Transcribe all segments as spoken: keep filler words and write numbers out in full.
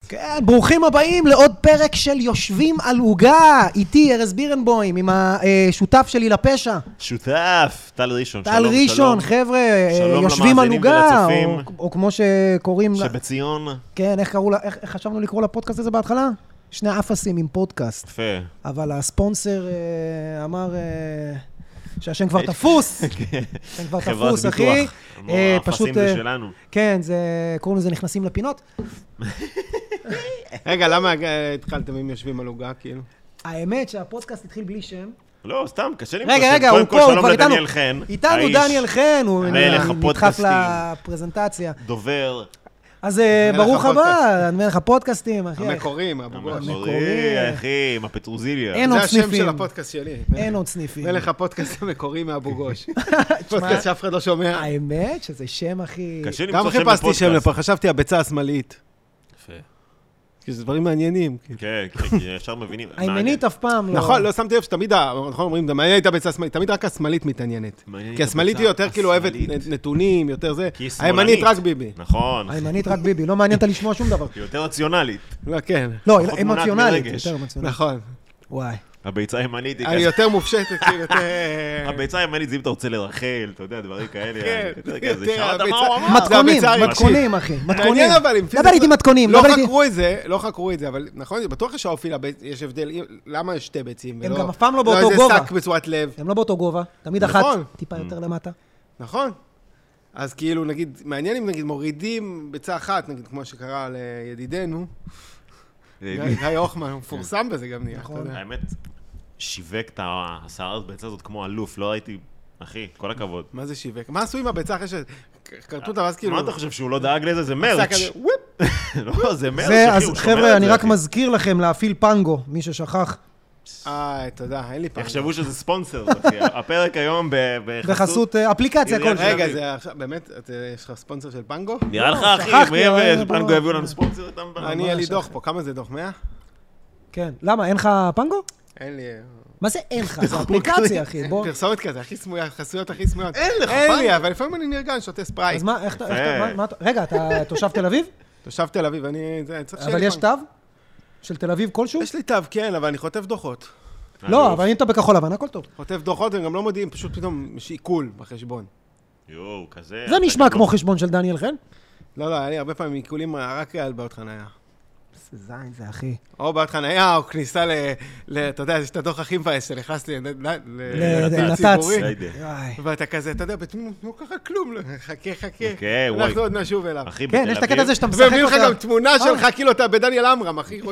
כן, ברוכים הבאים לעוד פרק של יושבים על עוגה, איתי ארז בירנבוים, עם השותף שלי לפשע. שותף, טל ראשון, טל ראשון, חבר'ה, יושבים על עוגה, או כמו שקוראים... שבציון. כן, איך קראו, איך חשבנו לקרוא לפודקאסט הזה בהתחלה? שני אפסים עם פודקאסט. יפה. אבל הספונסר אמר... שהשם כבר תפוס, השם כבר תפוס, אחי. פשוט, בשלנו. כן, זה, קוראים לזה נכנסים לפינות. רגע, למה התחלתם אם יושבים על עוגה, כאילו? האמת שהפודקאסט התחיל בלי שם. לא, סתם, קשה לי. רגע, רגע, הוא פה, הוא כבר איתנו. דניאל חן. איתנו דניאל חן, הוא נדחף לפרזנטציה. דובר. אז ברוך הבא, אני אומר לך פודקאסטים, אחי. המקורים, הבוגוש. המקורי, אחי, עם הפטרוזיליה. אין עוד סניפים. זה השם של הפודקאסט שלי. אין עוד סניפים. מלך הפודקאסט המקורי מהבוגוש. פודקאסט שאף אחד לא שומע. האמת שזה שם, אחי. גם חיפשתי שם לפה, חשבתי הביצה השמאלית. יפה. כי זה דברים מעניינים. כן, כי אפשר מבינים. הימנית אף פעם לא. נכון, לא שמתי לב שתמיד, נכון אומרים, מעניין הייתה ביצה השמאלית, תמיד רק השמאלית מתעניינת. כי השמאלית היא יותר כאילו אוהבת נתונים, יותר זה. הימנית רק ביבי. נכון. הימנית רק ביבי, לא מעניינת לשמוע שום דבר. היא יותר רציונלית. לא, כן. לא, אמוציונלית. יותר אמוציונלית. נכון. וואי. הביצה הימנית היא כזה. אני יותר מופשטת, כאילו, יותר... הביצה הימנית זה אם אתה רוצה לרחל, אתה יודע, דברים כאלה. כן. מתכונים, מתכונים, אחי. מתכונים. דבר איתי מתכונים. לא חקרו את זה, לא חקרו את זה, אבל נכון, בטוח שהאופיל יש הבדל, למה יש שתי ביצים? הם גם אף פעם לא באותו גובה. לא איזה שק בצורת לב. הם לא באותו גובה. תמיד אחת טיפה יותר למטה. נכון. אז כאילו, נגיד, מעניין אם נגיד מורידים ביצה אחת, נגיד, כמו שקרה לידידנו. גיא אוחמן, הוא מפורסם בזה גם נהיה, אתה יודע. האמת, שיווק את הסערת ביצה הזאת כמו אלוף, לא הייתי, אחי, כל הכבוד. מה זה שיווק? מה עשו עם הביצה אחרי שקרטו אותה, ואז כאילו... מה אתה חושב, שהוא לא דאג לזה? זה מרץ'. לא, זה מרץ', אחי, הוא שומר את זה. חבר'ה, אני רק מזכיר לכם להפעיל פנגו, מי ששכח. אה, תודה, אין לי פנגו. יחשבו שזה ספונסר, אחי. הפרק היום בחסות אפליקציה כלשהו. רגע, זה עכשיו, באמת, יש לך ספונסר של פנגו? נראה לך, אחי, פנגו יביאו לנו ספונסר? אני, היה לי דוח פה, כמה זה דוח? מאה? כן. למה, אין לך פנגו? אין לי... מה זה אין לך? זה אפליקציה, אחי, בוא. פרסומת כזה, הכי סמויה, חסויות הכי סמויות. אין לך פנגו? אין לי, אבל לפעמים אני נרגן, שותה ספרייט. אז מה, איך אתה... רגע, אתה תושב תל אביב? תושב תל אביב, אני... אבל יש תו? של תל אביב כלשהו? יש לי תו, כן, אבל אני חוטף דוחות. לא, אבל אם אתה בכחול לבן, הכל טוב. חוטף דוחות, הם גם לא מודיעים, פשוט פתאום יש עיכול בחשבון. יואו, כזה... זה נשמע כמו חשבון של דניאל חן? לא, לא, היה לי הרבה פעמים עיכולים רק על בעיות חניה. זה זין, זה אחי. או בעיות חניה, או כניסה ל... אתה יודע, יש את הדוח הכי מבאס שנכנס לי לנת"צ ציבורי. ואתה כזה, אתה יודע, בתמימות, לא ככה כלום, חכה, חכה. אנחנו עוד נשוב אליו. כן, יש את הקטע הזה שאתה משחק אותה. ומביאים לך גם תמונה שלך, כאילו אתה בדניאל אמרם, אחי,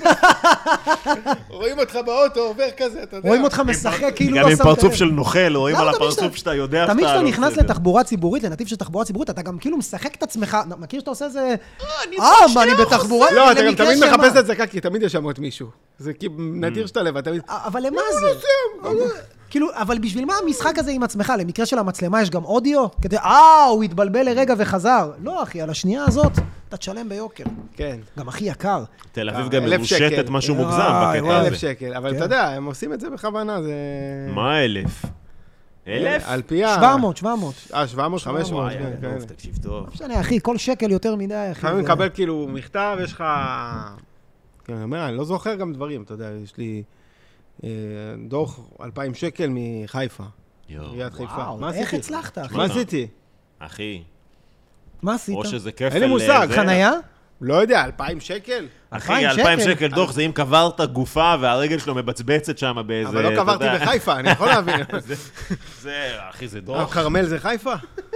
רואים אותך באוטו, עובר כזה, אתה יודע. רואים אותך משחק כאילו לא גם עם שמת לב. פרצוף של נוכל, רואים על הפרצוף שאתה יודע תמיד שאתה נכנס לתחבורה ציבורית, לנתיב של תחבורה ציבורית, אתה גם כאילו משחק את עצמך, מכיר שאתה עושה איזה... אה, מה, אני בתחבורה? לא, אתה גם תמיד מחפש את זה, כי תמיד יש שם עוד מישהו. זה כאילו נדיר שאתה לבד, תמיד... אבל למה זה? כאילו, אבל בשביל מה המשחק הזה עם עצמך? למקרה של המצלמה יש גם אודיו? כדי, אה, הוא התבלבל לרגע וחזר. לא, אחי, על השנייה הזאת, אתה תשלם ביוקר. כן. גם הכי יקר. תל אביב גם מרושטת משהו מוגזם בקטע הזה. אלף שקל, אבל אתה יודע, הם עושים את זה בכוונה, זה... מה אלף? אלף? על פי ה... שבע מאות, שבע מאות. אה, שבע מאות, חמש מאות. תקשיב טוב. משנה, אחי, כל שקל יותר מדי, אחי. לפעמים מקבל כאילו מכתב, יש לך... כן, אני אומר, אני לא זוכר גם דברים, אתה יודע, יש לי דוח אלפיים שקל מחיפה. עיריית חיפה. איך הצלחת, אחי? מה עשיתי? אחי. מה עשית? או שזה כפל... אין לי מושג. חנייה? לא יודע, אלפיים שקל? אחי, אלפיים שקל דוח, זה אם קברת גופה והרגל שלו מבצבצת שם באיזה... אבל לא קברתי בחיפה, אני יכול להבין. זה, אחי, זה דוח. קרמל זה חיפה?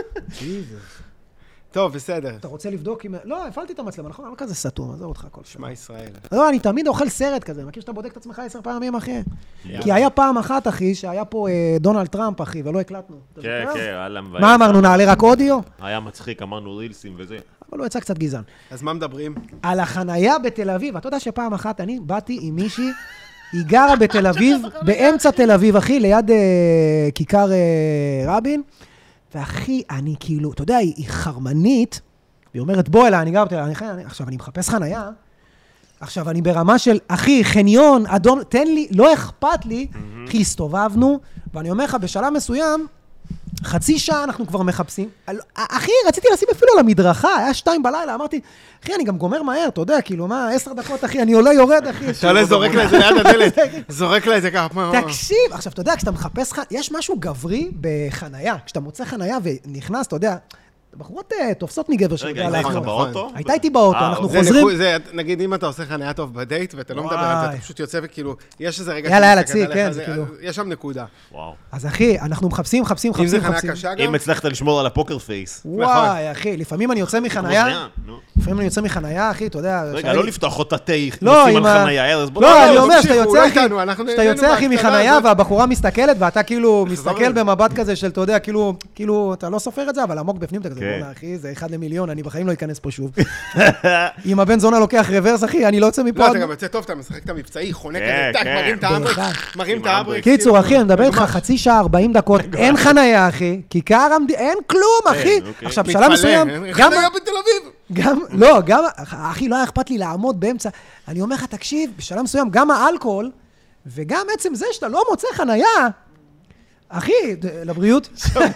טוב, בסדר. אתה רוצה לבדוק אם... לא, הפעלתי את המצלמה, נכון? אבל כזה סתום, עזוב אותך כל שמע ישראל. לא, אני תמיד אוכל סרט כזה, מכיר שאתה בודק את עצמך עשר פעמים, אחי? כי היה פעם אחת, אחי, שהיה פה דונלד טראמפ, אחי, ולא הקלטנו. כן, כן, הלאה מבאס. מה אמרנו, נעלה רק אודיו? היה מצחיק, אמרנו רילסים וזה. אבל הוא יצא קצת גזען. אז מה מדברים? על החנייה בתל אביב. אתה יודע שפעם אחת אני באתי עם מישהי, היא גרה בתל אביב, באמצע תל אביב, אחי, ליד כיכר רבין, ואחי, אני כאילו, אתה יודע, היא חרמנית, והיא אומרת, בוא אליי, אני גר בתל אביב, עכשיו אני מחפש חנייה, עכשיו אני ברמה של, אחי, חניון, אדום, תן לי, לא אכפת לי, כי הסתובבנו, ואני אומר לך, בשלב מסוים, חצי שעה אנחנו כבר מחפשים. אחי, רציתי לשים אפילו על המדרכה, היה שתיים בלילה, אמרתי, אחי, אני גם גומר מהר, אתה יודע, כאילו, מה, עשר דקות, אחי, אני עולה יורד, אחי. שעולה, זורק לה את זה ליד הדלת, זורק לה את זה ככה. תקשיב, עכשיו, אתה יודע, כשאתה מחפש, יש משהו גברי בחנייה, כשאתה מוצא חנייה ונכנס, אתה יודע, בחורות תופסות מגבר שיודע להחנות. הייתה איתך באוטו? הייתה איתי באוטו, אנחנו חוזרים. נגיד, אם אתה עושה חנייה טוב בדייט, ואתה לא מדבר על זה, אתה פשוט יוצא וכאילו, יש איזה רגע... יאללה, יאללה, צי, כן, זה כאילו... יש שם נקודה. וואו. אז אחי, אנחנו מחפשים, מחפשים, מחפשים, אם זה חנייה קשה גם? אם הצלחת לשמור על הפוקר פייס. וואי, אחי, לפעמים אני יוצא מחנייה, לפעמים אני יוצא מחנייה, אחי, אתה יודע... רגע, לא לפתוח אותה תה, נוסעים על חנייה, לא, אני אומר, שאתה יוצא, אחי, מחנייה, והבחורה מסתכלת, ואתה כאילו מסתכל במבט כזה של, אתה יודע, כאילו, אתה לא סופר את זה, אבל עמוק בפנים, אתה כזה, בוא, אחי, זה אחד למיליון, אני בחיים לא אכנס פה שוב. אם הבן זונה לוקח רוורס, אחי, אני לא יוצא מפה. לא, אתה גם יוצא טוב, אתה משחק את המבצעי, חונק כזה, טק, מרים את האברק, מרים את האברק. קיצור, אחי, אני מדבר איתך חצי שעה, ארבעים דקות, אין חנייה, אחי, כיכר המדינה, אין כלום, אחי. עכשיו, בשלב מסוים, גם... חנייה בתל אביב. גם, לא, גם, אחי, לא היה אכפת לי לעמוד באמצע. אני אומר לך, תקשיב, בשלב מסוים, גם האלכוהול, וגם עצם זה שאתה לא מוצא חנייה, אחי, לבריאות.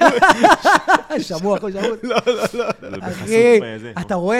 שבוע, אחי, שבוע. לא, לא, לא. אחי, אתה רואה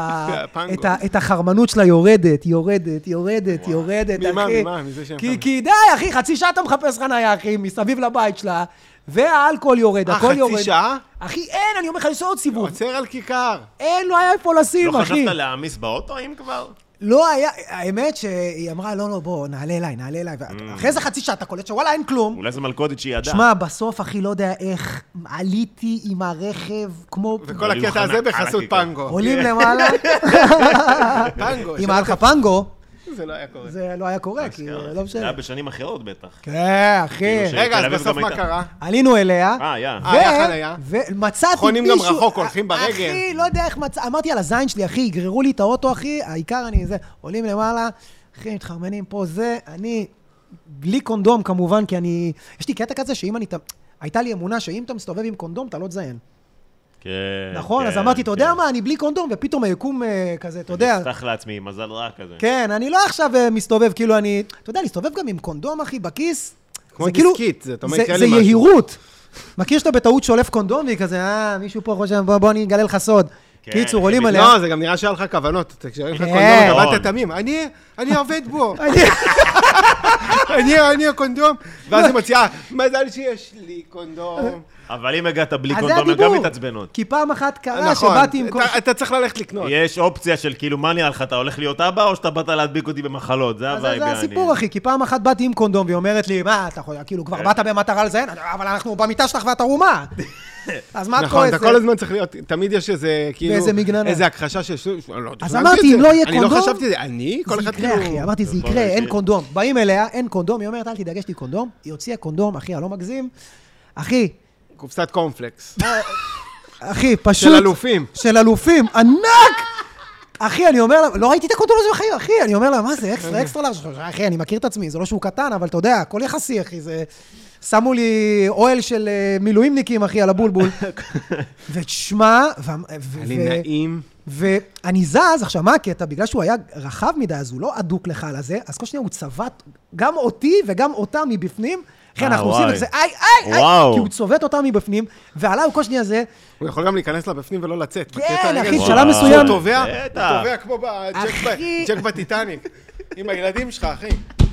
את החרמנות שלה יורדת, יורדת, יורדת, יורדת, אחי. ממה, ממה, מזה שם. כי די, אחי, חצי שעה אתה מחפש חנייה, אחי, מסביב לבית שלה, והאלכוהול יורד, הכל יורד. חצי שעה? אחי, אין, אני אומר לך, לנסוע עוד סיבוב. עוצר על כיכר. אין, לא היה איפה לשים, אחי. לא חשבת להעמיס באוטו, אם כבר? לא היה, האמת שהיא אמרה, לא, לא, בוא, נעלה אליי, נעלה אליי. אחרי זה חצי שעה אתה קולט שוואלה, אין כלום. אולי זה מלכודת שהיא ידעה. שמע, בסוף, אחי, לא יודע איך, עליתי עם הרכב, כמו... וכל הקטע הזה בחסות פנגו. עולים למעלה. פנגו. אם היה לך פנגו... זה לא היה קורה. זה לא היה קורה, כי לא משנה. זה היה בשנים אחרות בטח. כן, אחי. רגע, אז בסוף מה קרה? עלינו אליה. אה, יא. היה חניה. ומצאתי מישהו... חונים גם רחוק, הולכים ברגל. אחי, לא יודע איך מצא... אמרתי על הזין שלי, אחי, יגררו לי את האוטו, אחי, העיקר אני זה, עולים למעלה, אחי, מתחרמנים פה, זה, אני... בלי קונדום, כמובן, כי אני... יש לי קטע כזה שאם אני... הייתה לי אמונה שאם אתה מסתובב עם קונדום, אתה לא תזיין. נכון, אז אמרתי, אתה יודע מה, אני בלי קונדום, ופתאום היקום כזה, אתה יודע. נפתח לעצמי, מזל רע כזה. כן, אני לא עכשיו מסתובב, כאילו אני, אתה יודע, להסתובב גם עם קונדום, אחי, בכיס. כמו דיסקית, זה תומד כאלה משהו. זה יהירות. מכיר שאתה בטעות שולף קונדום, והיא כזה, אה, מישהו פה חושב, בוא אני אגלה לך סוד. קיצור, עולים עליה. לא, זה גם נראה שהיה לך כוונות. כשאין לך קונדום, אתה באת תמים. אני עובד בו. אני הקונדום. ואז היא מציעה, מזל שיש לי קונדום. אבל אם הגעת בלי קונדום, הם גם מתעצבנות. כי פעם אחת קרה שבאתי עם קונדום. אתה צריך ללכת לקנות. יש אופציה של כאילו, מה נראה לך, אתה הולך להיות אבא, או שאתה באת להדביק אותי במחלות? זה הווייב. זה הסיפור, אחי, כי פעם אחת באתי עם קונדום, והיא אומרת לי, מה, אתה יכול, כאילו, כבר באת במטרה לזיין, אבל אנחנו במיטה שלך ואת ערומה. אז מה את נכון, אתה כל הזמן צריך להיות, תמיד יש איזה, כאילו, איזה הכחשה של... אז אמרתי, אם לא יהיה קונדום... אני לא חשבתי את זה, אני? כל אחד כאילו... זה יקרה, אחי, אמרתי, זה יקרה, אין קונדום. באים אליה, אין קונדום, היא אומרת, אל תדאג, יש לי קונדום, היא הוציאה קונדום, אחי, אני לא מגזים. אחי, קופסת קורנפלקס. אחי, פשוט... של אלופים. של אלופים, ענק! אחי, אני אומר לה, לא ראיתי את הקונדום הזה בחיים, אחי, אני אומר לה, מה זה, אקסטרה, אקסטרה לארג', אחי, אני מכיר את עצמי, זה לא שהוא קטן, אבל אתה יודע, הכל יחסי, אחי, זה... שמו לי אוהל של מילואימניקים, אחי, על הבולבול. ותשמע, אני נעים. ואני זז, עכשיו מה הקטע, בגלל שהוא היה רחב מדי, אז הוא לא אדוק לך על הזה, אז כל שניה הוא צוות גם אותי וגם אותה מבפנים, אחי, אנחנו עושים את זה, איי, איי, איי, כי הוא צובט אותה מבפנים, ועליו כל שניה זה... הוא יכול גם להיכנס לה בפנים ולא לצאת. כן, אחי, שלב מסוים. הוא טובע, הוא טובע כמו בג'ק בטיטניק. עם הילדים שלך, אחי.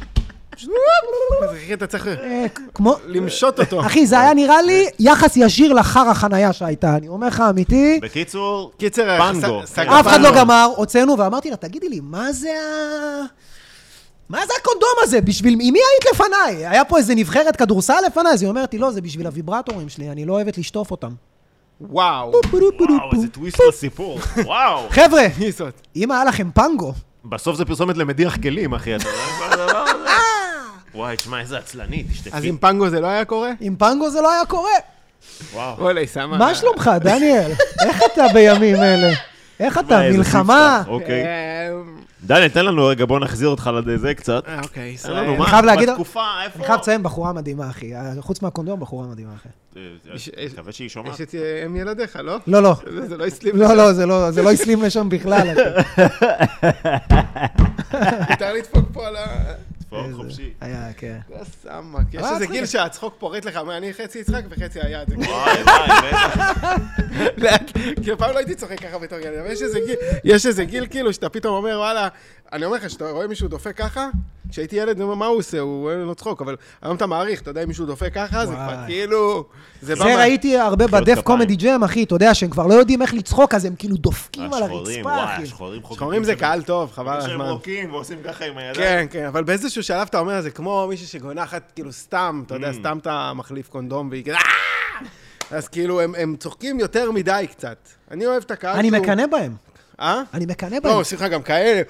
אחי, אתה צריך למשות אותו. אחי, זה היה נראה לי יחס ישיר לחר החנייה שהייתה. אני אומר לך, אמיתי. בקיצור, פנגו. אף אחד לא גמר, הוצאנו, ואמרתי לה, תגידי לי, מה זה ה... מה זה הקונדום הזה? בשביל... עם מי היית לפניי? היה פה איזה נבחרת כדורסל לפניי? אז היא אומרת לי, לא, זה בשביל הוויברטורים שלי, אני לא אוהבת לשטוף אותם. וואו. וואו, איזה טוויסט לסיפור. וואו. חבר'ה, אם היה לכם פנגו... בסוף זה פרסומת למדיח כלים, אחי. אתה יודע? וואי, תשמע, איזה עצלנית, תשתפי. אז עם פנגו זה לא היה קורה? עם פנגו זה לא היה קורה. וואו. אולי, שמה. מה שלומך, דניאל? איך אתה בימים אלה? איך אתה? מלחמה? אוקיי. דניאל, תן לנו רגע, בוא נחזיר אותך לזה קצת. אוקיי, תן לנו, אני חייב להגיד... בתקופה, איפה? אני חייב לציין בחורה מדהימה, אחי. חוץ מהקונדום, בחורה מדהימה, אחי. אני מקווה שהיא שומעת. יש את אם ילדיך, לא? לא, לא. זה לא יסלים לשם. לא, לא, זה לא יסלים לשם בכלל. יותר לדפוק פה על ה... לא, חופשי. היה, כן. זה סמק, יש איזה גיל שהצחוק פורט לך, אני חצי יצחק וחצי היד. וואי, וואי, בטח. כאילו, פעם לא הייתי צוחק ככה בתור ילד, אבל יש איזה גיל כאילו שאתה פתאום אומר, וואלה, אני אומר לך, שאתה רואה מישהו דופק ככה, כשהייתי ילד, אני אומר, מה הוא עושה? הוא לא צחוק, אבל היום אתה מעריך, אתה יודע, אם מישהו דופק ככה, זה כבר כאילו... זה ראיתי הרבה בדף קומדי ג'ם, אחי, אתה יודע, שהם כבר לא יודעים איך לצחוק, אז הם כאילו דופקים על הרצפה, אחי. שחורים זה קהל טוב, חבל הזמן. שהם רוקים ועושים ככה עם הידיים. כן, כן, אבל באיזשהו שלב אתה אומר, זה כמו מישהו שגונחת, כאילו סתם, אתה יודע, סתם אתה מחליף קונדום, והיא כזה, אז כאילו, הם צוחקים יותר מדי קצת. אני אוהב את הקהל. אני מקנא בהם. אה? אני מקנא בהם. לא, סליחה, גם כאלה.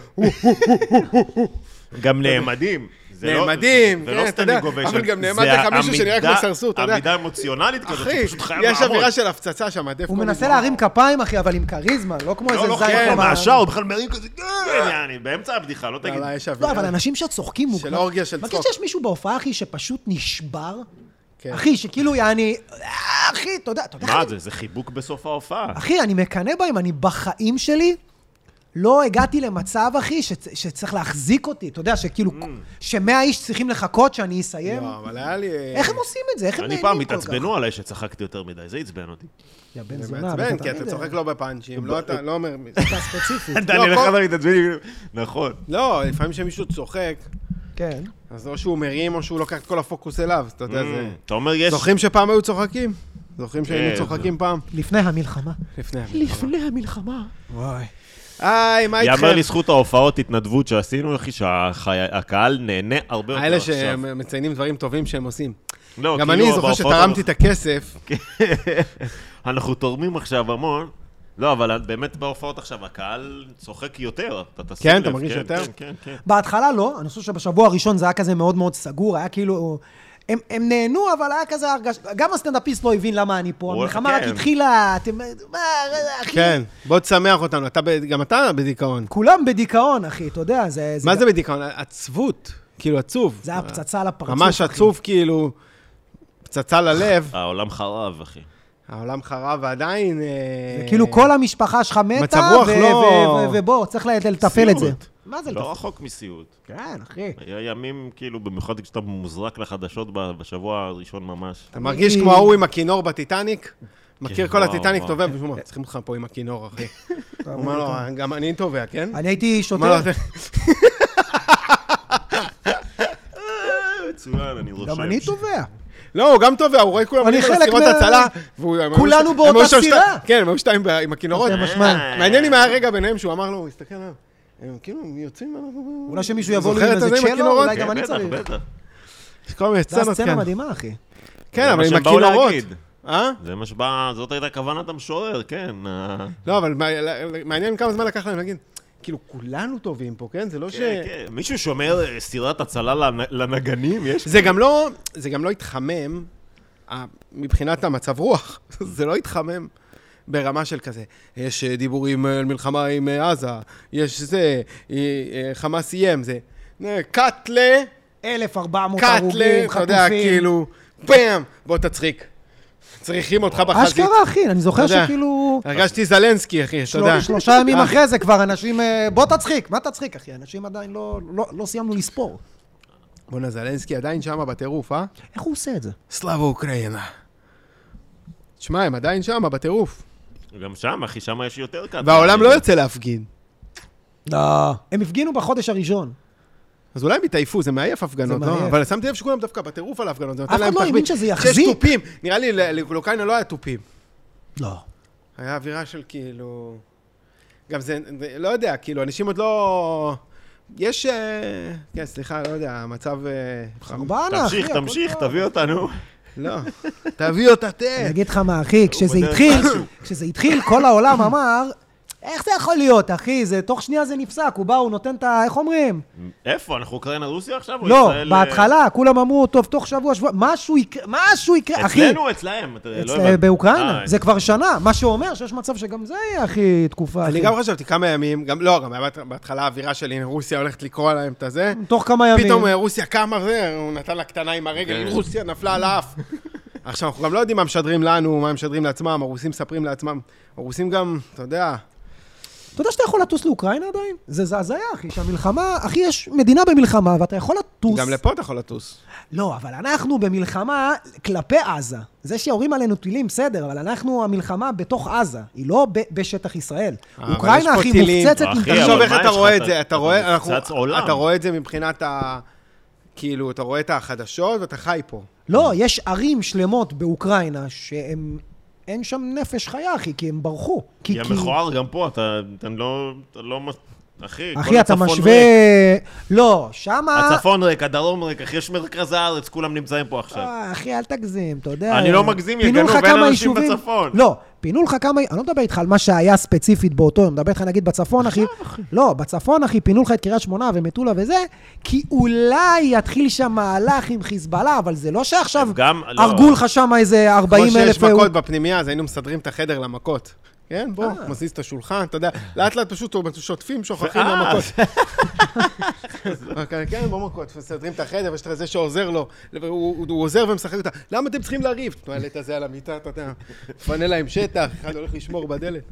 גם נעמדים. נעמדים, זה לא סטנדינג גובשן. אבל גם נעמד לך מישהו שנראה כמו סרסות, אתה יודע. עמידה אמוציונלית כזאת, שפשוט חייב לעמוד. יש אווירה של הפצצה שם, הדף הוא מנסה להרים כפיים, אחי, אבל עם קריזמה, לא כמו איזה זין. לא, לא, מהשאר, הוא בכלל מרים כזה, אני באמצע הבדיחה, לא תגיד. לא, אבל אנשים שצוחקים, של אורגיה של צחוק. מרגיש שיש מישהו בהופעה, אחי, שפשוט נשבר. אחי, שכאילו, יעני, אחי, אתה יודע. מה זה? זה חיבוק בסוף ההופעה. אחי, אני מקנא בהם, אני בחיים שלי לא הגעתי למצב, אחי, שצריך להחזיק אותי. אתה יודע, שכאילו, שמאה איש צריכים לחכות שאני אסיים. לא, אבל היה לי... איך הם עושים את זה? איך הם נהנים כל כך? אני פעם התעצבנו עליי שצחקתי יותר מדי, זה עצבן אותי. יא בן זונה. זה מעצבן, כי אתה צוחק לא בפאנצ'ים, לא אתה, לא אומר... אתה ספציפית. דני לך אתה מתעצבני, נכון. לא, לפעמים שמישהו צוחק, כן. אז או שהוא מרים או שהוא לוקח את כל הפוקוס אליו, אתה יודע, זה... אתה אומר, יש... זוכרים שפעם היו צוחקים? זוכרים שהיינו צוחקים פעם? לפני המלחמה. לפני המלחמה. לפני המלחמה. וואי. איי, מה איתכם? יאמר לזכות ההופעות התנדבות שעשינו, אחי, שהקהל נהנה הרבה יותר עכשיו. האלה שמציינים דברים טובים שהם עושים. לא, גם אני זוכר שתרמתי את הכסף. אנחנו תורמים עכשיו המון. לא, אבל באמת בהופעות עכשיו, הקהל צוחק יותר. כן, אתה מרגיש יותר? כן, כן. בהתחלה לא, אני חושב שבשבוע הראשון זה היה כזה מאוד מאוד סגור, היה כאילו... הם, הם נהנו, אבל היה כזה הרגש... גם הסטנדאפיסט לא הבין למה אני פה. המלחמה רק התחילה, אתם... מה, אחי? כן, בוא תשמח אותנו. אתה, גם אתה בדיכאון. כולם בדיכאון, אחי, אתה יודע, זה... מה זה בדיכאון? עצבות, כאילו עצוב. זה היה פצצה על הפרצוף, ממש עצוב, כאילו, פצצה ללב. העולם חרב, אחי. העולם חרב ועדיין... כאילו כל המשפחה שלך מתה, מצב רוח לא... ובוא, צריך לטפל את זה. מה זה לא רחוק מסיוט. כן, אחי. היה ימים, כאילו, במיוחד כשאתה מוזרק לחדשות בשבוע הראשון ממש. אתה מרגיש כמו ההוא עם הכינור בטיטניק? מכיר כל הטיטניק טובע, ושמוע, צריכים אותך פה עם הכינור, אחי. הוא אומר לו, גם אני טובע, כן? אני הייתי שוטר. מצוין, אני רושם. גם אני טובע. לא, הוא גם טובע, הוא רואה כולם עולים על הסירות הצלה. כולנו באותה סירה. כן, הם היו שתיים עם הכינורות. מעניין אם היה רגע ביניהם שהוא אמר לו, הוא הסתכל עליו. הם כאילו יוצאים... אולי שמישהו יבוא לי עם איזה צ'לו, אולי גם אני צריך. בטח, בטח. כל מיני סצנות, כן. זו הסצנה מדהימה, אחי. כן, אבל עם הכינורות. זה מה שבא, זאת הייתה כוונת המשורר, כן. לא, אבל מעניין כמה זמן לקח להם להגיד, כאילו, כולנו טובים פה, כן? זה לא ש... מישהו שומר סירת הצלה לנגנים, יש... זה גם לא, זה גם לא התחמם, מבחינת המצב רוח, זה לא התחמם ברמה של כזה. יש דיבורים על מלחמה עם עזה, יש זה, חמאס איים, זה קטלה, אלף וארבע מאות הרוגים, חטופים. אתה יודע, כאילו, פעם, בוא תצחיק. צריכים אותך בחזית. אשכרה, אחי, אני זוכר שכאילו... הרגשתי זלנסקי, אחי, אתה יודע. שלושה ימים אחרי זה כבר אנשים... בוא תצחיק, מה תצחיק, אחי? אנשים עדיין לא סיימנו לספור. בוא'נה, זלנסקי עדיין שם בטירוף, אה? איך הוא עושה את זה? סלאבה אוקראינה. תשמע, הם עדיין שם בטירוף. גם שם, אחי, שם יש יותר קטן. והעולם לא יוצא להפגין. לא. הם הפגינו בחודש הראשון. אז אולי הם יתעייפו, זה מעייף הפגנות, לא? אבל שמתי לב שכולם דווקא בטירוף על ההפגנות. אף אחד לא הבין שזה יחזיק. שיש טופים. נראה לי, לאוקראינה לא היה טופים. לא. היה אווירה של כאילו... גם זה, לא יודע, כאילו, אנשים עוד לא... יש... כן, סליחה, לא יודע, המצב... חרבנה, אחי. תמשיך, תמשיך, תביא אותנו. לא, תביא אותה תה. אני אגיד לך מה, אחי, כשזה התחיל, כשזה התחיל, כל העולם אמר... איך זה יכול להיות, אחי? זה, תוך שנייה זה נפסק, הוא בא, הוא נותן את ה... איך אומרים? איפה? אנחנו אוקראינה רוסיה עכשיו? לא, בהתחלה, כולם אמרו, טוב, תוך שבוע, שבוע, משהו יקרה, משהו יקרה, אחי. אצלנו, אצלהם, לא הבנתי. באוקראינה, זה כבר שנה, מה שאומר שיש מצב שגם זה יהיה, אחי, תקופה. אני גם חשבתי כמה ימים, גם לא, גם בהתחלה האווירה שלי, רוסיה הולכת לקרוא עליהם את הזה. תוך כמה ימים. פתאום רוסיה קמה, הוא נתן לה קטנה עם הרגל, רוסיה נפלה על האף. עכשיו, אנחנו גם לא יודעים מה משדרים לנו, מה משדרים לעצמם, הרוסים מספרים לעצמם. הרוסים גם, אתה יודע, אתה יודע שאתה יכול לטוס לאוקראינה עדיין? זה זעזע, אחי, שהמלחמה, אחי, יש מדינה במלחמה, ואתה יכול לטוס. גם לפה אתה יכול לטוס. לא, אבל אנחנו במלחמה כלפי עזה. זה שיורים עלינו טילים, בסדר, אבל אנחנו, המלחמה בתוך עזה, היא לא בשטח ישראל. אוקראינה, אחי, מופצצת עם טילים. עכשיו איך אתה רואה את זה? אתה רואה את זה מבחינת ה... כאילו, אתה רואה את החדשות ואתה חי פה. לא, יש ערים שלמות באוקראינה שהם... אין שם נפש חיה, אחי, כי הם ברחו. כי המכוער גם פה, אתה לא... אחי, אחי, אתה משווה... לא, שמה... הצפון ריק, הדרום ריק, אחי, יש מרכז הארץ, כולם נמצאים פה עכשיו. אחי, אל תגזים, אתה יודע... אני לא מגזים, יגנו בין אנשים בצפון. לא, פינו לך כמה... אני לא מדבר איתך על מה שהיה ספציפית באותו, אני מדבר איתך נגיד בצפון, אחי. לא, בצפון, אחי, פינו לך את קריית שמונה ומטולה וזה, כי אולי יתחיל שם מהלך עם חיזבאללה, אבל זה לא שעכשיו הרגו לך שם איזה ארבעים אלף... כמו שיש מכות בפנימיה, אז היינו מסדרים את החדר למכות. כן, בוא, מזיז את השולחן, אתה יודע, לאט לאט פשוט שוטפים, שוכחים מהמכות. כן, בוא מכות, מסדרים את החדר, ויש לך זה שעוזר לו, הוא עוזר ומשחק אותה, למה אתם צריכים לריב? תועלת הזה על המיטה, אתה יודע, פנה להם שטח, אחד הולך לשמור בדלת.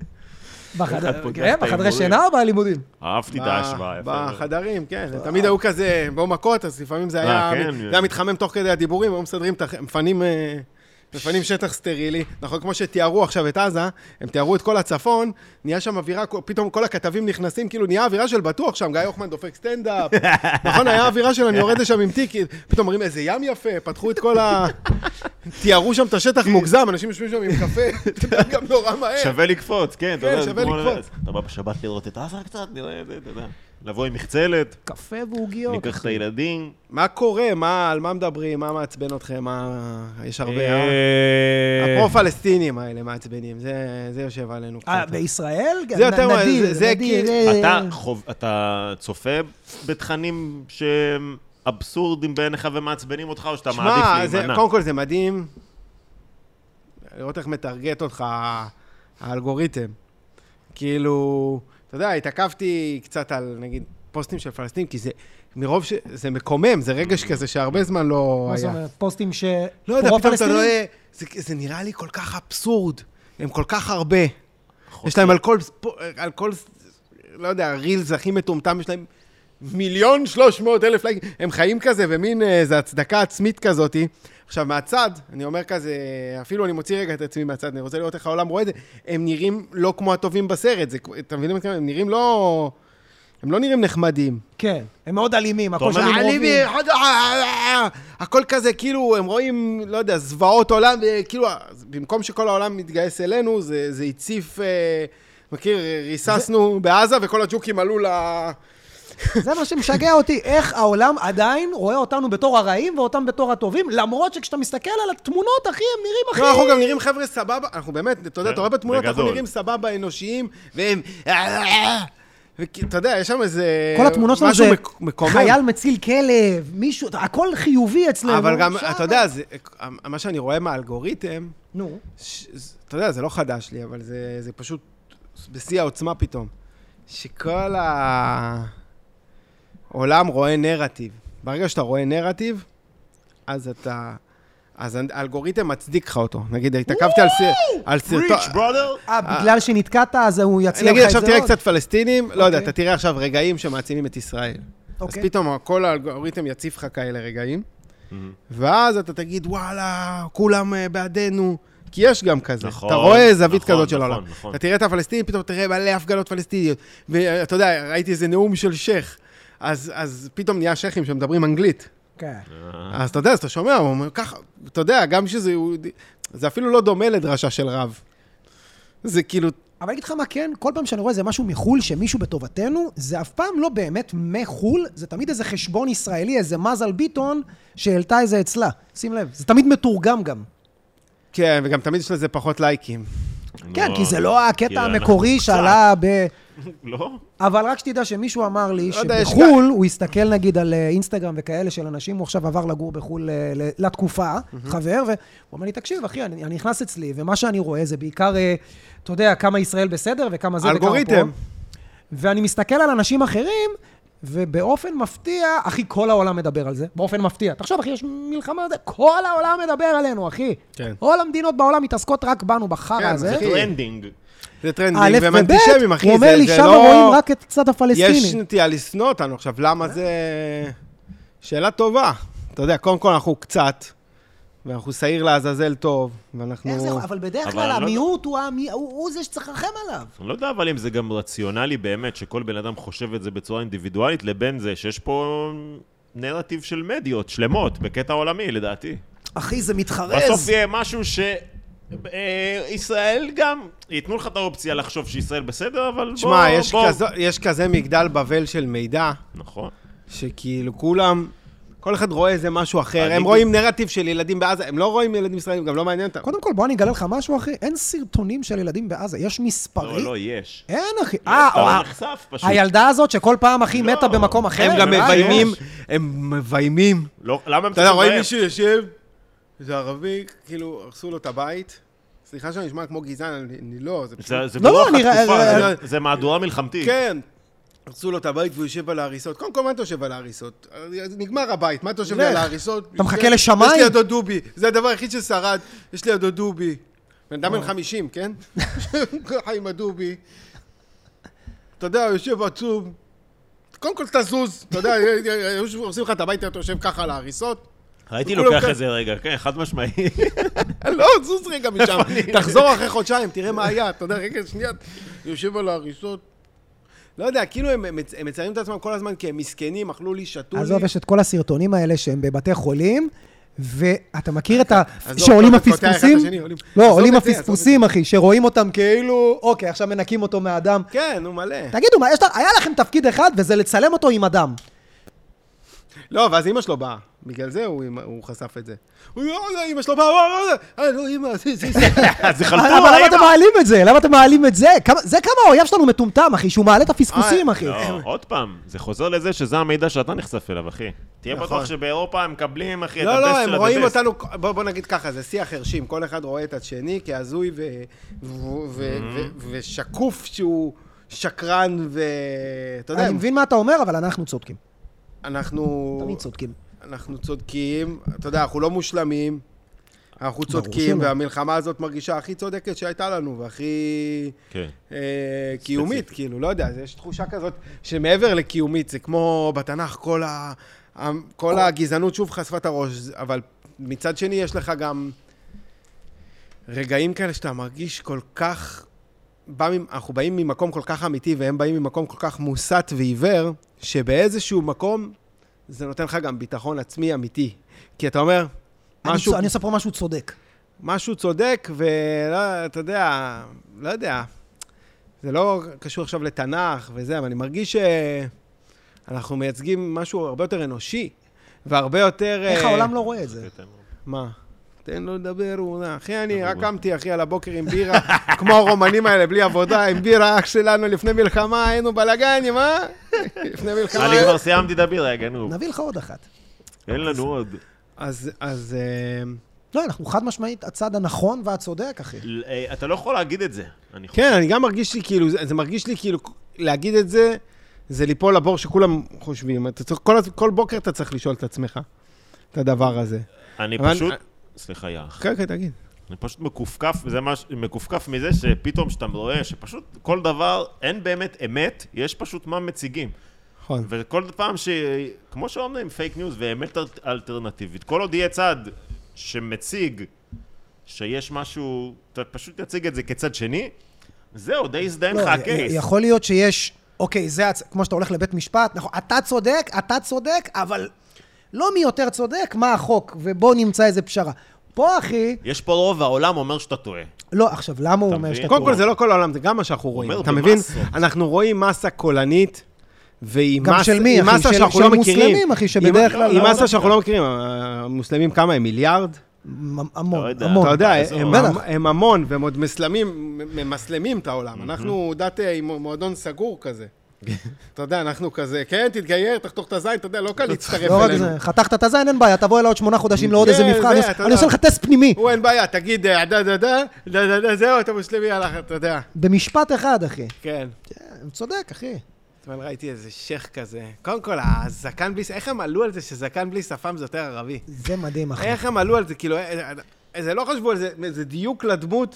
בחדרי שינה או בלימודים? אהבתי את ההשוואה. בחדרים, כן, תמיד היו כזה, בוא מכות, אז לפעמים זה היה מתחמם תוך כדי הדיבורים, היו מסדרים, מפנים... מפנים שטח סטרילי, נכון, כמו שתיארו עכשיו את עזה, הם תיארו את כל הצפון, נהיה שם אווירה, פתאום כל הכתבים נכנסים, כאילו נהיה אווירה של בטוח שם, גיא יוחמן דופק סטנדאפ, נכון, היה אווירה של אני יורד לשם עם תיק, פתאום אומרים איזה ים יפה, פתחו את כל ה... תיארו שם את השטח מוגזם, אנשים יושבים שם עם קפה, גם נורא מהר. שווה לקפוץ, כן, כן, שווה לקפוץ. אתה בא בשבת לראות את עזה קצת, נראה, אתה יודע. לבוא עם מחצלת, קפה ועוגיות. ניקח את הילדים. מה קורה? מה, על מה מדברים? מה מעצבן אתכם? מה... יש הרבה... הפרו-פלסטינים האלה מעצבנים. זה יושב עלינו קצת. בישראל? זה יותר... זה אתה צופה בתכנים שהם אבסורדים בעיניך ומעצבנים אותך, או שאתה מעדיף להימנע? קודם כל זה מדהים. לראות איך מתרגט אותך האלגוריתם. כאילו... אתה יודע, התעכבתי קצת על, נגיד, פוסטים של פלסטין, כי זה, מרוב ש... זה מקומם, זה רגש כזה שהרבה זמן לא היה. מה זאת אומרת? פוסטים ש... לא יודע, פתאום אתה רואה, זה, זה נראה לי כל כך אבסורד, הם כל כך הרבה. יש להם על כל, על כל, לא יודע, רילס הכי מטומטם, יש להם מיליון שלוש מאות אלף לייק, הם חיים כזה, ומין איזו הצדקה עצמית כזאת. עכשיו, מהצד, אני אומר כזה, אפילו אני מוציא רגע את עצמי מהצד, אני רוצה לראות איך העולם רואה את זה, הם נראים לא כמו הטובים בסרט, זה, אתה מבינים את זה? הם נראים לא... הם לא נראים נחמדים. כן, הם מאוד אלימים, הכל שם רובים. הכל כזה, כאילו, הם רואים, לא יודע, זוועות עולם, כאילו, במקום שכל העולם מתגייס אלינו, זה, זה הציף, מכיר, ריססנו בעזה, וכל הג'וקים עלו ל... זה מה שמשגע אותי, איך העולם עדיין רואה אותנו בתור הרעים ואותם בתור הטובים, למרות שכשאתה מסתכל על התמונות, אחי, הם נראים הכי... אנחנו גם נראים חבר'ה סבבה, אנחנו באמת, אתה יודע, אתה רואה בתמונות, אנחנו נראים סבבה אנושיים, והם... אתה יודע, יש שם איזה... כל התמונות שלנו זה חייל מציל כלב, מישהו, הכל חיובי אצלנו. אבל גם, אתה יודע, מה שאני רואה מהאלגוריתם, נו. אתה יודע, זה לא חדש לי, אבל זה פשוט בשיא העוצמה פתאום. שכל ה... עולם רואה נרטיב. ברגע שאתה רואה נרטיב, אז אתה... אז האלגוריתם מצדיק לך אותו. נגיד, התעכבתי על סרטון... ריץ' ברדר? אה, בגלל שנתקעת, אז הוא יצליח לך את זה עוד? נגיד, עכשיו תראה קצת פלסטינים, לא יודע, אתה תראה עכשיו רגעים שמעצימים את ישראל. אז פתאום כל האלגוריתם יציף לך כאלה רגעים, ואז אתה תגיד, וואלה, כולם בעדנו, כי יש גם כזה. אתה רואה זווית כזאת של העולם. אתה תראה את הפלסטינים, פתאום תראה מלא הפגנות פלסטיניות. ואתה יודע, ראיתי איזה נאום של שייך. אז, אז פתאום נהיה שייכים שמדברים אנגלית. כן. אז אתה יודע, אז אתה שומע, הוא אומר, ככה, אתה יודע, גם שזה, זה אפילו לא דומה לדרשה של רב. זה כאילו... אבל אגיד לך מה כן, כל פעם שאני רואה זה משהו מחול, שמישהו בטובתנו, זה אף פעם לא באמת מחול, זה תמיד איזה חשבון ישראלי, איזה מזל ביטון, שהעלתה איזה אצלה. שים לב, זה תמיד מתורגם גם. כן, וגם תמיד יש לזה פחות לייקים. כן, כי זה לא הקטע המקורי שעלה ב... לא? אבל רק שתדע שמישהו אמר לי שבחול, הוא הסתכל נגיד על אינסטגרם וכאלה של אנשים, הוא עכשיו עבר לגור בחול לתקופה, חבר, והוא אומר לי, תקשיב, אחי, אני נכנס אצלי, ומה שאני רואה זה בעיקר, אתה יודע, כמה ישראל בסדר וכמה זה וכמה פה. אלגוריתם. ואני מסתכל על אנשים אחרים, ובאופן מפתיע, אחי, כל העולם מדבר על זה, באופן מפתיע. תחשוב, אחי, יש מלחמה על זה, כל העולם מדבר עלינו, אחי. כן. כל המדינות בעולם מתעסקות רק בנו בחר כן, הזה. זה טרנדינג. זה טרנדים, והם אנטישמים, אחי. הוא אומר לי, שם רואים רק את צד הפלסטיני. יש נטייה לשנוא אותנו. עכשיו, למה זה... שאלה טובה. אתה יודע, קודם כל אנחנו קצת, ואנחנו שעיר לעזאזל טוב, ואנחנו... איך זה יכול? אבל בדרך כלל המיעוט הוא זה שצריך לרחם עליו. אני לא יודע, אבל אם זה גם רציונלי באמת, שכל בן אדם חושב את זה בצורה אינדיבידואלית, לבין זה שיש פה נרטיב של מדיות שלמות, בקטע עולמי, לדעתי. אחי, זה מתחרז. בסוף יהיה משהו שישראל גם, ייתנו לך את האופציה לחשוב שישראל בסדר, אבל בוא... תשמע, יש כזה מגדל בבל של מידע. נכון. שכאילו כולם... כל אחד רואה איזה משהו אחר, הם רואים נרטיב של ילדים בעזה, הם לא רואים ילדים ישראלים, גם לא מעניין אותם. קודם כל, בוא אני אגלה לך משהו, אחי, אין סרטונים של ילדים בעזה, יש מספרים. לא, לא, יש. אין, אחי. אה, נחשף פשוט. הילדה הזאת שכל פעם הכי מתה במקום אחר. הם גם מביימים, הם מביימים. לא, למה הם אתה יודע, רואים מישהו יושב, זה ערבי, כאילו, הרסו לו את הבית. סליחה שאני נשמע כמו גזען, אני לא, זה פשוט... זה ברוח התקופה, זה מהדורה מלחמתית. כן. הרסו לו את הבית והוא יושב על ההריסות. קודם כל, מה אתה יושב על ההריסות? נגמר הבית, מה אתה יושב על ההריסות? אתה מחכה לשמיים? יש לי ידו דובי, זה הדבר היחיד ששרד, יש לי ידו דובי. בן אדם בן חמישים, כן? ככה עם הדובי. אתה יודע, יושב עצוב. קודם כל תזוז, אתה יודע, עושים לך את הבית, אתה יושב ככה על ההריסות. הייתי לוקח איזה רגע, כן, חד משמעי. לא, זוז רגע משם. תחזור אחרי חודשיים, תראה מה היה, אתה יודע, רגע, שנייה, יושב על ההריסות. לא יודע, כאילו הם, הם מציירים את עצמם כל הזמן כי הם מסכנים, אכלו לי, שתו לי. עזוב, יש את כל הסרטונים האלה שהם בבתי חולים, ואתה מכיר את ה... שעולים הפספוסים? לא, עולים הפספוסים, אחי, שרואים אותם כאילו, אוקיי, עכשיו מנקים אותו מהאדם. כן, הוא מלא. תגידו, היה לכם תפקיד אחד, וזה לצלם אותו עם אדם. לא, ואז אמא שלו באה. בגלל זה הוא חשף את זה. הוא לא, אמא שלו באה, לא, אמא, זה, זה, זה. זה חלטור, אבל למה אתם מעלים את זה? למה אתם מעלים את זה? זה כמה האויב שלנו מטומטם, אחי, שהוא מעלה את הפספוסים, אחי. לא, עוד פעם, זה חוזר לזה שזה המידע שאתה נחשף אליו, אחי. תהיה בטוח שבאירופה הם מקבלים, אחי, את הבסט של הדבסט. לא, לא, הם רואים אותנו, בוא נגיד ככה, זה שיח הרשים, כל אחד רואה את השני כהזוי ושקוף שהוא שקרן ואתה יודע. אני מבין מה אתה אומר, אבל אנחנו צודקים. אנחנו... תמיד צודקים. אנחנו צודקים, אתה יודע, אנחנו לא מושלמים, אנחנו צודקים, והמלחמה הזאת מרגישה הכי צודקת שהייתה לנו, והכי קיומית, כאילו, לא יודע, יש תחושה כזאת שמעבר לקיומית, זה כמו בתנ"ך, כל הגזענות שוב חשפה את הראש, אבל מצד שני יש לך גם רגעים כאלה שאתה מרגיש כל כך, אנחנו באים ממקום כל כך אמיתי, והם באים ממקום כל כך מוסת ועיוור, שבאיזשהו מקום, זה נותן לך גם ביטחון עצמי אמיתי. כי אתה אומר, משהו... אני עושה פה משהו צודק. משהו צודק, ולא, אתה יודע, לא יודע, זה לא קשור עכשיו לתנ"ך וזה, אבל אני מרגיש שאנחנו מייצגים משהו הרבה יותר אנושי, והרבה יותר... איך העולם לא רואה את זה? מה? תן לו לדבר, אחי, אני רק קמתי, אחי, על הבוקר עם בירה, כמו הרומנים האלה, בלי עבודה, עם בירה, אח שלנו, לפני מלחמה, היינו בלגנים, אה? לפני מלחמה... אני כבר סיימתי את הבירה, גנוב. נביא לך עוד אחת. אין לנו עוד. אז, אז... לא, אנחנו חד משמעית הצד הנכון והצודק, אחי. אתה לא יכול להגיד את זה. כן, אני גם מרגיש לי כאילו, זה מרגיש לי כאילו, להגיד את זה, זה ליפול לבור שכולם חושבים. כל בוקר אתה צריך לשאול את עצמך, את הדבר הזה. אני פשוט... סליחה, יח. כן, כן, תגיד. אני פשוט מקופקף, וזה מקופקף מזה שפתאום שאתה רואה שפשוט כל דבר, אין באמת אמת, יש פשוט מה מציגים. נכון. וכל פעם ש... כמו שאומרים, פייק ניוז ואמת אלטרנטיבית, כל עוד יהיה צד שמציג שיש משהו, אתה פשוט יציג את זה כצד שני, זהו, די הזדהן לך הקייס. יכול להיות שיש, אוקיי, זה כמו שאתה הולך לבית משפט, נכון, אתה צודק, אתה צודק, אבל לא מי יותר צודק, מה החוק, ובוא נמצא איזה פשרה. פה, אחי... יש פה רוב, והעולם אומר שאתה טועה. לא, עכשיו, למה הוא אומר שאתה טועה? קודם כל, זה לא כל העולם, זה גם מה שאנחנו רואים. אתה מבין? אנחנו רואים מסה קולנית, והיא גם של מי, אחי? של מוסלמים, אחי, שבדרך כלל... היא מסה שאנחנו לא מכירים. המוסלמים כמה? הם מיליארד? המון, המון. אתה יודע, הם המון, והם עוד ממסלמים את העולם. אנחנו דת עם מועדון סגור כזה. אתה יודע, אנחנו כזה, כן, תתגייר, תחתוך את הזין, אתה יודע, לא קל להצטרף אלינו. לא רק זה, חתכת את הזין, אין בעיה, תבוא אליי עוד שמונה חודשים לעוד איזה מבחן, אני עושה לך טסט פנימי. הוא אין בעיה, תגיד, דה דה דה דה, דה דה, זהו, אתה מוסלמי הלך, אתה יודע. במשפט אחד, אחי. כן. הוא צודק, אחי. זאת אומרת, ראיתי איזה שייך כזה. קודם כל, הזקן בלי, איך הם עלו על זה שזקן בלי שפם זה יותר ערבי? זה מדהים, אחי. איך הם עלו על זה, כאילו, זה לא חשבו על זה, זה דיוק לדמות,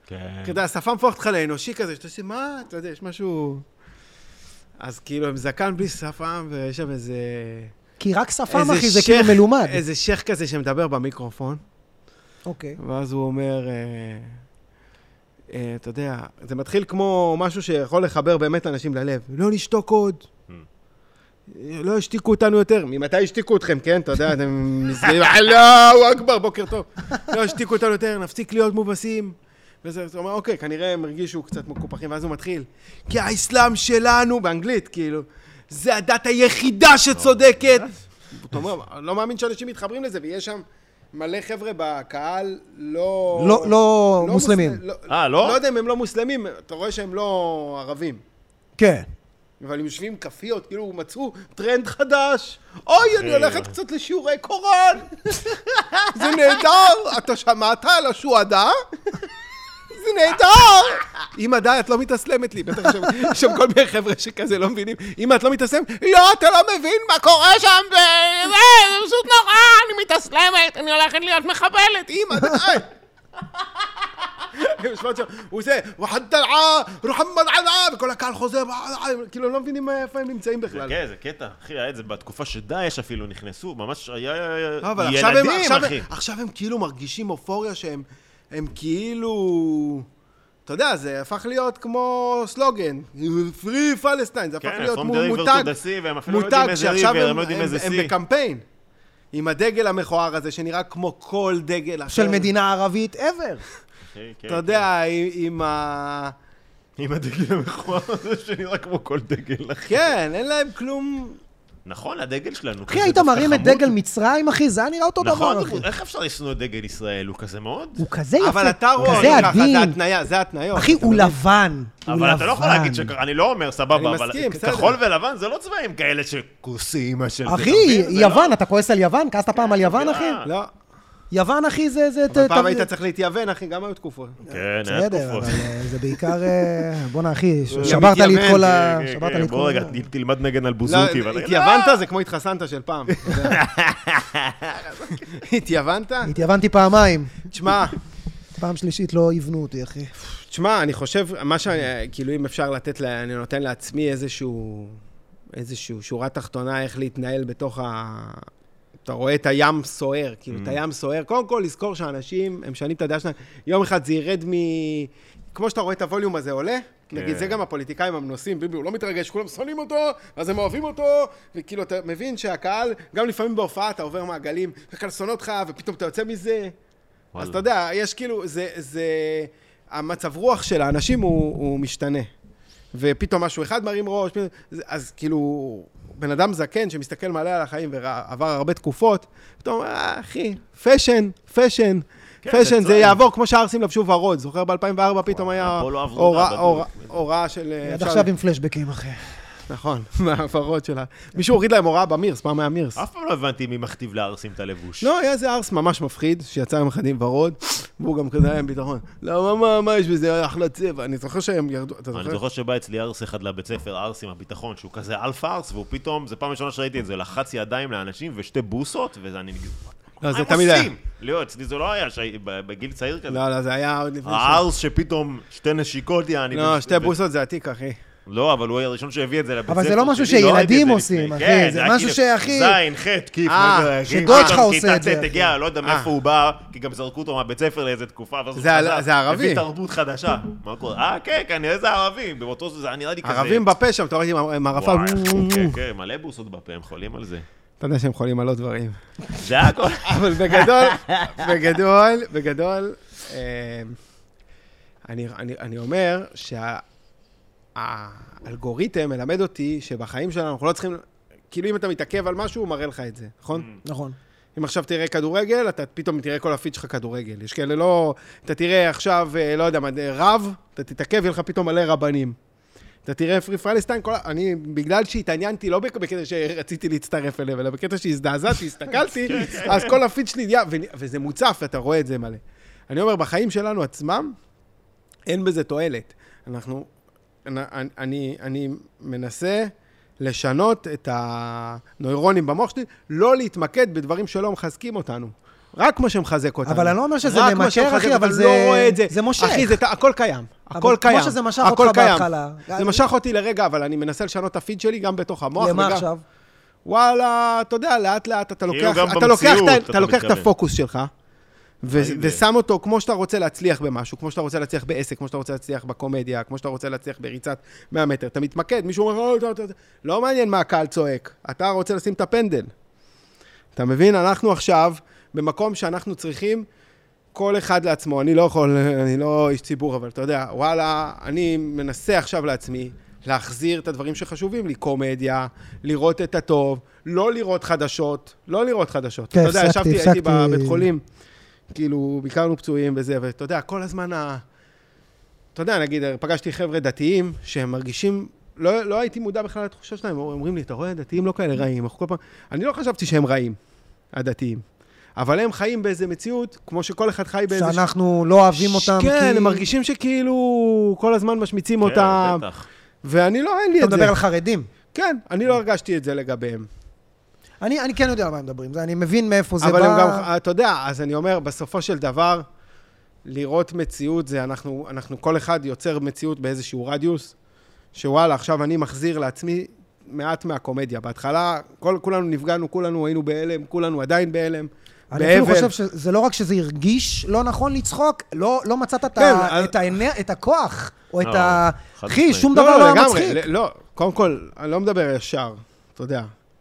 כן. אתה יודע, השפה מפוחת לך לאנושי כזה, שאתה עושה, מה? אתה יודע, יש משהו... אז כאילו, הם זקן בלי שפה, ויש שם איזה... כי רק שפם, איזה אחי, זה שייח- כאילו מלומד. איזה שייח כזה שמדבר במיקרופון, אוקיי. ואז הוא אומר, אה, אה, אתה יודע, זה מתחיל כמו משהו שיכול לחבר באמת אנשים ללב. לא נשתוק עוד. לא השתיקו אותנו יותר. ממתי השתיקו אתכם, כן? אתה יודע, אתם מסגרים, אללהו אכבר, בוקר טוב. לא השתיקו אותנו יותר, נפסיק להיות מובסים. וזה, הוא אומר, אוקיי, כנראה הם הרגישו קצת מקופחים, ואז הוא מתחיל. כי האסלאם שלנו, באנגלית, כאילו, זה הדת היחידה שצודקת. אתה אומר, לא מאמין שאנשים מתחברים לזה, ויש שם מלא חבר'ה בקהל לא... לא, לא מוסלמים. אה, לא? לא יודע אם הם לא מוסלמים, אתה רואה שהם לא ערבים. כן. אבל הם יושבים כפיות, כאילו מצאו טרנד חדש. אוי, אני הולכת קצת לשיעורי קוראן. זה נהדר. אתה שמעת על השועדה? זה נהדר. אמא, די, את לא מתאסלמת לי. בטח יש שם כל מיני חבר'ה שכזה לא מבינים. אמא, את לא מתאסלמת? לא, אתה לא מבין מה קורה שם. זה פשוט נורא, אני מתאסלמת. אני הולכת להיות מחבלת. אמא, די. הוא עושה, וחד תלעה, רוחמד עלה, וכל הקהל חוזר, כאילו, לא מבינים איפה הם נמצאים בכלל. כן, זה קטע. אחי, היה את זה בתקופה שדאעש אפילו נכנסו, ממש היה אבל ילדים, אחי. עכשיו הם כאילו מרגישים אופוריה שהם הם כאילו... אתה יודע, זה הפך להיות כמו סלוגן, Free Palestine, זה הפך להיות מותג, מותג שעכשיו הם בקמפיין. עם הדגל המכוער הזה, שנראה כמו כל דגל אחר. של מדינה ערבית ever. אתה יודע, עם ה... עם הדגל המכוער הזה, שנראה כמו כל דגל אחר. כן, אין להם כלום... נכון, הדגל שלנו. אחי, היית מרים את דגל מצרים, אחי? זה היה נראה אותו דבר, אחי. נכון, איך אפשר לשנוא את דגל ישראל? הוא כזה מאוד? הוא כזה יפה, אבל אתה רואה, כזה עדין. זה התניה, זה התניות. אחי, הוא לבן. אבל אתה לא יכול להגיד ש... אני לא אומר, סבבה, אני אבל מסכים, בסדר. כחול ולבן זה לא צבעים כאלה שכוסים, מה של... אחי, יוון, אתה כועס על יוון? כעסת פעם על יוון, אחי? לא. יוון, אחי, זה... אבל פעם היית צריך להתייוון, אחי, גם היו תקופות. כן, היה בסדר, תקופות. אבל זה בעיקר... בוא'נה, אחי, שברת לי את כל ה... שברת לי את כל בוא ה... רגע, תלמד נגן על בוזוקי. לא, התייוונת זה כמו התחסנת של פעם. התייוונת? התייוונתי פעמיים. תשמע, פעם שלישית לא יבנו אותי, אחי. תשמע, אני חושב, מה שאני, כאילו אם אפשר לתת, אני נותן לעצמי איזשהו, איזשהו שורה תחתונה איך להתנהל בתוך ה... אתה רואה את הים סוער, כאילו, את הים סוער. קודם כל, לזכור שאנשים, הם שנים את הדעה שלהם, יום אחד זה ירד מ... כמו שאתה רואה את הווליום הזה עולה, נגיד, זה גם הפוליטיקאים המנוסים, ביבי, הוא לא מתרגש, כולם שונאים אותו, אז הם אוהבים אותו, וכאילו, אתה מבין שהקהל, גם לפעמים בהופעה, אתה עובר מעגלים, וכאלה שונא אותך, ופתאום אתה יוצא מזה. אז אתה יודע, יש כאילו, זה, זה... המצב רוח של האנשים הוא, הוא משתנה. ופתאום משהו אחד מרים ראש, אז כאילו, בן אדם זקן שמסתכל מלא על החיים ועבר הרבה תקופות, פתאום, אה, אחי, פשן, פשן, פשן, זה יעבור כמו שהארסים לבשו ורוד. זוכר ב-אלפיים וארבע פתאום היה הוראה של... עד עכשיו עם פלשבקים, אחי. נכון, מהעברות שלה. מישהו הוריד להם הוראה במירס, פעם היה מירס. אף פעם לא הבנתי מי מכתיב לארסים את הלבוש. לא, היה איזה ארס ממש מפחיד, שיצא עם אחד עם ורוד, והוא גם כזה היה עם ביטחון. לא, מה, מה יש בזה? אחלה צבע. אני זוכר שהם ירדו, אתה זוכר? אני זוכר שבא אצלי ארס אחד לבית ספר, ארס עם הביטחון, שהוא כזה אלפא ארס, והוא פתאום, זה פעם ראשונה שראיתי את זה, לחץ ידיים לאנשים ושתי בוסות, וזה אני נגיד... לא, זה תמיד היה. לא, אצלי זה לא היה בגיל צעיר כזה. לא, לא, זה היה עוד לפני... הארס שפתאום שתי נשיקות, יעני... לא, שתי בוסות זה עתיק, אחי. לא, אבל הוא היה הראשון שהביא את זה לבית ספר. אבל זה לא משהו שילדים עושים, אחי. זה משהו שאחי... זין, חט, כיף. שדוד שלך עושה את זה. תגיע, לא יודע מאיפה הוא בא, כי גם זרקו אותו מהבית ספר לאיזה תקופה. זה ערבי. הביא תרבות חדשה. מה קורה? אה, כן, כנראה זה ערבים. באותו זה נראה לי כזה... ערבים בפה שם, אתה רואה עם הרפה. כן, כן, מלא בוסות בפה, הם חולים על זה. אתה יודע שהם חולים על עוד דברים. זה הכל. אבל בגדול, בגדול, בגדול, אני אומר שהאלגוריתם מלמד אותי שבחיים שלנו אנחנו לא צריכים, כאילו אם אתה מתעכב על משהו, הוא מראה לך את זה, נכון? נכון. אם עכשיו תראה כדורגל, אתה פתאום תראה כל הפיד שלך כדורגל. יש כאלה לא, אתה תראה עכשיו, לא יודע, רב, אתה תתעכב, יהיה לך פתאום מלא רבנים. אתה תראה פרי פלסטיין, אני, בגלל שהתעניינתי, לא בקטע שרציתי להצטרף אליו, אלא בקטע שהזדעזעתי, הסתכלתי, אז כל הפיד שלי, וזה מוצף, ואתה רואה את זה מלא. אני אומר, בחיים שלנו עצמם, אין בזה תועלת. אנחנו, אני, אני מנסה לשנות את הנוירונים במוח שלי, לא להתמקד בדברים שלא מחזקים אותנו. רק כמו שמחזק אותנו. אבל אני לא אומר שזה ממכר, אחי, אבל זה מושך. אחי, הכל קיים. הכל קיים. כמו שזה משך אותך בהתחלה. זה משך אותי לרגע, אבל אני מנסה לשנות את הפיד שלי גם בתוך המוח. למה עכשיו? וואלה, אתה יודע, לאט לאט אתה לוקח את הפוקוס שלך, ושם אותו כמו שאתה רוצה להצליח במשהו, כמו שאתה רוצה להצליח בעסק, כמו שאתה רוצה להצליח בקומדיה, כמו שאתה רוצה להצליח בריצת מאה מטר. אתה מתמקד, מישהו אומר, לא מעניין מה הקהל צועק, אתה רוצה לשים את הפנדל. אתה מבין? אנחנו עכשיו במקום שאנחנו צריכים כל אחד לעצמו. אני לא יכול, אני לא איש ציבור, אבל אתה יודע, וואלה, אני מנסה עכשיו לעצמי להחזיר את הדברים שחשובים לי, קומדיה, לראות את הטוב, לא לראות חדשות, לא לראות חדשות. אתה יודע, ישבתי, הייתי בבית חולים, כאילו, ביקרנו פצועים וזה, ואתה יודע, כל הזמן ה... אתה יודע, נגיד, פגשתי חבר'ה דתיים שהם מרגישים, לא, לא הייתי מודע בכלל לתחושה שלהם, אומרים לי, אתה רואה, דתיים לא כאלה רעים, כל פעם... אני לא חשבתי שהם רעים, הדתיים. אבל הם חיים באיזה מציאות, כמו שכל אחד חי באיזה... שאנחנו לא אוהבים אותם כי... כן, הם מרגישים שכאילו כל הזמן משמיצים אותם. כן, בטח. ואני לא, אין לי את זה. אתה מדבר על חרדים. כן, אני לא הרגשתי את זה לגביהם. אני, אני כן יודע על מה הם מדברים, אני מבין מאיפה זה בא. אבל הם גם, אתה יודע, אז אני אומר, בסופו של דבר, לראות מציאות זה, אנחנו, אנחנו כל אחד יוצר מציאות באיזשהו רדיוס, שוואלה, עכשיו אני מחזיר לעצמי מעט מהקומדיה. בהתחלה, כל, כולנו נפגענו, כולנו היינו בהלם, כולנו עדיין בהלם. אני אפילו חושב שזה לא רק שזה הרגיש לא נכון לצחוק, לא, לא מצאת את, כן, ה, אז... את, האנר... את הכוח, או לא, את ה... אחי, שום דבר לא, לא, לא מצחיק. לא, קודם כל, אני לא מדבר ישר, אתה יודע.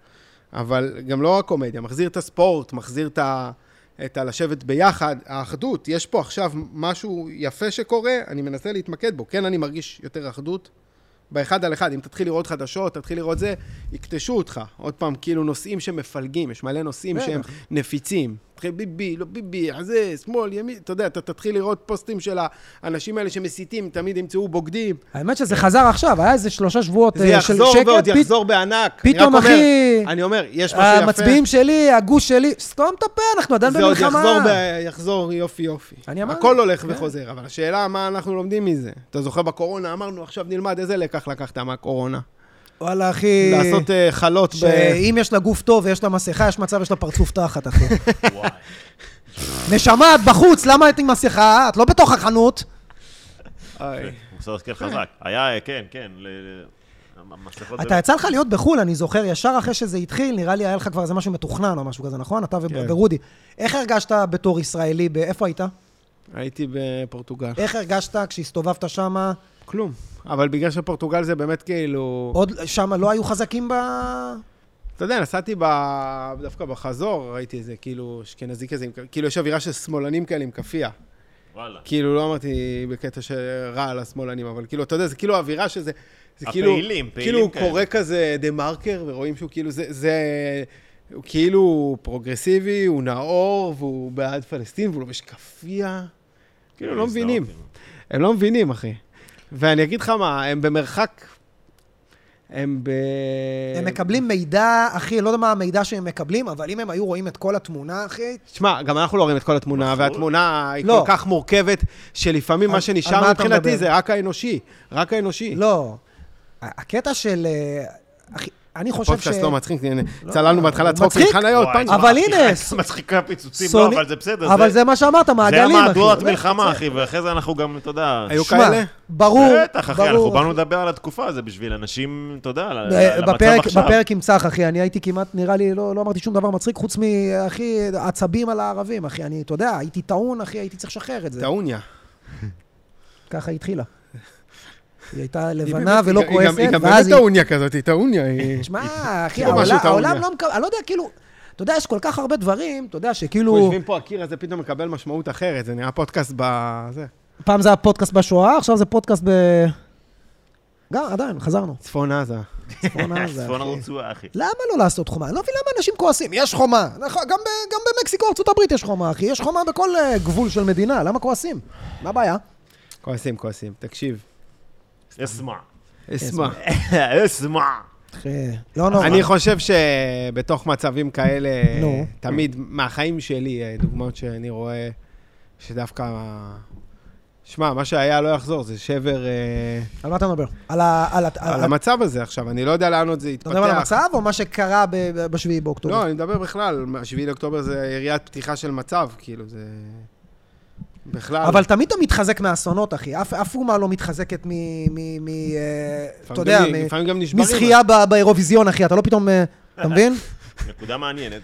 אבל גם לא הקומדיה, מחזיר את הספורט, מחזיר את ה... את הלשבת ביחד, האחדות. יש פה עכשיו משהו יפה שקורה, אני מנסה להתמקד בו. כן, אני מרגיש יותר אחדות באחד על אחד. אם תתחיל לראות חדשות, תתחיל לראות זה, יקטשו אותך. עוד פעם, כאילו נושאים שמפלגים, יש מלא נושאים שהם נפיצים. תתחיל ביבי, לא ביבי, זה, שמאל, ימין, אתה יודע, אתה תתחיל לראות פוסטים של האנשים האלה שמסיתים, תמיד ימצאו בוגדים. האמת שזה חזר עכשיו, היה איזה שלושה שבועות של שקט. זה יחזור ועוד יחזור בענק. פתאום, אחי, אני אומר, יש משהו יפה. המצביעים שלי, הגוש שלי, סתום את הפה, אנחנו עדיין במלחמה. זה עוד יחזור יופי יופי. הכל הולך וחוזר, אבל השאלה מה אנחנו לומדים מזה. אתה זוכר בקורונה, אמרנו, עכשיו נלמד איזה לקח לקחת מהקורונה. וואלה, אחי... לעשות חלות ב... שאם יש לה גוף טוב ויש לה מסכה, יש מצב, יש לה פרצוף תחת, אחי. וואי. נשמה, את בחוץ, למה את עם מסכה? את לא בתוך החנות. הוא עושה להזכיר חזק. היה, כן, כן. אתה יצא לך להיות בחול, אני זוכר, ישר אחרי שזה התחיל, נראה לי היה לך כבר איזה משהו מתוכנן או משהו כזה, נכון? אתה ורודי. איך הרגשת בתור ישראלי? איפה היית? הייתי בפורטוגל. איך הרגשת כשהסתובבת שמה? כלום. אבל בגלל שפורטוגל זה באמת כאילו... עוד שם לא היו חזקים ב... אתה יודע, נסעתי דווקא בחזור, ראיתי איזה כאילו אשכנזי כזה, כאילו יש אווירה של שמאלנים כאלה עם כפייה. וואלה. כאילו לא אמרתי בקטע שרע על השמאלנים, אבל כאילו, אתה יודע, זה כאילו אווירה שזה... הפעילים, פעילים כאלה. כאילו הוא קורא כזה דה מרקר, ורואים שהוא כאילו, זה... הוא כאילו פרוגרסיבי, הוא נאור, והוא בעד פלסטין, והוא לובש כפייה. כאילו, לא מבינים. הם לא מבינים, אחי. ואני אגיד לך מה, הם במרחק, הם ב... הם מקבלים מידע, אחי, לא יודע מה המידע שהם מקבלים, אבל אם הם היו רואים את כל התמונה, אחי... תשמע, גם אנחנו לא רואים את כל התמונה, והתמונה היא כל כך מורכבת, שלפעמים מה שנשאר מבחינתי זה רק האנושי, רק האנושי. לא, הקטע של... אחי, אני חושב ש... הפודקאסט לא מצחיק, צללנו בהתחלה צחוק עם חניות. אבל הנה... מצחיקה פיצוצים, לא, אבל זה בסדר. אבל זה מה שאמרת, מעגלים, אחי. זה המהדורת מלחמה, אחי, ואחרי זה אנחנו גם, אתה יודע... היו כאלה? ברור, בטח, אחי, אנחנו באנו לדבר על התקופה, זה בשביל אנשים, אתה יודע, למצב עכשיו. בפרק עם צח, אחי, אני הייתי כמעט, נראה לי, לא אמרתי שום דבר מצחיק, חוץ מאחי, עצבים על הערבים, אחי, אני, אתה יודע, הייתי טעון, אחי, הייתי צריך לשחרר את זה. טעוניה. ככה התחילה. היא הייתה לבנה ולא כועסת, היא גם באמת טעוניה כזאת, היא טעוניה. תשמע, אחי, העולם לא מקבל, אני לא יודע, כאילו, אתה יודע, יש כל כך הרבה דברים, אתה יודע שכאילו... אנחנו יושבים פה, הקיר הזה פתאום מקבל משמעות אחרת, זה נראה פודקאסט בזה. פעם זה היה פודקאסט בשואה, עכשיו זה פודקאסט ב... גם, עדיין, חזרנו. צפון עזה. צפון עזה, צפון הרצועה, אחי. למה לא לעשות חומה? אני לא מבין למה אנשים כועסים, יש חומה. גם במקסיקו, ארצות הברית יש חומה, אחי. יש חומה בכל גבול של מדינה, למה כועסים? מה הבעיה? כועסים, כועסים. תקשיב. אסמע. אסמע. אסמע. לא נורא. אני חושב שבתוך מצבים כאלה, תמיד מהחיים שלי, דוגמאות שאני רואה, שדווקא שמע, מה שהיה לא יחזור, זה שבר... על מה אתה מדבר? על ה... על המצב הזה עכשיו, אני לא יודע לאן עוד זה יתפתח. אתה מדבר על המצב או מה שקרה בשביעי באוקטובר? לא, אני מדבר בכלל, השביעי לאוקטובר זה יריית פתיחה של מצב, כאילו, זה... בכלל. אבל תמיד אתה מתחזק מהאסונות, אחי. אף אומה לא מתחזקת מ... מ... אתה יודע, מזכייה באירוויזיון, אחי. אתה לא פתאום... אתה מבין? נקודה מעניינת.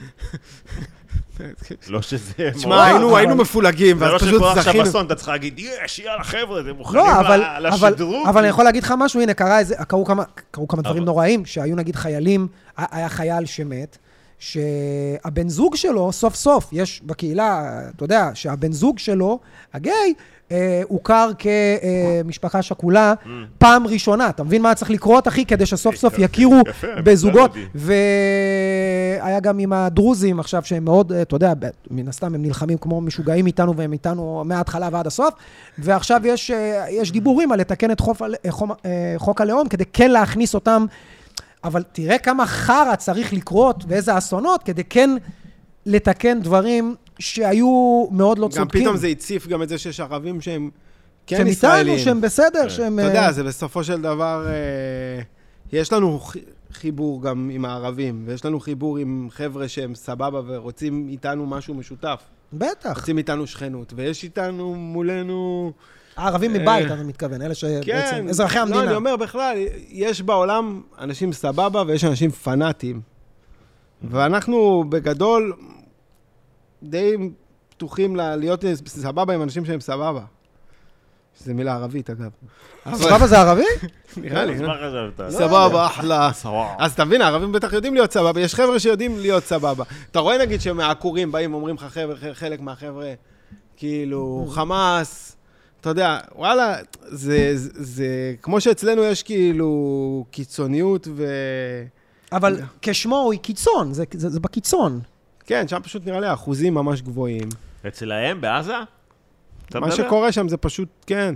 לא שזה... תשמע, היינו מפולגים, ואז פשוט זכינו. זה לא שקורה עכשיו אסון, אתה צריך להגיד, יש, יאללה חבר'ה, זה מוכנים לשדרוג. אבל אני יכול להגיד לך משהו, הנה, קראו כמה דברים נוראים, שהיו נגיד חיילים, היה חייל שמת, שהבן זוג שלו, סוף סוף, יש בקהילה, אתה יודע, שהבן זוג שלו, הגיי, הוכר כמשפחה שכולה פעם ראשונה. אתה מבין מה צריך לקרות, אחי? כדי שסוף סוף יכירו בזוגות. והיה גם עם הדרוזים עכשיו, שהם מאוד, אתה יודע, מן הסתם הם נלחמים כמו משוגעים איתנו, והם איתנו מההתחלה ועד הסוף. ועכשיו יש, יש דיבורים על לתקן את חוק הלאום, כדי כן להכניס אותם. אבל תראה כמה חרה צריך לקרות, ואיזה אסונות, כדי כן לתקן דברים שהיו מאוד לא צודקים. גם פתאום זה הציף גם את זה שיש ערבים שהם כן ישראלים. שהם בסדר, שהם... אתה יודע, זה בסופו של דבר, יש לנו חיבור גם עם הערבים, ויש לנו חיבור עם חבר'ה שהם סבבה ורוצים איתנו משהו משותף. בטח. רוצים איתנו שכנות, ויש איתנו מולנו... הערבים מבית, אתה מתכוון, אלה שבעצם אזרחי המדינה. לא, אני אומר בכלל, יש בעולם אנשים סבבה ויש אנשים פנאטיים. ואנחנו בגדול די פתוחים להיות סבבה עם אנשים שהם סבבה. שזה מילה ערבית, אגב. סבבה זה ערבי? נראה לי. סבבה, אחלה. אז אתה מבין, הערבים בטח יודעים להיות סבבה. יש חבר'ה שיודעים להיות סבבה. אתה רואה נגיד שמהעקורים באים, אומרים לך חלק מהחבר'ה, כאילו, חמאס, אתה יודע, וואלה, זה, זה, זה, כמו שאצלנו יש כאילו קיצוניות ו... אבל כשמו הוא קיצון, זה, זה, זה בקיצון. כן, שם פשוט נראה לי אחוזים ממש גבוהים. אצלהם, בעזה? מה שקורה שם זה פשוט, כן.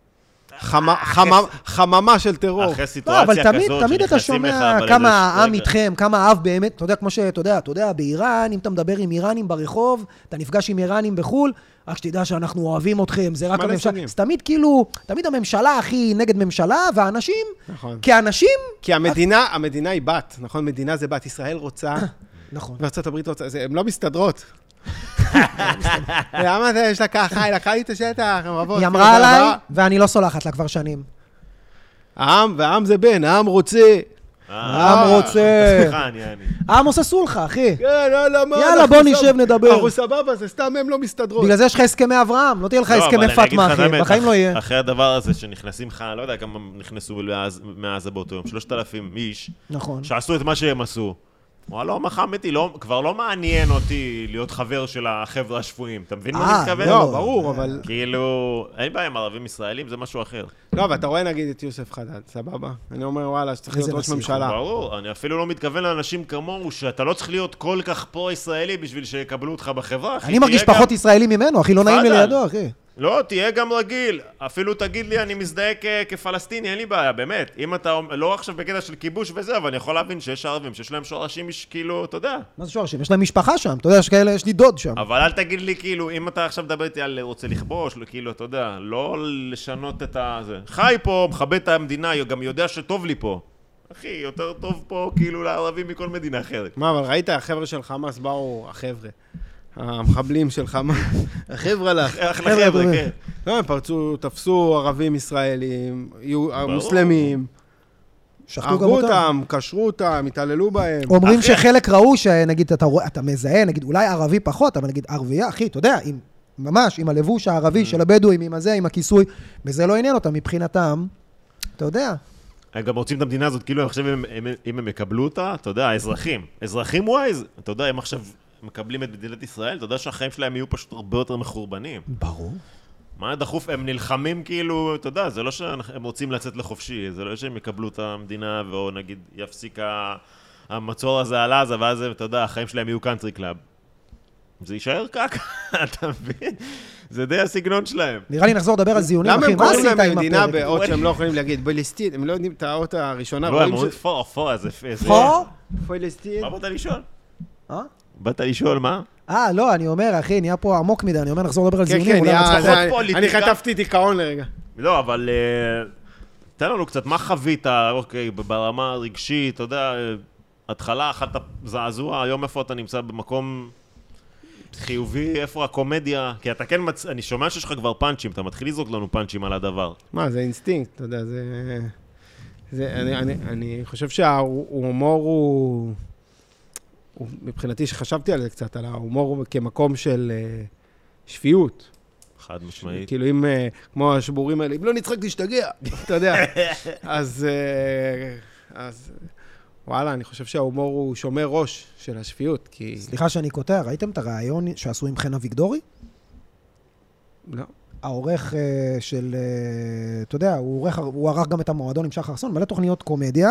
חממה של טרור. אחרי סיטואציה כזאת שנכנסים לך... אבל תמיד אתה שומע כמה העם איתכם, כמה העם באמת, אתה יודע, כמו שאתה יודע, אתה יודע, באיראן, אם אתה מדבר עם איראנים ברחוב, אתה נפגש עם איראנים בחול, רק שתדע שאנחנו אוהבים אתכם, זה רק הממשלה. אז תמיד כאילו, תמיד הממשלה הכי נגד ממשלה, והאנשים, כאנשים... כי המדינה, המדינה היא בת, נכון? מדינה זה בת, ישראל רוצה, נכון. וארצות הברית רוצה, הן לא מסתדרות. למה זה יש לה ככה, היא לקחה לי את השטח, היא אמרה עליי, ואני לא סולחת לה כבר שנים. העם, והעם זה בן, העם רוצה. העם רוצה. סליחה, אני אני. העם עושה סולחה, אחי. כן, יאללה, מה? יאללה, בוא נשב, נדבר. אנחנו סבבה, זה סתם הם לא מסתדרות. בגלל זה יש לך הסכמי אברהם, לא תהיה לך הסכמי פאטמה, אחי. בחיים לא יהיה. אחרי הדבר הזה שנכנסים לך, לא יודע כמה נכנסו מעזה באותו יום, שלושת אלפים איש. נכון. שעשו את מה שהם עשו. וואלה, מחמתי, כבר לא מעניין אותי להיות חבר של החבר'ה השפויים. אתה מבין מה אני מתכוון? לא, ברור, אבל... כאילו, אין בעיה עם ערבים ישראלים, זה משהו אחר. לא, אבל אתה רואה נגיד את יוסף חדד, סבבה? אני אומר, וואלה, שצריך להיות ראש ממשלה. ברור, אני אפילו לא מתכוון לאנשים כמוהו, שאתה לא צריך להיות כל כך פרו-ישראלי בשביל שיקבלו אותך בחברה, אחי. אני מרגיש פחות ישראלי ממנו, אחי, לא נעים לי לידו, אחי. לא, תהיה גם רגיל. אפילו תגיד לי, אני מזדהה כפלסטיני, אין לי בעיה, באמת. אם אתה, לא עכשיו בקטע של כיבוש וזה, אבל אני יכול להבין שיש ערבים, שיש להם שורשים, כאילו, אתה יודע. מה זה שורשים? יש להם משפחה שם, אתה יודע, יש כאלה, יש לי דוד שם. אבל אל תגיד לי, כאילו, אם אתה עכשיו מדבר איתי על רוצה לכבוש, כאילו, אתה יודע, לא לשנות את זה. חי פה, מכבד את המדינה, גם יודע שטוב לי פה. אחי, יותר טוב פה, כאילו, לערבים מכל מדינה אחרת. מה, אבל ראית, החבר'ה של חמאס באו, החבר'ה. המחבלים של חמאס, החבר'ה לך. אחלה חבר'ה, כן. לא, הם פרצו, תפסו ערבים ישראלים, מוסלמים, הרגו אותם, קשרו אותם, התעללו בהם. אומרים שחלק ראו שנגיד, אתה מזהה, נגיד, אולי ערבי פחות, אבל נגיד ערבייה, אחי, אתה יודע, ממש, עם הלבוש הערבי של הבדואים, עם הזה, עם הכיסוי, וזה לא עניין אותם מבחינתם, אתה יודע. הם גם רוצים את המדינה הזאת, כאילו, אני חושב, אם הם יקבלו אותה, אתה יודע, האזרחים. אזרחים ווייז, אתה יודע, הם עכשיו מקבלים את מדינת ישראל, אתה יודע שהחיים שלהם יהיו פשוט הרבה יותר מחורבנים. ברור. מה דחוף? הם נלחמים כאילו, אתה יודע, זה לא שהם רוצים לצאת לחופשי, זה לא שהם יקבלו את המדינה, ואו נגיד יפסיק המצור הזה על עזה, ואז אתה יודע, החיים שלהם יהיו קאנטרי קלאב. זה יישאר קק, אתה מבין? זה די הסגנון שלהם. נראה לי נחזור לדבר על זיונים, אחי. למה הם קוראים להם מדינה באות שהם לא יכולים להגיד? פלסטין, הם לא יודעים את האות הראשונה. לא, הם אומרים פור, פור, זה... פור? פלסטין. מה באת לישון? אה? באת לשאול מה? אה, לא, אני אומר, אחי, נהיה פה עמוק מדי, אני אומר, נחזור לדבר על כן, זיונים. כן, אולי נהיה- מצליחות. אני- פוליטיקה. אני חטפתי דיכאון לרגע. לא, אבל אה, תן לנו קצת, מה חווית, אוקיי, ברמה הרגשית, אתה יודע, אה, התחלה, אחת הזעזוע, היום איפה אתה נמצא במקום חיובי, איפה הקומדיה? כי אתה כן, מצ... אני שומע שיש לך כבר פאנצ'ים, אתה מתחיל לזרוק לנו פאנצ'ים על הדבר. מה, זה אינסטינקט, אתה יודע, זה... זה אני, אני, אני חושב שההומור הוא... הוא... מבחינתי, שחשבתי על זה קצת, על ההומור כמקום של אה, שפיות. חד משמעית. כאילו אם, אה, כמו השבורים האלה, אם לא נצחק תשתגע, אתה יודע. אז, אה, אז, וואלה, אני חושב שההומור הוא שומר ראש של השפיות, כי... סליחה שאני קוטע, ראיתם את הרעיון שעשו עם חן אביגדורי? לא. העורך אה, של, אה, אתה יודע, הוא עורך, הוא ערך גם את המועדון עם שחר חסון, מלא תוכניות קומדיה,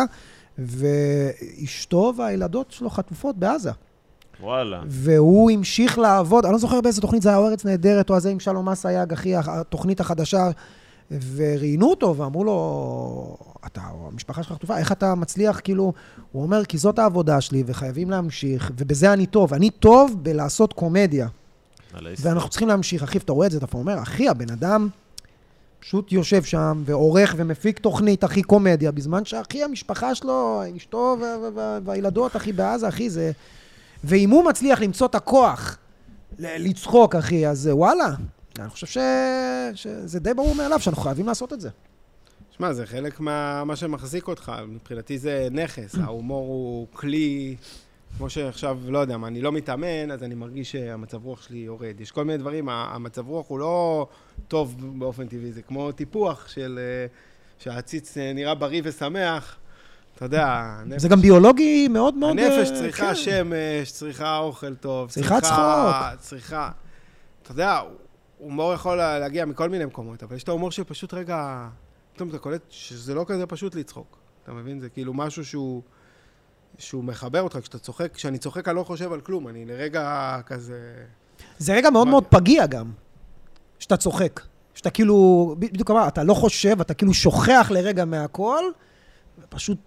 ואשתו והילדות שלו חטופות בעזה. וואלה. והוא המשיך לעבוד, אני לא זוכר באיזה תוכנית, זה היה ארץ נהדרת, או הזה עם שלום אסייג, אחי, התוכנית החדשה, וראיינו אותו, ואמרו לו, אתה, המשפחה שלך חטופה, איך אתה מצליח, כאילו, הוא אומר, כי זאת העבודה שלי, וחייבים להמשיך, ובזה אני טוב, אני טוב בלעשות קומדיה. ואנחנו צריכים להמשיך, אחי, אתה רואה את זה, אתה אומר, אחי, הבן אדם פשוט יושב שם, ועורך ומפיק תוכנית, אחי, קומדיה, בזמן שאחי, המשפחה שלו, אשתו והילדות, אחי, בעזה, אחי, זה... ואם הוא מצליח למצוא את הכוח לצחוק, אחי, אז וואלה, אני חושב ש... שזה די ברור מאליו, שאנחנו חייבים לעשות את זה. שמע, זה חלק מה, מה שמחזיק אותך, מבחינתי זה נכס, ההומור הוא כלי... כמו שעכשיו, לא יודע מה, אני לא מתאמן, אז אני מרגיש שהמצב רוח שלי יורד. יש כל מיני דברים, המצב רוח הוא לא טוב באופן טבעי, זה כמו טיפוח של שהעציץ נראה בריא ושמח. אתה יודע, הנפש... זה גם ביולוגי מאוד מאוד... הנפש צריכה כן. שמש, צריכה אוכל טוב. צריכה צחוק. צריכה... אתה יודע, הומור יכול להגיע מכל מיני מקומות, אבל יש את ההומור שפשוט רגע... פתאום אתה קולט שזה לא כזה פשוט לצחוק. אתה מבין? זה כאילו משהו שהוא... שהוא מחבר אותך, כשאתה צוחק, כשאני צוחק אני לא חושב על כלום, אני לרגע כזה... זה רגע מאוד מאוד פגיע גם, שאתה צוחק. שאתה כאילו, בדיוק אמר, אתה לא חושב, אתה כאילו שוכח לרגע מהכל, ופשוט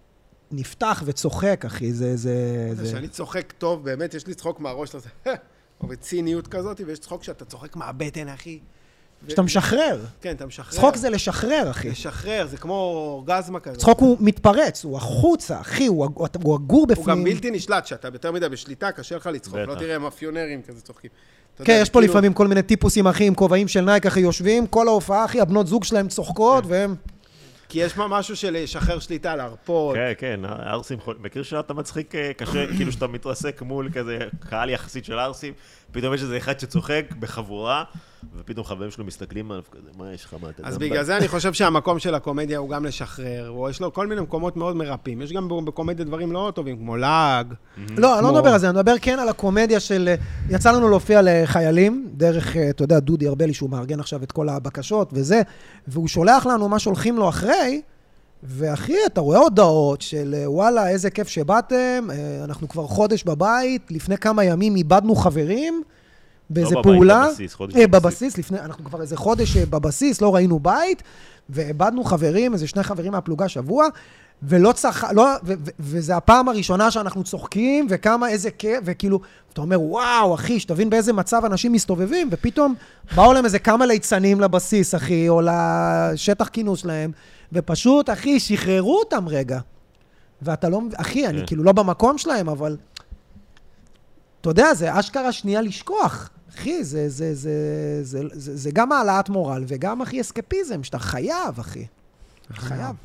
נפתח וצוחק, אחי, זה... זה, זה... שאני צוחק טוב, באמת, יש לי צחוק מהראש לזה, או בציניות כזאת, ויש צחוק שאתה צוחק מהבטן, אחי. שאתה משחרר. כן, אתה משחרר. צחוק זה לשחרר, אחי. לשחרר, זה כמו אורגזמה כזאת. צחוק הוא מתפרץ, הוא החוצה, אחי, הוא, הוא, הוא אגור בפנים. הוא גם בלתי נשלט, שאתה יותר מדי בשליטה, קשה לך לצחוק. לא תראה מאפיונרים כזה צוחקים. כן, יש פה לפעמים כל מיני טיפוסים, אחי, עם כובעים של נייק, אחי, יושבים, כל ההופעה, אחי, הבנות זוג שלהם צוחקות, והם... כי יש משהו של לשחרר שליטה, להרפות. כן, כן, ארסים, מכיר שאתה מצחיק קשה, כאילו שאתה מתרסק מול כזה קהל יחסית של ארסים, פתאום יש איזה אחד שצוחק בחבורה, ופתאום חברים שלו מסתכלים עליו כזה, מה יש לך, מה אתה... אז בגלל זה אני חושב שהמקום של הקומדיה הוא גם לשחרר, או יש לו כל מיני מקומות מאוד מרפאים. יש גם בקומדיה דברים לא טובים, כמו לעג. לא, אני לא מדבר על זה, אני מדבר כן על הקומדיה של... יצא לנו להופיע לחיילים, דרך, אתה יודע, דודי ארבלי, שהוא מארגן עכשיו את כל הבקשות וזה, והוא שולח לנו מה שהולכים לו אחרי, ואחי, אתה רואה הודעות של וואלה, איזה כיף שבאתם, אנחנו כבר חודש בבית, לפני כמה ימים איבדנו חברים, באיזה פעולה, בבסיס, חודש בבסיס. בבסיס, לפני, אנחנו כבר איזה חודש בבסיס, לא ראינו בית, ואיבדנו חברים, איזה שני חברים מהפלוגה שבוע, ולא צח... לא, ו- ו- וזה הפעם הראשונה שאנחנו צוחקים, וכמה איזה כיף, וכאילו, אתה אומר, וואו, אחי, שתבין באיזה מצב אנשים מסתובבים, ופתאום באו להם איזה כמה ליצנים לבסיס, אחי, או לשטח כינוס שלהם, ופשוט, אחי, שחררו אותם רגע. ואתה לא, אחי, אני כאילו לא במקום שלהם, אבל... אתה יודע, זה אשכרה שנייה לשכוח. אחי, זה, זה, זה, זה, זה, זה גם העלאת מורל, וגם, אחי, אסקפיזם, שאתה חייב, אחי. חייב.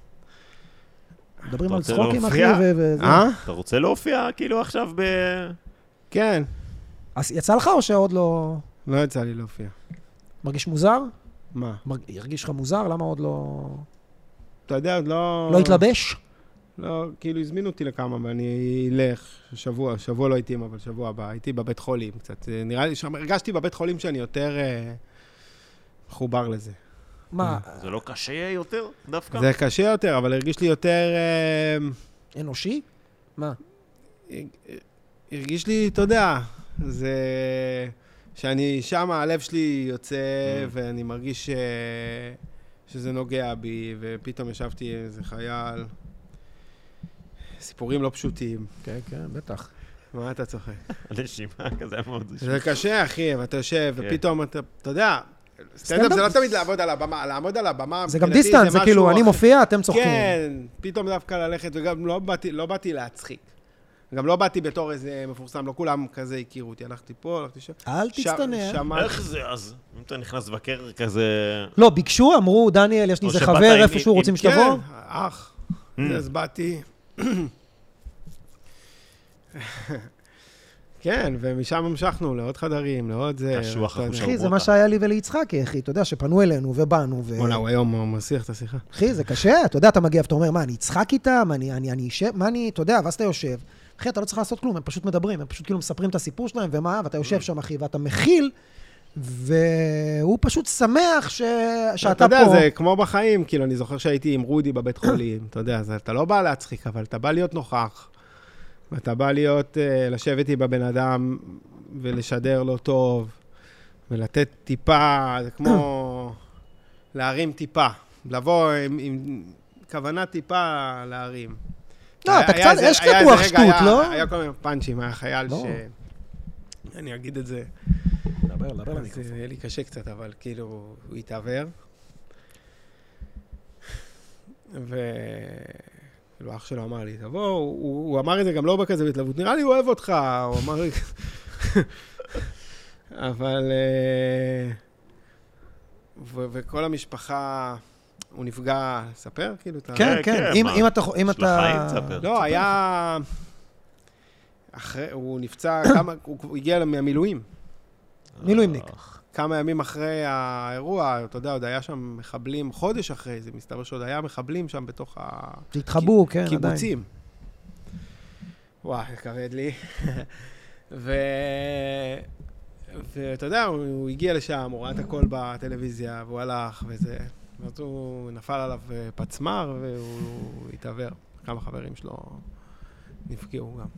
מדברים על צחוקים, אחי, וזה. אה? אתה רוצה להופיע, כאילו, עכשיו ב... כן. אז יצא לך או שעוד לא... לא יצא לי להופיע. מרגיש מוזר? מה? ירגיש לך מוזר? למה עוד לא... אתה יודע, עוד לא... לא התלבש? לא, כאילו הזמינו אותי לכמה, ואני אלך שבוע, שבוע לא הייתי, אבל שבוע הבא, הייתי בבית חולים קצת. נראה לי, הרגשתי בבית חולים שאני יותר אה, מחובר לזה. מה? זה לא קשה יותר דווקא? זה קשה יותר, אבל הרגיש לי יותר... אה, אנושי? מה? הרגיש לי, אתה יודע, זה... שאני שם, הלב שלי יוצא, ואני מרגיש ש... שזה נוגע בי, ופתאום ישבתי איזה חייל... סיפורים לא פשוטים. כן, כן, בטח. מה אתה צוחק? הנשימה כזה היה מאוד רשמי. זה קשה, אחי, ואתה יושב, ופתאום אתה, אתה יודע, סטנדאפ זה לא תמיד לעבוד על הבמה, לעמוד על הבמה, זה גם דיסטנס, זה כאילו, אני מופיע, אתם צוחקים. כן, פתאום דווקא ללכת, וגם לא באתי, לא באתי להצחיק. גם לא באתי בתור איזה מפורסם, לא כולם כזה הכירו אותי, הלכתי פה, הלכתי שם. אל תצטנע. איך זה אז? אם אתה נכנס לבקר כזה... לא, ביקשו, אמרו, דניאל, יש לי איזה חבר, איפשהו רוצים שתבוא? כן, אח. אז באתי... כן, ומשם המשכנו לעוד חדרים, לעוד זה... קשוח, אחו אחי, זה מה שהיה לי וליצחקי, אחי, אתה יודע, שפנו אלינו ובאנו ו... וואלה, הוא היום מסיח את השיחה. אחי, זה קשה, אתה יודע, אתה מגיע ואתה אומר, מה, אני אצחק איתם, אני, אני, אני אשב, מה אני, אתה יודע, ואז אתה יושב. אחי, אתה לא צריך לעשות כלום, הם פשוט מדברים, הם פשוט כאילו מספרים את הסיפור שלהם, ומה, ואתה יושב שם, אחי, ואתה מכיל, והוא פשוט שמח ש... שאתה פה. אתה יודע, זה כמו בחיים, כאילו, אני זוכר שהייתי עם רודי בבית חולים, אתה יודע, אתה לא בא להצחיק, אבל אתה בא להיות נוכח. ואתה בא להיות, לשבת איתי בבן אדם ולשדר לו טוב, ולתת טיפה, זה כמו להרים טיפה, לבוא עם, עם כוונה טיפה להרים. לא, אתה קצת, יש קצת רוח שטות, לא? היה כל מיני פאנצ'ים, היה חייל ש... אני אגיד את זה. דבר, דבר למיקרופון. זה יהיה לי קשה קצת, אבל כאילו, הוא התעבר. ו... כאילו, אח שלו אמר לי, תבוא, הוא, הוא אמר את זה גם לא בכזה בהתלהבות, נראה לי הוא אוהב אותך, הוא אמר לי... אבל... ו- וכל המשפחה, הוא נפגע, ספר? כאילו, אתה... כן, כן, אם, אם אתה... אם אתה... לא, היה... אחרי, הוא נפצע, כמה, הוא הגיע מהמילואים. מילואימניק. כמה ימים אחרי האירוע, אתה יודע, עוד היה שם מחבלים, חודש אחרי זה, מסתבר שעוד היה מחבלים שם בתוך ה... התחבאו, כן, עדיין. קיבוצים. וואי, כבד לי. ו... ואתה יודע, הוא, הוא הגיע לשם, הוא ראה את הכל בטלוויזיה, והוא הלך וזה. ואז הוא נפל עליו פצמר, והוא התעבר. כמה חברים שלו נפגעו גם.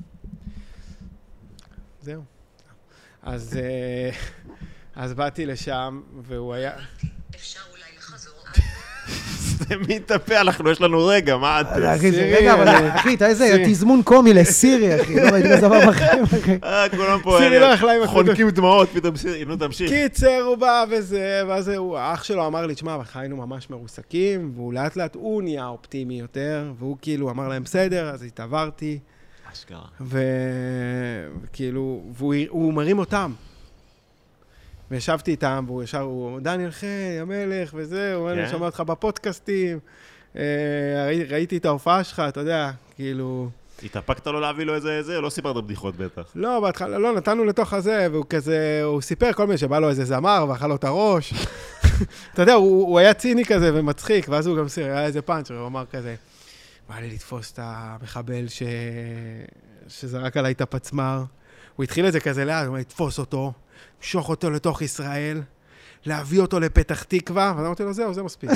זהו. אז... אז באתי לשם, והוא היה... אפשר אולי לחזור. זה מתאפה, אנחנו, יש לנו רגע, מה אתה? אחי, זה רגע, אבל אחי, אתה איזה תזמון קומי לסירי, אחי, לא ראיתי לזה דבר בחיים, אחי. אה, כולם פה חונקים דמעות, פתאום סירי, נו, תמשיך. קיצר, הוא בא וזה, ואז האח שלו אמר לי, תשמע, חיינו ממש מרוסקים, והוא לאט לאט, הוא נהיה אופטימי יותר, והוא כאילו אמר להם, בסדר, אז התעברתי. אשכרה. וכאילו, והוא מרים אותם. וישבתי איתם, והוא ישר, הוא, דניאל חי, המלך, וזהו, אני שומע אותך בפודקאסטים, ראיתי את ההופעה שלך, אתה יודע, כאילו... התאפקת לו להביא לו איזה איזה, לא סיפרת בדיחות בטח. לא, בהתחלה, לא, נתנו לתוך הזה, והוא כזה, הוא סיפר כל מיני שבא לו איזה זמר, ואכל לו את הראש. אתה יודע, הוא היה ציני כזה ומצחיק, ואז הוא גם סיר, היה איזה פאנץ', הוא אמר כזה, בא לי לתפוס את המחבל שזרק עליי את הפצמר. הוא התחיל את זה כזה לאט, הוא אמר, לתפוס אותו. משוך אותו לתוך ישראל, להביא אותו לפתח תקווה, ואני אמרתי לו, זהו, זה מספיק.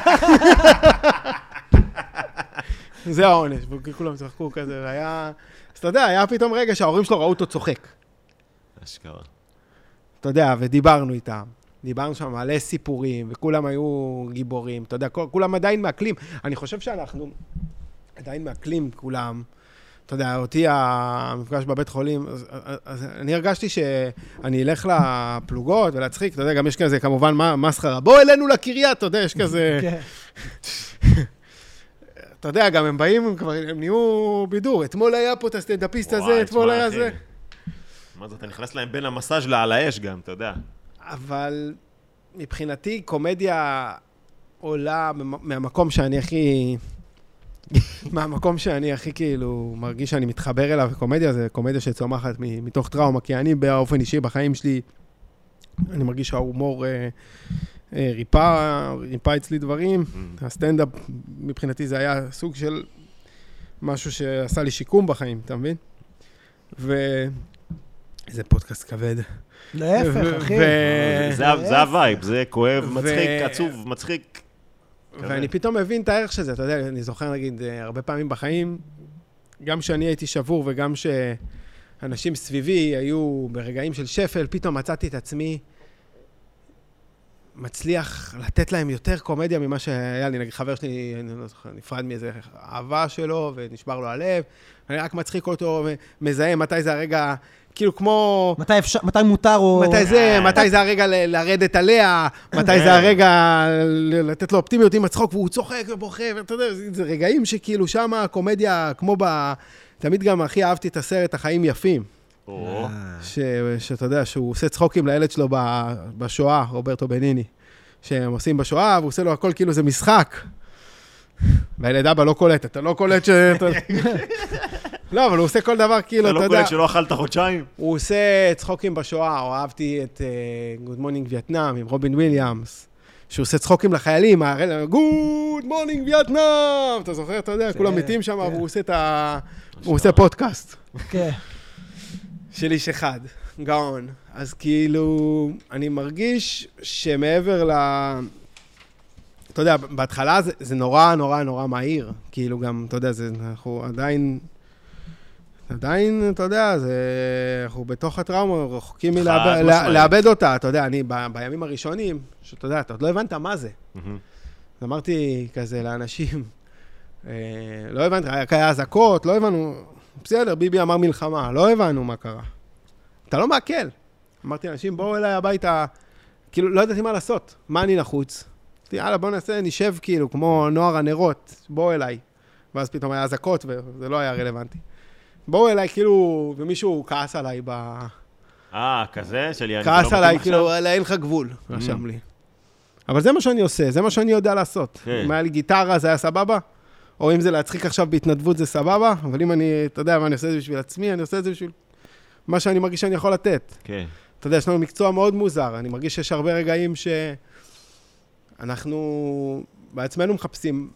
זה העונש, וכולם צחקו כזה, והיה... אז אתה יודע, היה פתאום רגע שההורים שלו ראו אותו צוחק. אשכרה. אתה יודע, ודיברנו איתם. דיברנו שם מלא סיפורים, וכולם היו גיבורים. אתה יודע, כולם עדיין מעכלים. אני חושב שאנחנו עדיין מעכלים כולם. אתה יודע, אותי המפגש בבית חולים, אז, אז אני הרגשתי שאני אלך לפלוגות ולהצחיק, אתה יודע, גם יש כזה, כמובן, מסחרה, בוא אלינו לקריה, אתה יודע, יש כזה... אתה יודע, גם הם באים, הם כבר, הם נהיו בידור, אתמול היה פה את הסטנדאפיסט הזה, אתמול היה זה. מה זה, אתה נכנס להם בין המסאז' לעל האש גם, אתה יודע. אבל מבחינתי, קומדיה עולה מהמקום שאני הכי... מהמקום שאני הכי כאילו מרגיש שאני מתחבר אליו, וקומדיה זה קומדיה שצומחת מתוך טראומה, כי אני באופן אישי בחיים שלי, אני מרגיש שההומור אה, אה, ריפה, ריפה אצלי דברים. Mm. הסטנדאפ מבחינתי זה היה סוג של משהו שעשה לי שיקום בחיים, אתה מבין? וזה פודקאסט כבד. להפך, אחי. זה הווייב, זה כואב, מצחיק, עצוב, מצחיק. ואני פתאום מבין את הערך שזה, אתה יודע, אני זוכר, נגיד, הרבה פעמים בחיים, גם שאני הייתי שבור וגם שאנשים סביבי היו ברגעים של שפל, פתאום מצאתי את עצמי מצליח לתת להם יותר קומדיה ממה שהיה לי. נגיד, חבר שלי, אני לא זוכר, נפרד מאיזה אהבה שלו, ונשבר לו הלב. אני רק מצחיק אותו ומזהה מתי זה הרגע, כאילו כמו... מתי אפשר, מתי מותר או... מתי זה, מתי זה הרגע ל- לרדת עליה, מתי זה הרגע ל- לתת לו אופטימיות עם הצחוק, והוא צוחק ובוכה, ואתה יודע, זה רגעים שכאילו שם הקומדיה, כמו ב... תמיד גם הכי אהבתי את הסרט החיים יפים. ש- שאתה יודע, שהוא עושה צחוקים לילד שלו ב- בשואה, רוברטו בניני, שהם עושים בשואה, והוא עושה לו הכל כאילו זה משחק. והילד אבא לא קולט, אתה לא קולט ש... לא, אבל הוא עושה כל דבר כאילו, אתה יודע... אתה לא קולט שלא אכלת חודשיים? הוא עושה צחוקים בשואה, או אהבתי את Good Morning Vietnam עם רובין וויליאמס, שהוא עושה צחוקים לחיילים, Good Morning Vietnam, אתה זוכר, אתה יודע, כולם מתים שם, והוא עושה את ה... הוא עושה פודקאסט. כן. של איש אחד, גאון. אז כאילו, אני מרגיש שמעבר ל... אתה יודע, בהתחלה זה, זה נורא, נורא, נורא מהיר. כאילו גם, אתה יודע, זה, אנחנו עדיין... עדיין, אתה יודע, זה, אנחנו בתוך הטראומה, רחוקים מלאבד אותה. אתה יודע, אני ב, בימים הראשונים, שאתה יודע, אתה עוד לא הבנת מה זה. אז אמרתי כזה לאנשים, אה, לא הבנת, היה אזעקות, לא הבנו, בסדר, ביבי אמר מלחמה, לא הבנו מה קרה. אתה לא מעכל. אמרתי לאנשים, בואו אליי הביתה, כאילו, לא ידעתי מה לעשות, מה אני נחוץ. אמרתי, יאללה, בואו נעשה, נשב כאילו, כמו נוער הנרות, בואו אליי. ואז פתאום היה אזעקות, וזה לא היה רלוונטי. בואו אליי, כאילו, ומישהו כעס עליי ב... אה, כזה? של יעני, כעס עליי, כאילו, אין לך גבול, רשם לי. אבל זה מה שאני עושה, זה מה שאני יודע לעשות. אם היה לי גיטרה, זה היה סבבה? או אם זה להצחיק עכשיו בהתנדבות, זה סבבה? אבל אם אני, אתה יודע, ואני עושה את זה בשביל עצמי, אני עושה את זה בשביל מה שאני מרגיש שאני יכול לתת. כן. אתה יודע, יש לנו מקצוע מאוד מוזר. אני מרגיש שיש הרבה רגעים שאנחנו בעצמנו מחפשים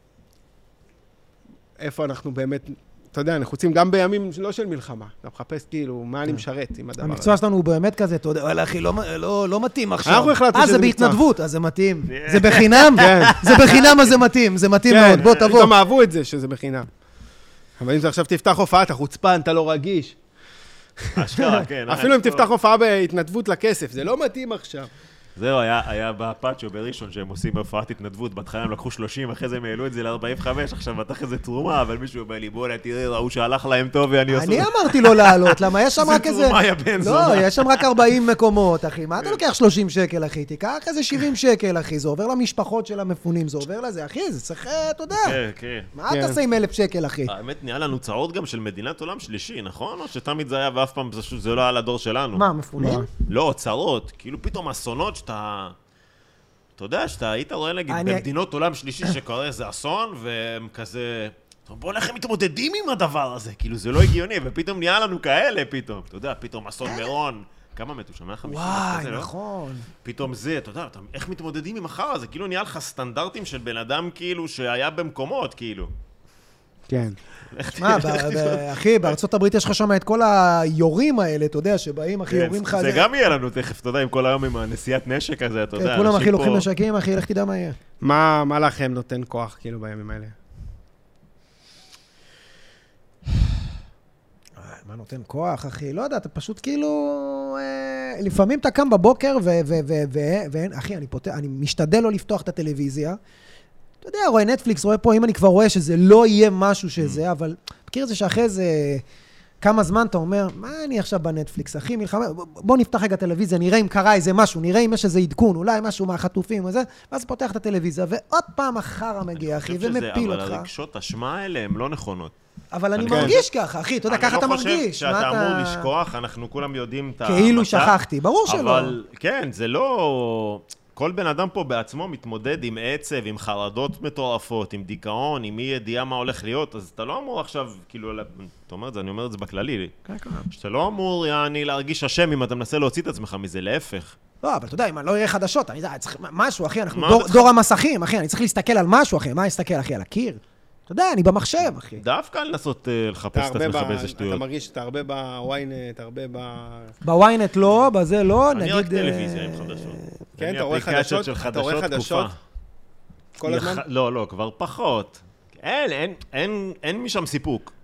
איפה אנחנו באמת... אתה יודע, נחוצים גם בימים לא של מלחמה. אתה מחפש כאילו, מה אני משרת עם הדבר הזה. המקצוע שלנו הוא באמת כזה, אתה יודע, וואלה אחי, לא מתאים עכשיו. אנחנו החלטנו שזה מקצוע. אה, זה בהתנדבות, אז זה מתאים. זה בחינם? זה בחינם, אז זה מתאים. זה מתאים מאוד, בוא תבוא. גם אהבו את זה שזה בחינם. אבל אם אתה עכשיו תפתח הופעה, אתה חוצפן, אתה לא רגיש. אשכרה, כן. אפילו אם תפתח הופעה בהתנדבות לכסף, זה לא מתאים עכשיו. זהו, היה בפאצ'ו בראשון שהם עושים הופעת התנדבות, בהתחלה הם לקחו שלושים, אחרי זה הם העלו את זה ל-ארבעים וחמש, עכשיו בטח איזה תרומה, אבל מישהו בא לי, בוא תראה, ראו שהלך להם טוב ואני עושה... אני אמרתי לו לעלות, למה יש שם רק איזה... זה תרומה, יא בן זונה. לא, יש שם רק ארבעים מקומות, אחי. מה אתה לוקח שלושים שקל, אחי? תיקח איזה שבעים שקל, אחי. זה עובר למשפחות של המפונים, זה עובר לזה, אחי, זה צריך, אתה יודע. כן, כן. מה אתה עושה עם אלף שקל, אחי? האמת, נהיה לנו צרות גם של מדינת עולם שלישי, נכון? או שתמיד זה היה ואף פעם זה לא היה לדור שלנו? מה, מפונים? לא, צרות. כאילו פתאום אסונות שאתה... אתה יודע, שאתה היית רואה נגיד במדינות עולם שלישי שקורה איזה אסון, והם כזה... בואו איך הם מתמודדים עם הדבר הזה? כאילו זה לא הגיוני, ופתאום נהיה לנו כאלה פתאום. אתה יודע, פתאום אסון מירון. כמה מתו שם? מאה וחמישים כזה, לא? וואי, נכון. פתאום זה, אתה יודע, איך מתמודדים עם החרא הזה? כאילו נהיה לך סטנדרטים של בן אדם כאילו שהיה במקומות, כאילו. כן. מה, אחי, בארצות הברית יש לך שם את כל היורים האלה, אתה יודע, שבאים, אחי, יורים לך... זה גם יהיה לנו תכף, אתה יודע, עם כל היום עם הנשיאת נשק הזה, אתה יודע. כולם, אחי, לוקחים נשקים, אחי, לך תדע מה יהיה. מה לכם נותן כוח, כאילו, בימים האלה? מה נותן כוח, אחי? לא יודע, אתה פשוט כאילו... לפעמים אתה קם בבוקר, ואין, אחי, אני משתדל לא לפתוח את הטלוויזיה, אתה יודע, רואה נטפליקס, רואה פה, אם אני כבר רואה שזה לא יהיה משהו שזה, אבל מכיר את זה שאחרי זה כמה זמן אתה אומר, מה אני עכשיו בנטפליקס, אחי, מלחמה, בוא נפתח רגע טלוויזיה, נראה אם קרה איזה משהו, נראה אם יש איזה עדכון, אולי משהו מהחטופים וזה, ואז פותח את הטלוויזיה, ועוד פעם החרא מגיע, אחי, ומפיל אותך. אבל הרגשות אשמה האלה הן לא נכונות. אבל אני מרגיש ככה, אחי, אתה יודע, ככה אתה מרגיש. אני לא חושב שאתה אמור לשכוח, אנחנו כולם יודעים את המצב. כאילו שכחתי, ברור שלא. אבל כן, זה לא... כל בן אדם פה בעצמו מתמודד עם עצב, עם חרדות מטורפות, עם דיכאון, עם אי ידיעה מה הולך להיות, אז אתה לא אמור עכשיו, כאילו, אתה אומר את זה, אני אומר את זה בכללי, שאתה לא אמור, יעני, להרגיש אשם אם אתה מנסה להוציא את עצמך מזה, להפך. לא, אבל אתה יודע, אם אני לא אראה חדשות, אני צריך משהו, אחי, אנחנו דור המסכים, אחי, אני צריך להסתכל על משהו, אחי, מה להסתכל, אחי, על הקיר? אתה יודע, אני במחשב, אחי. דווקא לנסות לחפש את עצמך באיזה שטויות. אתה מרגיש שאתה הרבה בוויינט, הרבה ב... בוויינט לא, בזה לא, נגיד... אני רק טלוויזיה עם חדשות. כן, אתה רואה חדשות? אתה רואה חדשות? כל הזמן? לא, לא, כבר פחות. אין, אין, אין, אין משם סיפוק.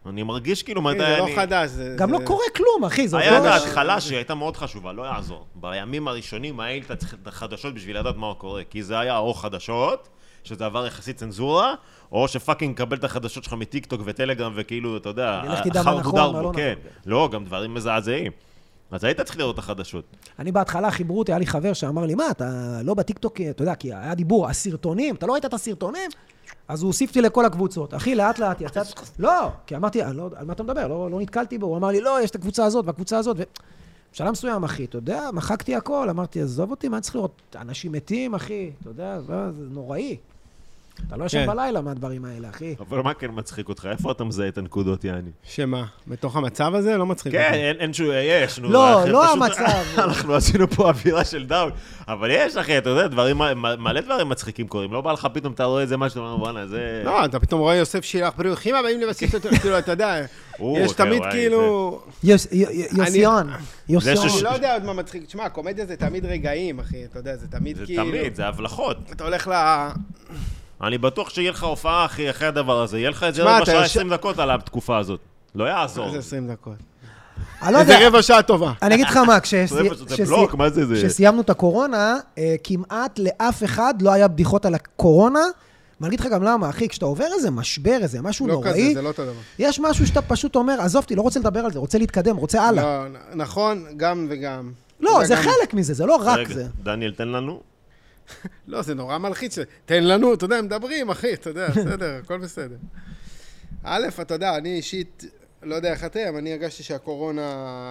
אני מרגיש כאילו מתי זה לא אני... חדש. זה- גם זה- לא קורה כלום, אחי. זה היה עוד את לא- ההתחלה שהייתה מאוד חשובה, לא יעזור. בימים הראשונים היית צריך את החדשות בשביל לדעת מה קורה, כי זה היה או חדשות, שזה עבר יחסית צנזורה, או שפאקינג קבל את החדשות שלך מטיקטוק וטלגרם, וכאילו, אתה יודע, לך תדע מה חרבו נכון, דרבו, מה לא נכון. כן. לא, גם דברים מזעזעים. אז היית צריך לראות את החדשות. אני בהתחלה חיברו אותי, היה לי חבר שאמר לי, מה, אתה לא בטיקטוק, אתה יודע, כי היה דיבור, הסרטונים, אתה לא ראית את הסרטונים? אז הוא הוסיף אותי לכל הקבוצות. אחי, לאט לאט יצאת... לא, כי אמרתי, "אני לא- על מה אתה מדבר? לא לא נתקלתי בו. הוא אמר לי, לא, יש את הקבוצה הזאת והקבוצה הזאת. ו- בשלב מסוים, אחי, אתה יודע, מחקתי הכל. אמרתי, עזוב אותי, מה אני צריך לראות? אנשים מתים, אחי, אתה יודע, זה זה נוראי. אתה לא ישן כן. בלילה מהדברים האלה, אחי. אבל מה כן מצחיק אותך? איפה אתה מזהה את הנקודות, יעני? שמה? בתוך המצב הזה? לא מצחיק. כן, אותי. אין, אין שהוא, יש, נו. לא, אחי, לא פשוט- המצב. אנחנו עשינו פה אווירה של דאון, אבל יש, אחי, אתה יודע, דברים, מ- מלא דברים מצחיקים קורים, לא בא לך פתאום, אתה רואה איזה משהו, אתה אומר, וואנה, זה... לא, אתה פתאום רואה יוסף שילח, ברוכים הבאים לבסיס אותו, כאילו, אתה יודע, או, יש אוקיי, תמיד וואי, כאילו... יוס- י- י- יוסיון, יוסיון. שש- אני לא יודע עוד מה מצחיק. תשמע, קומדיה זה תמיד רגעים, אחי, אתה יודע, זה תמיד זה כאילו... תמיד, זה הבלחות. אתה הולך ל... אני בטוח שיהיה לך הופעה, אחי, אחרי הדבר הזה, יהיה לך את זה תשמע, רבע אתה שעה יושב- עשרים דקות על התקופה הזאת. לא יעזור. איזה עשרים דקות. אני לא יודע, איזה רבע שעה טובה. אני אגיד לך מה, כשסי- זה פשוט- זה כשסי- בלוק, מה זה זה? כשסיימנו את הקורונה, אה, כמעט לאף אחד לא היה בדיחות על הקורונה. ואני אגיד לך גם למה, אחי, כשאתה עובר איזה משבר, איזה משהו לא כזה, נוראי, זה לא אותו דבר. יש משהו שאתה פשוט אומר, עזוב אותי, לא רוצה לדבר על זה, רוצה להתקדם, רוצה הלאה. לא, נ- נכון, גם וגם. לא, זה גם- חלק מזה, זה לא רק רגע, זה. דניאל, תן לנו. לא, זה נורא מלחיץ. תן לנו, אתה יודע, הם מדברים, אחי, אתה יודע, בסדר, הכל בסדר. א', אתה יודע, אני אישית, לא יודע איך אתם, אני הרגשתי שהקורונה...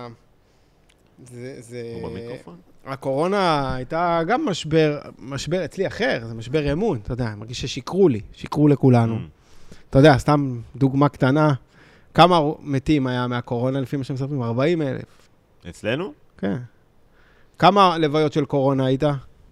זה... זה... הוא במיקרופון? הקורונה הייתה גם משבר, משבר אצלי אחר, זה משבר אמון, אתה יודע, אני מרגיש ששיקרו לי, שיקרו לכולנו. Mm. אתה יודע, סתם דוגמה קטנה, כמה מתים היה מהקורונה לפי מה שמספרים? ארבעים אלף. אצלנו? כן. כמה לוויות של קורונה היית?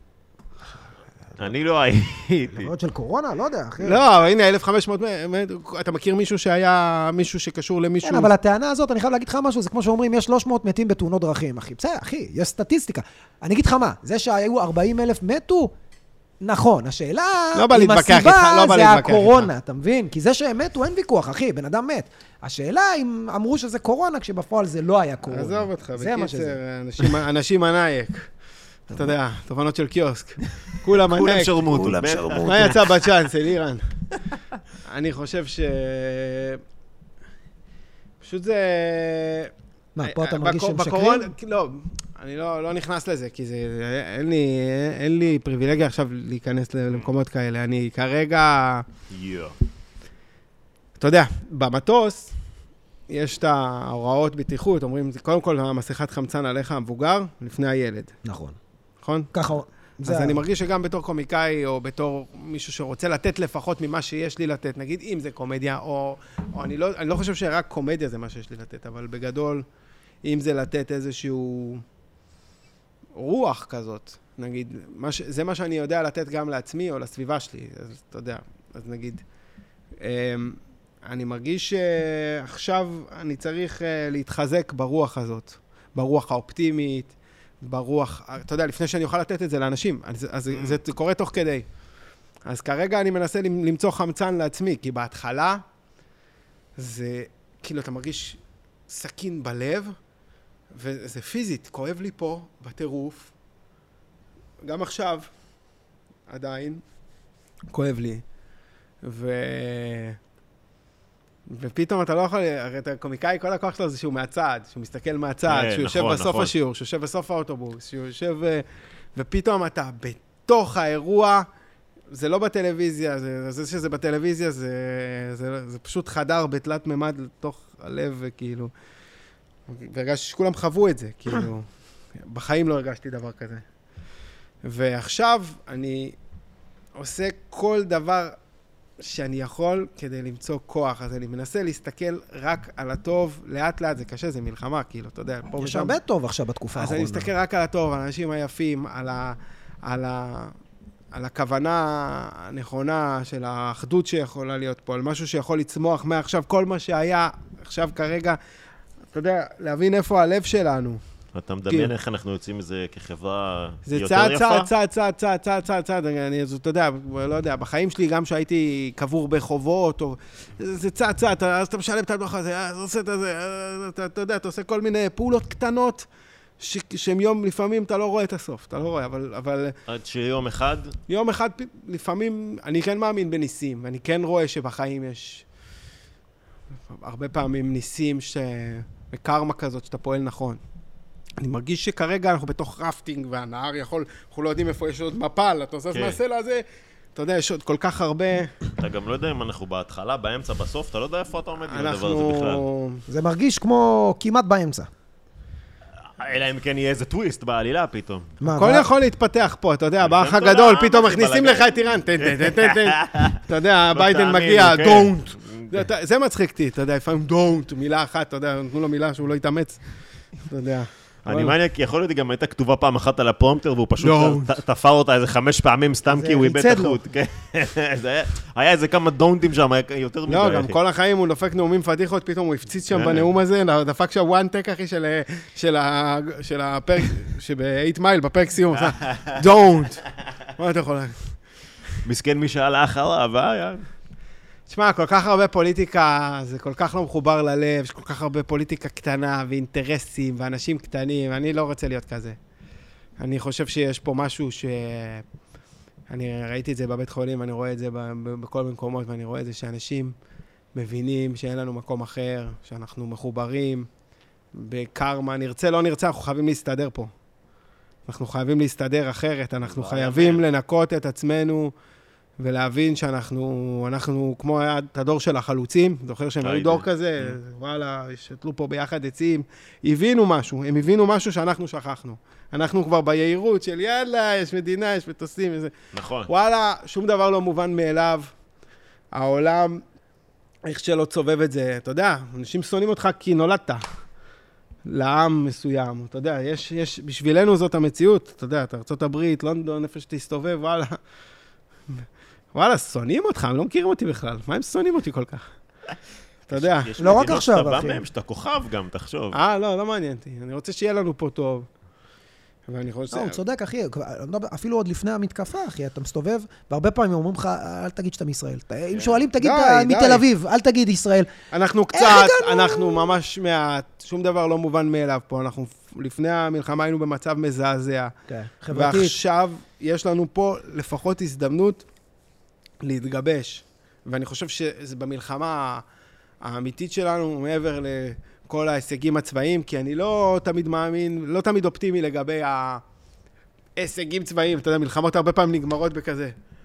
אני לא הייתי. עוד של קורונה, לא יודע, אחי. לא, הנה, אלף וחמש מאות, אתה מכיר מישהו שהיה מישהו שקשור למישהו? כן, אבל הטענה הזאת, אני חייב להגיד לך משהו, זה כמו שאומרים, יש שלוש מאות מתים בתאונות דרכים, אחי. בסדר, אחי, יש סטטיסטיקה. אני אגיד לך מה, זה שהיו ארבעים אלף מתו, נכון. השאלה, לא בא אם להתווכח הסיבה איתך, לא בא זה להתווכח הקורונה, אתה מבין? כי זה שהם מתו, אין ויכוח, אחי, בן אדם מת. השאלה אם אמרו שזה קורונה, כשבפועל זה לא היה קורונה. עזוב אותך, זה מה שזה. בקיצר, אנשים- אנשים הנייק. אתה יודע, תובנות של קיוסק. כולם כולם הנייק. שרמוטו. כולם בטח. שרמוטו. מה יצא בצ'אנס, אלירן? אני חושב ש... פשוט זה... מה, פה אתה מרגיש שהם בקור- משקרים? בקורונה- לא, אני לא לא נכנס לזה, כי זה... אין לי- אין לי פריבילגיה עכשיו להיכנס למקומות כאלה. אני כרגע... יו. אתה יודע, במטוס יש את ההוראות בטיחות, אומרים, קודם כל, המסכת חמצן עליך המבוגר, לפני הילד, נכון. נכון? ככה, אז זה... אני מרגיש שגם בתור קומיקאי, או בתור מישהו שרוצה לתת לפחות ממה שיש לי לתת, נגיד אם זה קומדיה, או, או אני, לא, אני לא חושב שרק קומדיה זה מה שיש לי לתת, אבל בגדול, אם זה לתת איזשהו רוח כזאת, נגיד, מה ש, זה מה שאני יודע לתת גם לעצמי או לסביבה שלי, אז אתה יודע, אז נגיד, אמ, אני מרגיש שעכשיו אני צריך להתחזק ברוח הזאת, ברוח האופטימית, ברוח, אתה יודע, לפני שאני אוכל לתת את זה לאנשים, אז, אז mm. זה, זה קורה תוך כדי. אז כרגע אני מנסה למצוא חמצן לעצמי, כי בהתחלה זה, כאילו, אתה מרגיש סכין בלב, וזה פיזית, כואב לי פה, בטירוף, גם עכשיו, עדיין, כואב לי, ו... ופתאום אתה לא יכול, הרי אתה קומיקאי, כל הכוח שלו זה שהוא מהצד, שהוא מסתכל מהצד, שהוא יושב בסוף השיעור, שהוא יושב בסוף האוטובוס, שהוא יושב, ופתאום אתה בתוך האירוע, זה לא בטלוויזיה, זה, זה שזה בטלוויזיה, זה, זה, זה פשוט חדר בתלת ממד לתוך הלב, וכאילו, והרגשתי שכולם חוו את זה, כאילו, בחיים לא הרגשתי דבר כזה. ועכשיו אני עושה כל דבר שאני יכול כדי למצוא כוח, אז אני מנסה להסתכל רק על הטוב, לאט לאט, זה קשה, זה מלחמה, כאילו, אתה יודע, פה יש ושם. הרבה טוב עכשיו בתקופה אז האחרונה. אני מסתכל רק על הטוב, על האנשים היפים, על, ה, על, ה, על הכוונה הנכונה של האחדות שיכולה להיות פה, על משהו שיכול לצמוח מעכשיו, כל מה שהיה עכשיו כרגע, אתה יודע, להבין איפה הלב שלנו, אתה מדמיין איך אנחנו יוצאים מזה כחברה זה יותר צעד, יפה? צעד, צעד, צעד, צעד, צעד, צעד, צעד, אני, אז אתה יודע, לא יודע, בחיים שלי, גם שהייתי קבור בחובות, או, זה צעד, צעד, אז אתה משלם את הדוח הזה, אז עושה את זה, אתה, אתה יודע, אתה עושה כל מיני פעולות קטנות, ש, שהם יום, לפעמים אתה לא רואה את הסוף, אתה לא רואה, אבל, אבל... עד שיום אחד? יום אחד, לפעמים, אני כן מאמין בניסים, ואני כן רואה שבחיים יש הרבה פעמים ניסים ש... בקרמה כזאת, שאתה פועל נכון. אני מרגיש שכרגע אנחנו בתוך רפטינג, והנהר יכול, אנחנו לא יודעים איפה יש עוד מפל, אתה עושה כן. מהסלע הזה, אתה יודע, יש עוד כל כך הרבה... אתה גם לא יודע אם אנחנו בהתחלה, באמצע, בסוף, אתה לא יודע איפה אתה עומד עם הדבר הזה בכלל. אנחנו... זה מרגיש כמו כמעט באמצע. אלא אם כן יהיה איזה טוויסט בעלילה פתאום. מה, הכל אבל- יכול להתפתח פה, אתה יודע, באח מלחמת הגדול, העולם, פתאום אחי, מכניסים בלגן. לך את איראן, תן, תן, תן, תן, תן. אתה יודע, ביידן תאמין, מגיע, כן. don't. זה- אתה- זה מצחיק אותי, אתה יודע, לפעמים don't, מילה אחת, אתה יודע, נתנו לו מילה שהוא לא יתאמץ. אתה יודע. אני מניאק, יכול להיות גם הייתה כתובה פעם אחת על הפרומפטר, והוא פשוט Don't. ת- תפר אותה איזה חמש פעמים סתם זה כי הוא איבד את ריצד לו. החוט. כן. זה היה- היה איזה כמה דונטים שם, היה יותר מדי. לא, גם כל החיים הוא דופק נאומים פתיחות, פתאום הוא הפציץ שם כן. בנאום הזה, דפק שם one take, אחי, של- של ה- של הפרק, שב-eight mile, בפרק סיום, עשה, don't. מה אתה יכול להגיד? מסכן מי שעלה אחריו, אה? היה. תשמע, כל כך הרבה פוליטיקה, זה כל כך לא מחובר ללב, יש כל כך הרבה פוליטיקה קטנה ואינטרסים ואנשים קטנים, אני לא רוצה להיות כזה. אני חושב שיש פה משהו ש... אני ראיתי את זה בבית חולים, אני רואה את זה ב- ב- בכל מיני מקומות, ואני רואה את זה שאנשים מבינים שאין לנו מקום אחר, שאנחנו מחוברים, בקרמה, נרצה, לא נרצה, אנחנו חייבים להסתדר פה. אנחנו חייבים להסתדר אחרת, אנחנו לא חייבים יאמן. לנקות את עצמנו, ולהבין שאנחנו, אנחנו, כמו היה את הדור של החלוצים, זוכר שהם היו ראיתי. דור כזה, וואלה, שתלו פה ביחד עצים, הבינו משהו, הם הבינו משהו שאנחנו שכחנו. אנחנו כבר ביהירות של יאללה, יש מדינה, יש מטוסים, איזה... נכון. וואלה, שום דבר לא מובן מאליו. העולם, איך שלא צובב את זה, אתה יודע, אנשים שונאים אותך כי נולדת לעם מסוים. אתה יודע, יש, יש, בשבילנו זאת המציאות, אתה יודע, את ארצות הברית, לונדון, איפה שתסתובב, וואלה. וואלה, שונאים אותך, הם לא מכירים אותי בכלל. מה הם שונאים אותי כל כך? אתה יודע. יש לא רק מדינות עכשיו, שאתה בא אחי. מהם, שאתה כוכב גם, תחשוב. אה, לא, לא מעניין אותי. אני רוצה שיהיה לנו פה טוב. ואני חושב... לא, הוא צודק, אחי. אפילו עוד לפני המתקפה, אחי, אתה מסתובב, והרבה פעמים אומרים לך, אל תגיד שאתה מישראל. אם שואלים, תגיד, די, "אתה די. מתל אביב, אל תגיד ישראל. אנחנו קצת, הגענו? אנחנו ממש מעט, שום דבר לא מובן מאליו פה. אנחנו לפני המלחמה היינו במצב מזעזע. כן, חברתית. ועכשיו יש לנו פה לפחות הזדמנות להתגבש. ואני חושב שזה במלחמה האמיתית שלנו, מעבר לכל ההישגים הצבאיים, כי אני לא תמיד מאמין, לא תמיד אופטימי לגבי ההישגים צבאיים. אתה יודע, מלחמות הרבה פעמים נגמרות בכזה.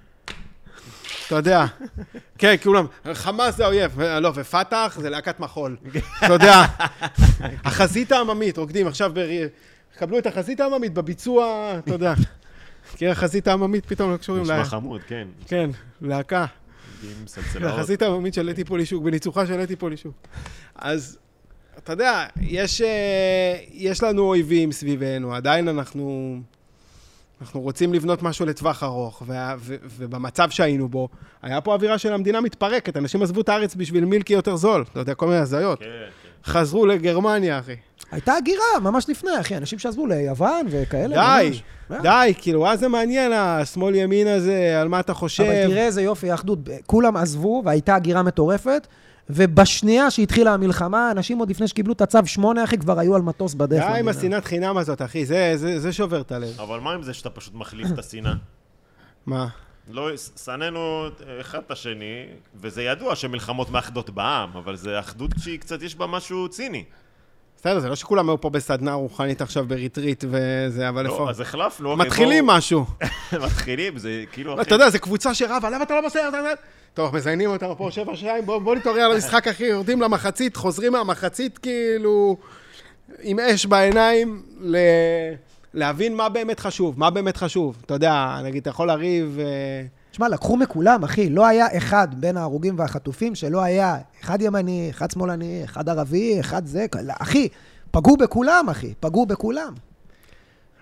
אתה יודע. כן, כולם, חמאס זה האויב. לא, ופתח זה להקת מחול. אתה יודע, החזית העממית, רוקדים עכשיו, קבלו את החזית העממית בביצוע, אתה יודע. כי החזית העממית פתאום לא קשורים נשמע לה... חמוד, כן. כן, להקה. עם סלסלאות. החזית העממית של לטי פולישוק, בניצוחה של לטי פולישוק. אז, אתה יודע, יש, אה, יש לנו אויבים סביבנו, עדיין אנחנו, אנחנו רוצים לבנות משהו לטווח ארוך, וה, ו, ובמצב שהיינו בו, היה פה אווירה של המדינה מתפרקת, אנשים עזבו את הארץ בשביל מילקי יותר זול, אתה יודע, כל מיני הזיות. כן, כן. חזרו לגרמניה, אחי. הייתה הגירה, ממש לפני, אחי. אנשים שעזבו ליוון וכאלה. די, ממש. אה. די, כאילו, אז זה מעניין, השמאל ימין הזה, על מה אתה חושב. אבל תראה איזה יופי, האחדות. כולם עזבו, והייתה הגירה מטורפת, ובשנייה שהתחילה המלחמה, אנשים עוד לפני שקיבלו את הצו שמונה, אחי, כבר היו על מטוס בדרך. די עם למדינה. השנאת חינם הזאת, אחי, זה, זה, זה שובר את הלב. אבל מה עם זה שאתה פשוט מחליף את השנאה? מה? לא, שנאנו אחד את השני, וזה ידוע שמלחמות מאחדות בעם, אבל זה אחדות שהיא קצת יש בה משהו ציני. בסדר, זה לא שכולם היו פה בסדנה רוחנית עכשיו בריטריט וזה, אבל לא, איפה? אז החלפנו. אוקיי, מתחילים בואו- משהו. מתחילים, זה כאילו... אתה יודע, זה קבוצה שרבה, למה אתה לא בסדר? טוב, מזיינים אותנו פה שבע שיים, בוא נתעורר על המשחק, אחי, יורדים למחצית, חוזרים מהמחצית כאילו עם אש בעיניים, ל... להבין מה באמת חשוב, מה באמת חשוב. אתה יודע, נגיד, אתה יכול לריב... תשמע, לקחו מכולם, אחי. לא היה אחד בין ההרוגים והחטופים שלא היה אחד ימני, אחד שמאלני, אחד ערבי, אחד זה. אחי, פגעו בכולם, אחי. פגעו בכולם.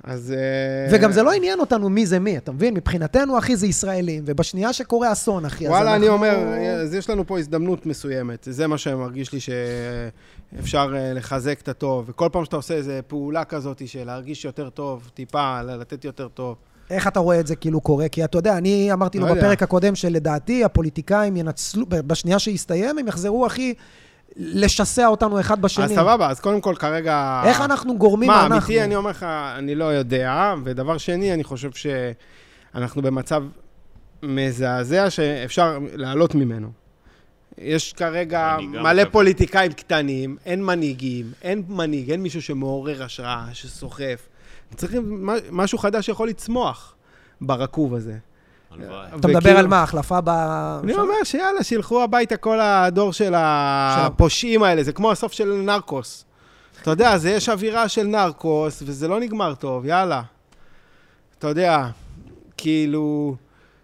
אז... וגם זה לא עניין אותנו מי זה מי, אתה מבין? מבחינתנו, אחי, זה ישראלים, ובשנייה שקורה אסון, אחי, וואלה, אני אומר, אז יש לנו פה הזדמנות מסוימת. זה מה שמרגיש לי שאפשר לחזק את הטוב. וכל פעם שאתה עושה איזו פעולה כזאת של להרגיש יותר טוב, טיפה, לתת יותר טוב. איך אתה רואה את זה כאילו קורה? כי אתה יודע, אני אמרתי לו בפרק הקודם שלדעתי, הפוליטיקאים ינצלו, בשנייה שיסתיים, הם יחזרו, אחי, לשסע אותנו אחד בשני. אז סבבה, אז קודם כל כרגע... איך אנחנו גורמים מה, אנחנו? אמיתי, אני אומר לך, אני לא יודע, ודבר שני, אני חושב שאנחנו במצב מזעזע שאפשר לעלות ממנו. יש כרגע מלא פוליטיקאים קטנים, אין מנהיגים, אין מנהיג, אין מישהו שמעורר השראה, שסוחף. צריכים משהו חדש שיכול לצמוח ברקוב הזה. אתה מדבר על מה? החלפה ב... אני אומר שיאללה, שילכו הביתה כל הדור של הפושעים האלה, זה כמו הסוף של נרקוס. אתה יודע, זה יש אווירה של נרקוס, וזה לא נגמר טוב, יאללה. אתה יודע, כאילו,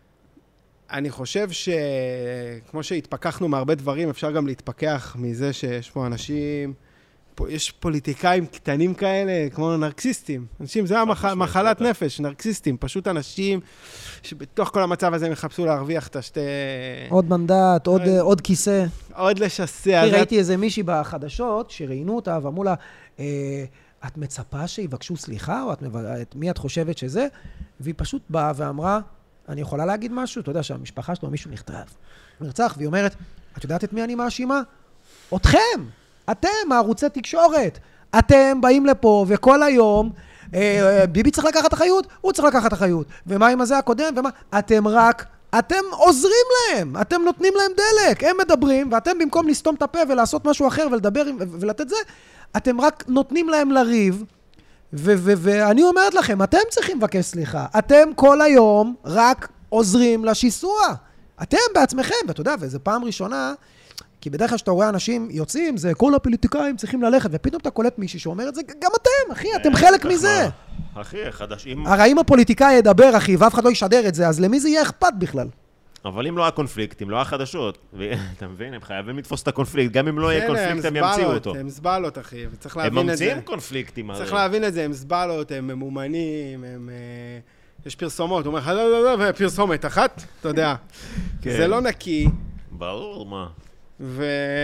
אני חושב שכמו שהתפכחנו מהרבה דברים, אפשר גם להתפכח מזה שיש פה אנשים, יש פוליטיקאים קטנים כאלה, כמו נרקסיסטים. אנשים, זה המחלת נפש, נרקסיסטים. פשוט אנשים שבתוך כל המצב הזה הם יחפשו להרוויח את השתי... עוד מנדט, עוד כיסא. עוד לשסע. ראיתי איזה מישהי בחדשות שראיינו אותה ואמרו לה, את מצפה שיבקשו סליחה, או את מי את חושבת שזה? והיא פשוט באה ואמרה, אני יכולה להגיד משהו? אתה יודע שהמשפחה שלו, מישהו נכתב, נרצח, והיא אומרת, את יודעת את מי אני מאשימה? אתכם! אתם, הערוצי תקשורת, אתם באים לפה וכל היום, אה, ביבי צריך לקחת אחריות, הוא צריך לקחת אחריות. ומה עם הזה הקודם? ומה? אתם רק, אתם עוזרים להם, אתם נותנים להם דלק, הם מדברים, ואתם במקום לסתום את הפה ולעשות משהו אחר ולדבר ולתת זה, אתם רק נותנים להם לריב, ו- ו- ואני אומרת לכם, אתם צריכים לבקש סליחה, אתם כל היום רק עוזרים לשיסוע. אתם בעצמכם, ואתה יודע, וזו פעם ראשונה, כי בדרך כלל שאתה רואה אנשים יוצאים, זה כל הפוליטיקאים צריכים ללכת, ופתאום אתה קולט מישהי שאומר את זה, גם אתם, אחי, אתם חלק מזה. אחי, חדשים... הרי אם הפוליטיקאי ידבר, אחי, ואף אחד לא ישדר את זה, אז למי זה יהיה אכפת בכלל? אבל אם לא היה קונפליקט, אם לא היה חדשות, אתה מבין, הם חייבים לתפוס את הקונפליקט, גם אם לא יהיה קונפליקט, הם ימציאו אותו. הם זבלות, אחי, וצריך להבין את זה. הם ממציאים קונפליקטים, צריך להבין את זה, הם זבלות, הם ממומנים, הם... יש פרסומות, הוא אומר, לא, לא, לא, פרסומת אחת, אתה יודע. זה לא נקי. ברור, מה. ו...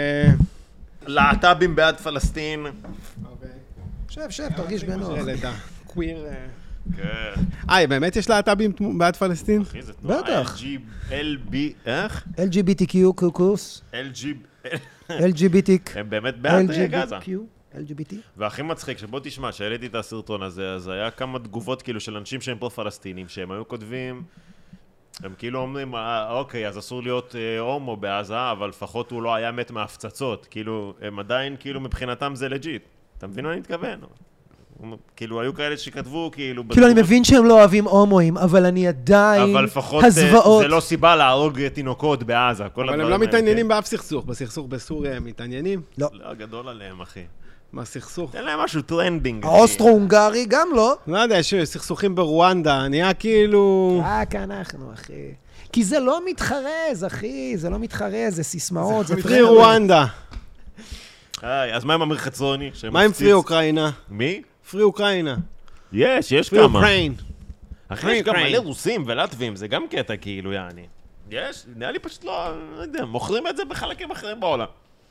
להט"בים בעד פלסטין. שב, שב, תרגיש בנוח. קוויר... כן. אה, באמת יש להט"בים בעד פלסטין? אחי, זה תנועה בטח. אל בי... איך? אל ג'י בי טי קיו, קוקוס. אל ג'י... אל ג'י בי טי. הם באמת בעד גזה. אל ג'י בי טי. והכי מצחיק, שבוא תשמע, שהעליתי את הסרטון הזה, אז היה כמה תגובות כאילו של אנשים שהם פה פלסטינים, שהם היו כותבים... הם כאילו אומרים, אוקיי, אז אסור להיות הומו בעזה, אבל לפחות הוא לא היה מת מהפצצות. כאילו, הם עדיין, כאילו, מבחינתם זה לג'יט. אתה מבין מה אני מתכוון? כאילו, היו כאלה שכתבו, כאילו... כאילו, אני מבין שהם לא אוהבים הומואים, אבל אני עדיין... אבל לפחות זה לא סיבה להרוג תינוקות בעזה. אבל הם לא מתעניינים באף סכסוך. בסכסוך בסוריה הם מתעניינים? לא. לא, גדול עליהם, אחי. מה סכסוך? תן להם משהו טרנדינג. האוסטרו-הונגרי גם לא. לא יודע, יש סכסוכים ברואנדה, נהיה כאילו... רק אנחנו, אחי. כי זה לא מתחרז, אחי, זה לא מתחרז, זה סיסמאות, זה פרי רואנדה. אז מה עם אמיר חצרוני? מה עם פרי אוקראינה? מי? פרי אוקראינה. יש, יש פרי כמה. אוקראין. אחי, יש גם מלא רוסים ולטבים, זה גם קטע כאילו, יעני. יש, נראה לי פשוט לא, לא יודע, מוכרים את זה בחלקים אחרים בעולם.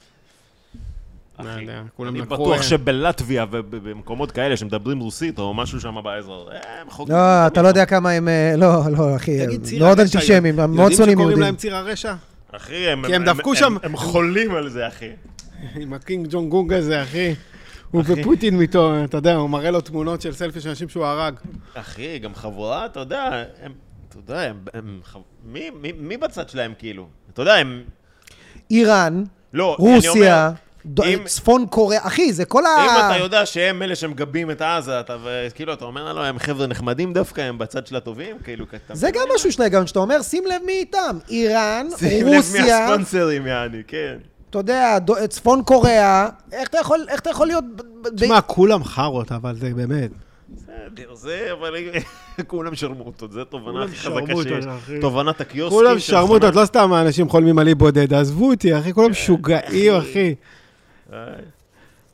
אחי, אני בטוח שבלטביה ובמקומות כאלה שמדברים רוסית או משהו שם באזור, הם חוקרים. לא, אתה לא יודע כמה הם, לא, לא, אחי, מאוד אנטישמים, הם מאוד שונאים יהודים. יודעים שקוראים להם ציר הרשע? אחי, הם חולים על זה, אחי. עם הקינג ג'ון גונג הזה, אחי. הוא ופוטין מיתו, אתה יודע, הוא מראה לו תמונות של סלפי של אנשים שהוא הרג. אחי, גם חבורה, אתה יודע, הם, אתה יודע, הם, מי בצד שלהם כאילו? אתה יודע, הם... איראן, רוסיה... צפון קוריאה, אחי, זה כל ה... אם אתה יודע שהם אלה שמגבים את עזה, כאילו, אתה אומר לו, הם חבר'ה נחמדים דווקא, הם בצד של הטובים, כאילו... זה גם משהו שלה, גם שאתה אומר, שים לב מי איתם, איראן, רוסיה... שים לב מי הספונסרים, יעני, כן. אתה יודע, צפון קוריאה, איך אתה יכול להיות... תשמע, כולם חרות, אבל זה באמת... בסדר, זה, אבל כולם שרמוטות, זה תובנה הכי חזקה שיש. תובנת הקיוסקים. כולם שרמוטות, לא סתם האנשים חולמים עלי בודד, עזבו אותי, אחי, כולם שוגעים, אחי.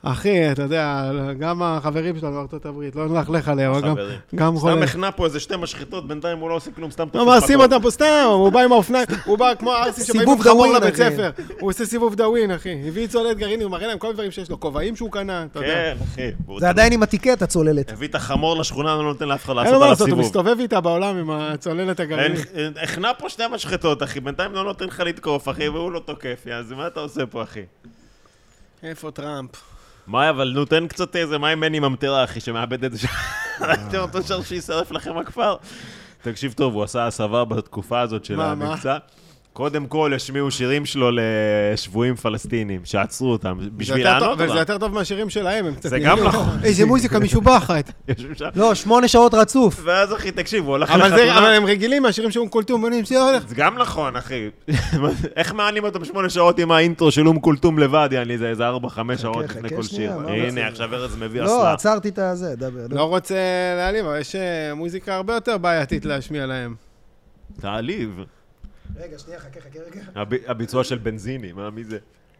אחי, אתה יודע, גם החברים שלנו בארצות הברית, לא נלכלך עליהם, אבל גם- חברים. גם סתם חולה. הכנע פה איזה שתי משחטות, בינתיים הוא לא עושה כלום, סתם לא, מה, שים אותם פה סתם, הוא בא עם האופניים, הוא בא כמו הארסי שבאים עם סיבוב חמור דאווין, לבית אחי. ספר. הוא עושה סיבוב דאווין, אחי. הביא צוללת גרעינית, הוא מראה להם כל מיני דברים שיש לו, כובעים שהוא קנה, אתה יודע. כן, אחי. והוא זה עדיין עם הטיקט, הצוללת. הביא את החמור לשכונה, לא נותן לאף אחד אין לו לעשות מה על לעשות, הוא הסיבוב. מסתובב איתה בעולם עם הצוללת הגרעינית. אין- הכנע פה שתי משחטות, אחי, בינתיים לא נותן לך לתקוף, אחי, והוא לא תוקף, אז מה אתה עושה פה, אחי? איפה טראמפ? מה, אבל נו, תן קצת איזה, מה עם מני ממטרה, אחי, שמאבד את זה? ראיתם אותו שר שישרף לכם הכפר? תקשיב טוב, הוא עשה הסבה בתקופה הזאת של מה, מה? המבצע. קודם כל, השמיעו שירים שלו לשבויים פלסטינים, שעצרו אותם, בשביל לענות אבל זה אותם. יותר טוב מהשירים שלהם, הם קצת... זה גם נכון. איזה מוזיקה משובחת. יושבים שם. לא, שמונה שעות רצוף. ואז, אחי, תקשיב, הוא הולך אבל זה- לחתונה. אבל הם רגילים מהשירים של אום כולתום, בונים, זה הולך. זה גם נכון, אחי. איך מעלים אותו בשמונה שעות עם האינטרו של אום כולתום לבד, יעני, זה איזה ארבע, חמש שעות חכה, לפני חכה כל שנייה, שיר. מה הנה, רוצה? עכשיו ארז מביא לא, אסלה. עצרתי את הזה, דבר. לא רוצה להעליב, אבל יש אה, מוזיקה הרבה יותר בעייתית להשמיע להם. תעליב. רגע, שנייה, חכה, חכה רגע. הב- הביצוע של בנזיני, מה, מי זה?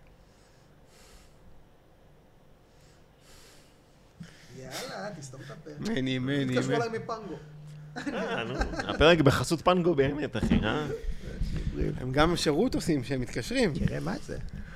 יאללה, תסתום את הפה. מני, מני, תתקשרו מני. אליי מפנגו. אה, נו, הפרק בחסות פנגו באמת, אחי, אה? הם גם שירות עושים שהם מתקשרים. תראה מה זה.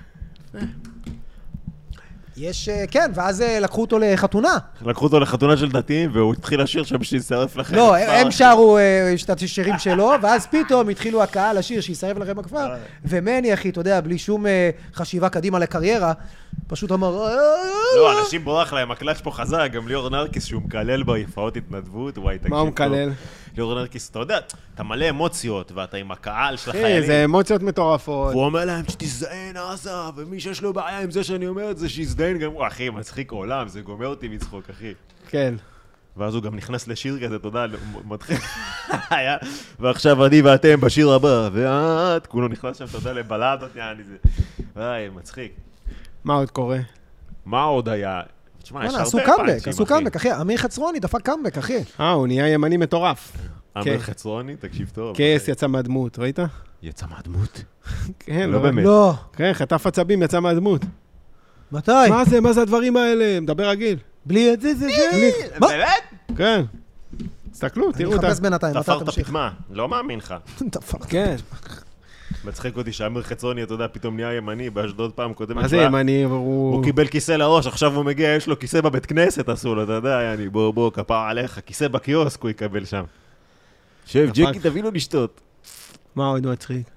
יש, אה, כן, ואז אה, לקחו אותו לחתונה. לקחו אותו לחתונה של דתיים, והוא התחיל לשיר שם שישרף לכם. לא, הכפר, הם אחי. שרו אה, את השירים שלו, ואז פתאום התחילו הקהל לשיר שישרף לכם הכפר, ומני, אחי, אתה יודע, בלי שום אה, חשיבה קדימה לקריירה, פשוט אמר... "אה, לא, אנשים בורח להם, הקלאץ' פה חזק, גם ליאור נרקיס שהוא מקלל ביפאות התנדבות, וואי, תקשיב מה הוא טוב. מקלל? ליאור נרקיס, אתה יודע, אתה מלא אמוציות, ואתה עם הקהל של אחי, החיילים. זה אמוציות מטורפות. הוא אומר להם שתזדיין עזה, ומי שיש לו בעיה עם זה שאני אומר את זה, שיזדיין גם הוא. אחי, מצחיק עולם, זה גומר אותי מצחוק, אחי. כן. ואז הוא גם נכנס לשיר כזה, אתה יודע, הוא מתחיל... היה, ועכשיו אני ואתם בשיר הבא, ואת, כולו נכנס שם, אתה יודע, לבלדות, יעני זה. וואי, מצחיק. מה עוד קורה? מה עוד היה? תשמע, יש וואלה, הרבה עשו פאנצ'ים, קאמבק, עשו אחי. קאמבק, אחי. אמיר חצרוני דפק קאמבק, אחי. אה, הוא נהיה ימני מטורף. אמיר כן. חצרוני, תקשיב טוב. כס יצא מהדמות, ראית? יצא מהדמות. כן, לא באמת. לא. כן, חטף עצבים, יצא מהדמות. מתי? מה זה, מה זה הדברים האלה? מדבר רגיל. בלי את זה, זה, זה. מה? באמת? כן. תסתכלו, אני תראו אותה. מחפש בינתיים, מתי תפרת תמשיך? פטמה. לא מאמין לך. תפרת. כן. מצחיק אותי שאמיר חצרוני, אתה יודע, פתאום נהיה ימני, באשדוד פעם קודמת. מה שהוא זה היה- ימני? הוא הוא... קיבל כיסא לראש, עכשיו הוא מגיע, יש לו כיסא בבית כנסת, עשו לו, אתה יודע, יעני, בוא, בוא, כפר עליך, כיסא בקיוסק הוא יקבל שם. שב, דפק. ג'קי, תביא לו לשתות. מה עוד מצחיק?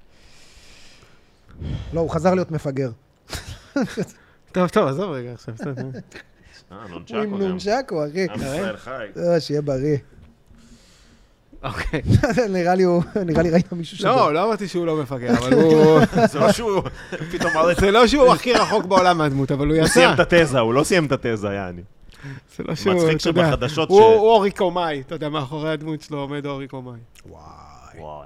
לא, הוא חזר להיות מפגר. טוב, טוב, עזוב רגע עכשיו. בסדר. אה, הוא עם נונצ'קו גם. נונשקו, אחי. עם ישראל חי. אה, שיהיה בריא. אוקיי. נראה לי הוא, נראה לי ראית מישהו שבא. לא, לא אמרתי שהוא לא מפגר, אבל הוא... זה לא שהוא פתאום אמר את זה. זה לא שהוא הכי רחוק בעולם מהדמות, אבל הוא הוא סיים יצא. את התזה, הוא לא סיים את התזה, יעני. זה לא שהוא, מצחיק אתה יודע, שבחדשות הוא ש- הוא אורי קומאי, אתה יודע, מאחורי הדמות שלו עומד אורי קומאי. וואי. וואי.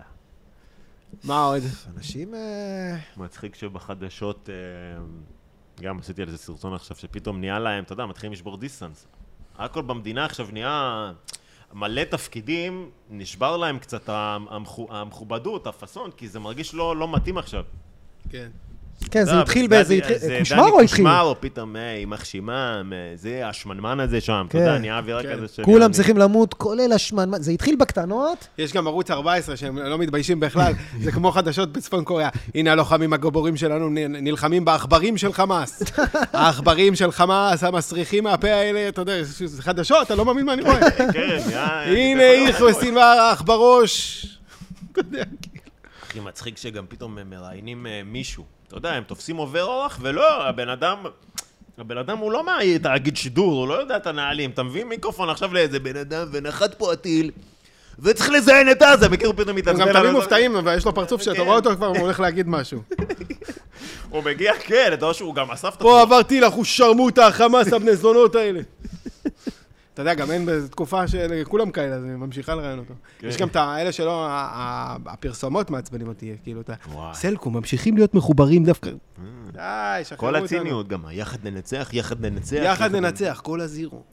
מה עוד? אנשים... אה, מצחיק שבחדשות, אה, גם עשיתי על זה סרטון עכשיו, שפתאום נהיה להם, אתה יודע, מתחילים לשבור דיסטנס. הכל במדינה עכשיו נהיה מלא תפקידים, נשבר להם קצת המכו- המכובדות, הפאסון, כי זה מרגיש לא לא מתאים עכשיו. כן. כן, זה אתה יודע, התחיל דני- באיזה... התחיל- זה קושמר דני או התחיל? קושמר, או פתאום, אה, יימח שמם, אה, זה השמנמן הזה שם, אתה כן. יודע, נהיה אווירה כן. כזה של... כולם יעני- צריכים למות, כולל השמנמן. זה התחיל בקטנות. יש גם ערוץ ארבע עשרה שהם לא מתביישים בכלל, זה כמו חדשות בצפון קוריאה. הנה הלוחמים הגיבורים שלנו נ- נלחמים בעכברים של חמאס. העכברים של חמאס, המסריחים מהפה האלה, אתה יודע, זה חדשות, אתה לא מאמין מה אני רואה. כן, נהיה... הנה איכו סינואר האח בראש. אתה יודע, הכי מצחיק שגם פתאום הם מראיינים אה, מישהו. אתה יודע, הם תופסים עובר אורח, ולא, הבן אדם... הבן אדם הוא לא מהתאגיד שידור, הוא לא יודע את הנהלים. אתה מביא מיקרופון עכשיו לאיזה בן אדם, ונחת פה הטיל, וצריך לזיין את עזה, מכיר פתאום הם מתעצבן. גם על תמיד זה. מופתעים, ויש לו פרצוף שאתה כן. רואה אותו כבר, הוא הולך להגיד משהו. הוא מגיע, כן, אתה יודע שהוא גם אסף את פה עבר טיל, אנחנו שרמוטה, החמאס, הבני זונות האלה. אתה יודע, גם אין בתקופה של כולם כאלה, אז היא ממשיכה לראיין אותו. יש גם את האלה שלא, ה- ה- הפרסומות מעצבנים אותי, כאילו, אתה... וואי. סלקום, ממשיכים להיות מחוברים דווקא. די, שחררו כל אותנו. הציניות, גם יחד ננצח, יחד ננצח. יחד ננצח, כל הזירו.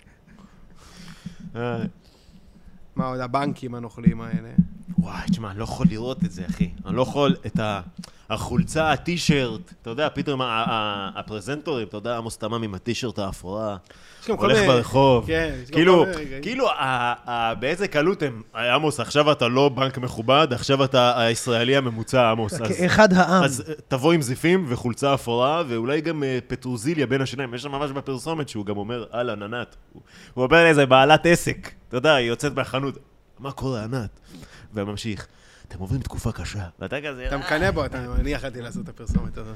אה, מה עוד, הבנקים הנוכלים האלה. וואי, תשמע, אני לא יכול לראות את זה, אחי. אני לא יכול את ה... החולצה, הטישרט, אתה יודע, פתאום הפרזנטורים, אתה יודע, עמוס תמם עם הטישרט האפורה, הולך ברחוב. כאילו, כאילו, באיזה קלות הם, עמוס, עכשיו אתה לא בנק מכובד, עכשיו אתה הישראלי הממוצע, עמוס. אחד העם. אז תבוא עם זיפים וחולצה אפורה, ואולי גם פטרוזיליה בין השיניים. יש שם ממש בפרסומת שהוא גם אומר, הלאה, ענת. הוא אומר איזה בעלת עסק, אתה יודע, היא יוצאת מהחנות. מה קורה, ענת? וממשיך. אתם עוברים תקופה קשה. ואתה כזה... אתה מקנה בו, אני יכלתי לעשות את הפרסומת הזאת.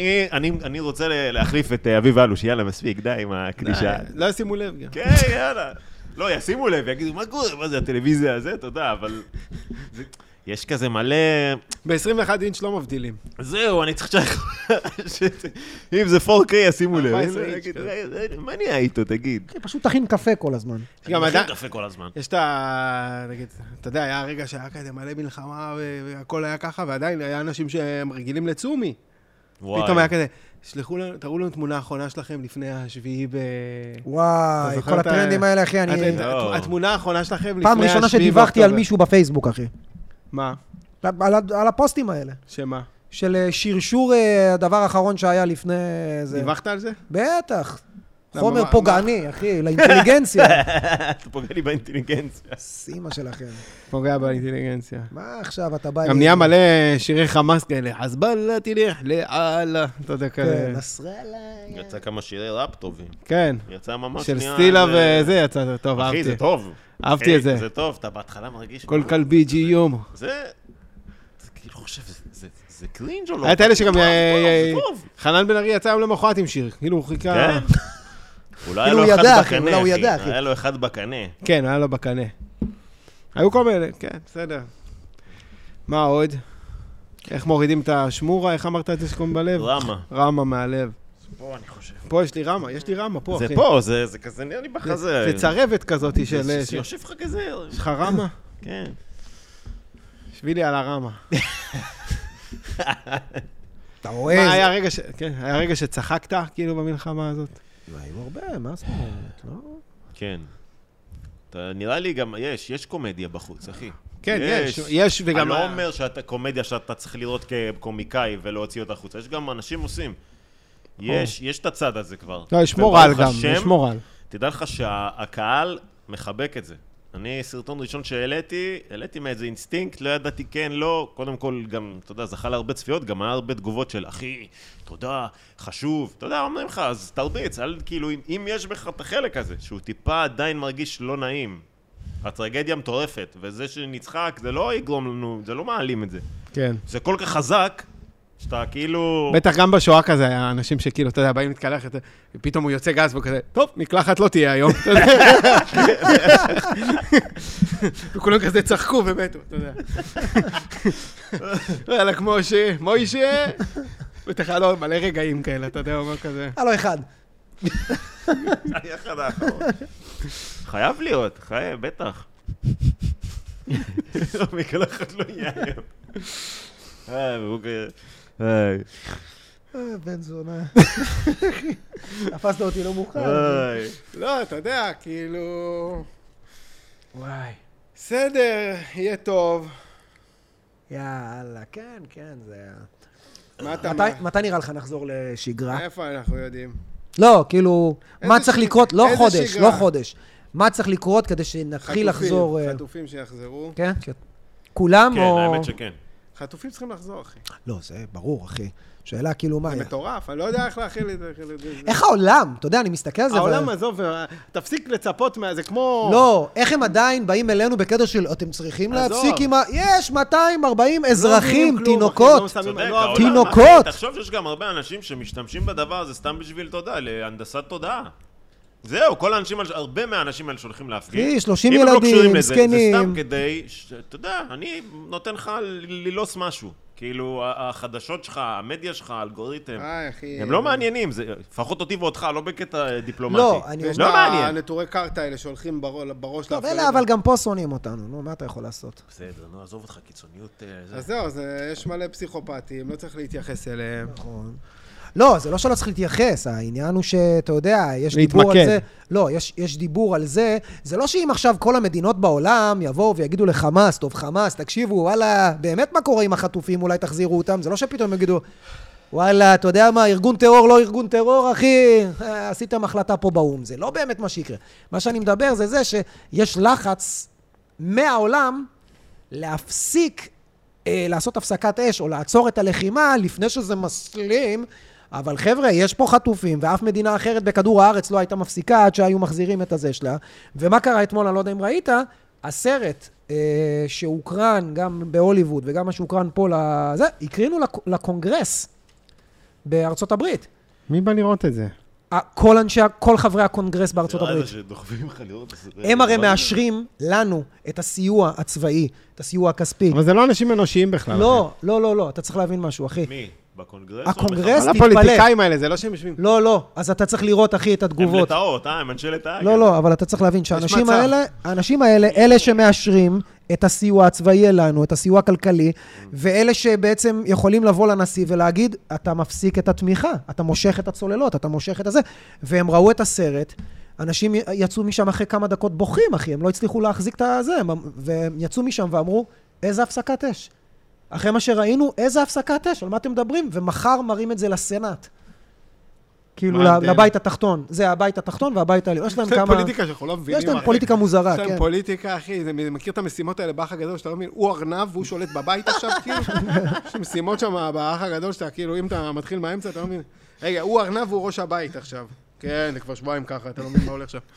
אני רוצה להחליף את אביב אלוש, יאללה, מספיק, די עם הקדישה. לא ישימו לב גם. כן, יאללה. לא, ישימו לב, יגידו, מה קורה? מה זה, הטלוויזיה הזה? אתה יודע, אבל... יש כזה מלא... ב-עשרים ואחד אינץ' לא מבדילים. זהו, אני צריך ש... אם זה פור קיי, ישימו לב. מה נהיה איתו, תגיד? פשוט תכין קפה כל הזמן. תכין קפה כל הזמן. יש את ה... נגיד, אתה יודע, היה הרגע שהיה כזה מלא מלחמה והכל היה ככה, ועדיין היה אנשים שהם רגילים לצומי. פתאום היה כזה, שלחו לנו, תראו לנו תמונה האחרונה שלכם לפני השביעי ב... וואי, כל הטרנדים האלה, אחי, אני... התמונה האחרונה שלכם לפני השביעי... פעם ראשונה שדיווחתי על מישהו בפייסבוק, אחי. מה? על הפוסטים האלה. שמה? של שרשור הדבר האחרון שהיה לפני זה. דיווחת על זה? בטח. חומר פוגעני, אחי, לאינטליגנציה. אתה פוגע לי באינטליגנציה. סימה שלכם. פוגע באינטליגנציה. מה עכשיו אתה בא... גם נהיה מלא שירי חמאס כאלה. חזבאללה תלך לאללה. אתה יודע כאלה. נסראללה. יצא כמה שירי ראפ טובים. כן. יצא ממש... של סטילה וזה יצא טוב, אהבתי. אחי, זה טוב. אהבתי את זה. זה טוב, אתה בהתחלה מרגיש... כל כלבי ג'י יום. זה... זה כאילו חושב, זה קרינג' או לא? היה את אלה שגם... חנן בן ארי יצא היום למחרת עם שיר. כאילו הוא חיכה... כן. אולי הוא ידע, אחי, אולי הוא ידע, אחי. היה לו אחד בקנה. כן, היה לו בקנה. היו כל מיני, כן, בסדר. מה עוד? איך מורידים את השמורה? איך אמרת את זה שקום בלב? רמה. רמה מהלב. פה אני חושב. פה יש לי רמה, יש לי רמה פה, אחי. זה פה, זה כזה נראה לי בחזה. זה צרבת כזאת של... זה יושב לך כזה. יש לך רמה? כן. שבי לי על הרמה. אתה רואה... מה, היה רגע ש... כן, היה רגע שצחקת, כאילו, במלחמה הזאת? היו הרבה, מה זאת אומרת, לא? כן. נראה לי גם, יש, יש קומדיה בחוץ, אחי. כן, יש, יש וגם... אני לא אומר שאתה קומדיה שאתה צריך לראות כקומיקאי ולהוציא אותה חוץ. יש גם אנשים עושים. יש, יש את הצד הזה כבר. לא, יש מורל גם, יש מורל. תדע לך שהקהל מחבק את זה. אני, סרטון ראשון שהעליתי, העליתי מאיזה אינסטינקט, לא ידעתי כן, לא. קודם כל, גם, אתה יודע, זכה להרבה צפיות, גם היה הרבה תגובות של, אחי, תודה, חשוב. אתה יודע, אומרים לך, אז תרביץ, על, כאילו, אם, אם יש בך את החלק הזה, שהוא טיפה עדיין מרגיש לא נעים, הטרגדיה מטורפת, וזה שנצחק, זה לא יגרום לנו, זה לא מעלים את זה. כן. זה כל כך חזק, שאתה כאילו... בטח גם בשואה כזה, היה אנשים שכאילו, אתה יודע, באים להתקלח, ופתאום הוא יוצא גז וכזה, טוב, מקלחת לא תהיה היום, אתה יודע. וכולם כזה צחקו ומתו, אתה יודע. יאללה, כמו ש... מוישה! בטח היה לו מלא רגעים כאלה, אתה יודע, הוא אומר כזה. היה לו אחד. היה אחד האחרון. חייב להיות, חייב, בטח. מקלחת לא יהיה היום. אה, והוא כזה... היי. בן זונה. תפסת אותי לא מוכן. לא, אתה יודע, כאילו... וואי. בסדר, יהיה טוב. יאללה, כן, כן, זה... מה אתה... מתי נראה לך נחזור לשגרה? איפה אנחנו יודעים? לא, כאילו, מה צריך לקרות? לא חודש, לא חודש. מה צריך לקרות כדי שנתחיל לחזור... חטופים שיחזרו. כן? כולם או... כן, האמת שכן. חטופים צריכים לחזור, אחי. לא, זה ברור, אחי. שאלה כאילו מה... זה מטורף, אני לא יודע איך להכיל את זה. איך העולם? אתה יודע, אני מסתכל על זה... העולם עזוב, תפסיק לצפות מה... זה כמו... לא, איך הם עדיין באים אלינו בקטע של אתם צריכים להפסיק עם ה... יש מאתיים וארבעים אזרחים, תינוקות. תינוקות. תחשוב שיש גם הרבה אנשים שמשתמשים בדבר הזה סתם בשביל תודה, להנדסת תודעה. זהו, כל האנשים, הרבה מהאנשים האלה שהולכים להפגין. שלושים ילדים, זקנים. זה סתם כדי, אתה יודע, אני נותן לך ללוס משהו. כאילו, החדשות שלך, המדיה שלך, האלגוריתם, הם לא מעניינים, לפחות אותי ואותך, לא בקטע דיפלומטי. לא, אני... לא מעניין. הנטורי קרתא האלה שהולכים בראש... טוב, אלה אבל גם פה שונאים אותנו, נו, מה אתה יכול לעשות? בסדר, נו, עזוב אותך, קיצוניות... אז זהו, יש מלא פסיכופטים, לא צריך להתייחס אליהם. נכון. לא, זה לא שלא צריך להתייחס, העניין הוא שאתה יודע, יש דיבור על זה, לא, יש, יש דיבור על זה, זה לא שאם עכשיו כל המדינות בעולם יבואו ויגידו לחמאס, טוב חמאס, תקשיבו, וואלה, באמת מה קורה עם החטופים, אולי תחזירו אותם, זה לא שפתאום יגידו, וואלה, אתה יודע מה, ארגון טרור, לא ארגון טרור, אחי, עשיתם החלטה פה באום, זה לא באמת מה שיקרה. מה שאני מדבר זה זה שיש לחץ מהעולם להפסיק, אה, לעשות הפסקת אש או לעצור את הלחימה לפני שזה מסלים, אבל חבר'ה, יש פה חטופים, ואף מדינה אחרת בכדור הארץ לא הייתה מפסיקה עד שהיו מחזירים את הזה שלה. ומה קרה אתמול, אני לא יודע אם ראית, הסרט אה, שהוקרן גם בהוליווד וגם מה שהוקרן פה לזה, הקרינו לק- לקונגרס בארצות הברית. מי בא לראות את זה? כל אנשי, כל חברי הקונגרס בארצות הברית. זה שדוחפים לך לראות את זה. הם הרי מאשרים לנו את הסיוע הצבאי, את הסיוע הכספי. אבל זה לא אנשים אנושיים בכלל. לא, לא, לא, לא, אתה צריך להבין משהו, אחי. מי? בקונגרס? הקונגרס אבל תתפלא. הפוליטיקאים האלה, זה לא שהם יושבים. לא, לא, אז אתה צריך לראות, אחי, את הם התגובות. לטאות, אה? הם אנשי לטאה. לא, לא, אבל אתה צריך להבין שהאנשים מצב. האלה, האנשים האלה, אלה שמאשרים את הסיוע הצבאי אלינו, את הסיוע הכלכלי, ואלה שבעצם יכולים לבוא לנשיא ולהגיד, אתה מפסיק את התמיכה, אתה מושך את הצוללות, אתה מושך את הזה, והם ראו את הסרט, אנשים יצאו משם אחרי כמה דקות בוכים, אחי, הם לא הצליחו להחזיק את הזה, והם יצאו משם ואמרו, איזה הפסקת אש. אחרי מה שראינו, איזה הפסקת אש, על מה אתם מדברים? ומחר מראים את זה לסנאט. כאילו, לבית התחתון. זה הבית התחתון והבית העליון. יש להם כמה... פוליטיקה שאנחנו לא מבינים. יש להם פוליטיקה מוזרה, כן. יש להם פוליטיקה, אחי, אני מכיר את המשימות האלה באח הגדול, שאתה לא מבין, הוא ארנב והוא שולט בבית עכשיו, כאילו. יש משימות שם באח הגדול, שאתה כאילו, אם אתה מתחיל מהאמצע, אתה לא מבין. רגע, הוא ארנב והוא ראש הבית עכשיו. כן, זה כבר שבועיים ככה, אתה לא מבין מה הולך שם.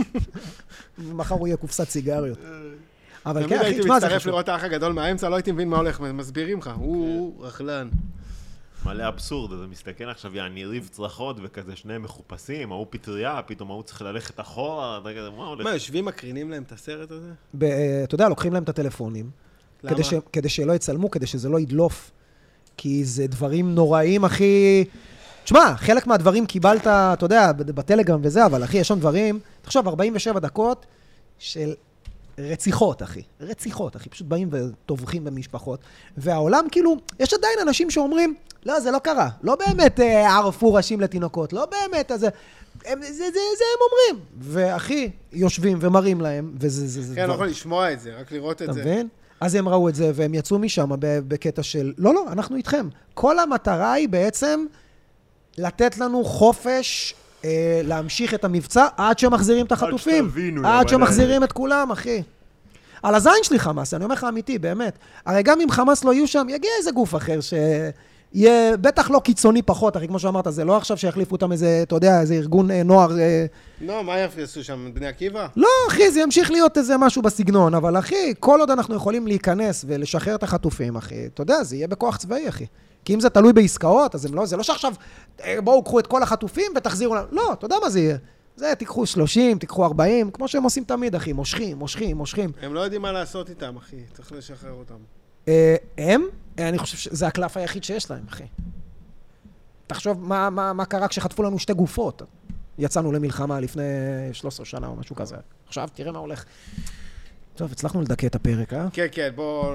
מחר הוא יהיה קופסת סיגריות. אבל תמיד כן, אחי, הייתי תשמע, זה מצטרף חשוב. לראות את האח הגדול מהאמצע, לא הייתי מבין מה הולך, מסבירים לך, הוא רכלן. מלא אבסורד, אז אני מסתכל עכשיו, יעני ריב צלחות וכזה שניהם מחופשים, ההוא פטריה, פתאום ההוא צריך ללכת אחורה, מה הולך? מה, יושבים מקרינים להם את הסרט הזה? ב- אתה יודע, לוקחים להם את הטלפונים, למה? כדי, ש, כדי שלא יצלמו, כדי שזה לא ידלוף. כי זה דברים נוראים, אחי... תשמע, חלק מהדברים קיבלת, אתה יודע, בטלגרם וזה, אבל אחי, יש שם דברים, תחשוב, ארבעים ושבע דקות של רציחות, אחי. רציחות, אחי. פשוט באים וטובחים במשפחות. והעולם, כאילו, יש עדיין אנשים שאומרים, לא, זה לא קרה. לא באמת אה, ערפו ראשים לתינוקות. לא באמת, אז... הם, זה, זה, זה הם אומרים. ואחי, יושבים ומראים להם, וזה... זה, זה כן, דבר. לא יכול לשמוע את זה, רק לראות את אתה זה. מבין? אז הם ראו את זה, והם יצאו משם בקטע של, לא, לא, אנחנו איתכם. כל המטרה היא בעצם לתת לנו חופש אה, להמשיך את המבצע עד שמחזירים את החטופים. שתבינו, עד אבל- שמחזירים את כולם, אחי. על הזין שלי חמאס, אני אומר לך אמיתי, באמת. הרי גם אם חמאס לא יהיו שם, יגיע איזה גוף אחר שיהיה בטח לא קיצוני פחות, אחי, כמו שאמרת, זה לא עכשיו שיחליפו אותם איזה, אתה יודע, איזה ארגון אה, נוער... אה, לא, מה יעשו שם, בני עקיבא? לא, אחי, זה ימשיך להיות איזה משהו בסגנון, אבל אחי, כל עוד אנחנו יכולים להיכנס ולשחרר את החטופים, אחי, אתה יודע, זה יהיה בכוח צבאי, אחי. כי אם זה תלוי בעסקאות, אז הם לא, זה לא שעכשיו, אה, בואו, קחו את כל החטופים ותחזירו להם. לא, אתה יודע מה זה יהיה. זה, תיקחו שלושים, תיקחו ארבעים, כמו שהם עושים תמיד, אחי, מושכים, מושכים, מושכים. הם לא יודעים מה לעשות איתם, אחי, צריך לשחרר אותם. אה, הם, אה, אני חושב שזה הקלף היחיד שיש להם, אחי. תחשוב מה, מה, מה קרה כשחטפו לנו שתי גופות. יצאנו למלחמה לפני שלוש עשרה שנה או משהו כזה. עכשיו, תראה מה הולך. טוב, הצלחנו לדכא את הפרק, אה? כן, כן, בוא...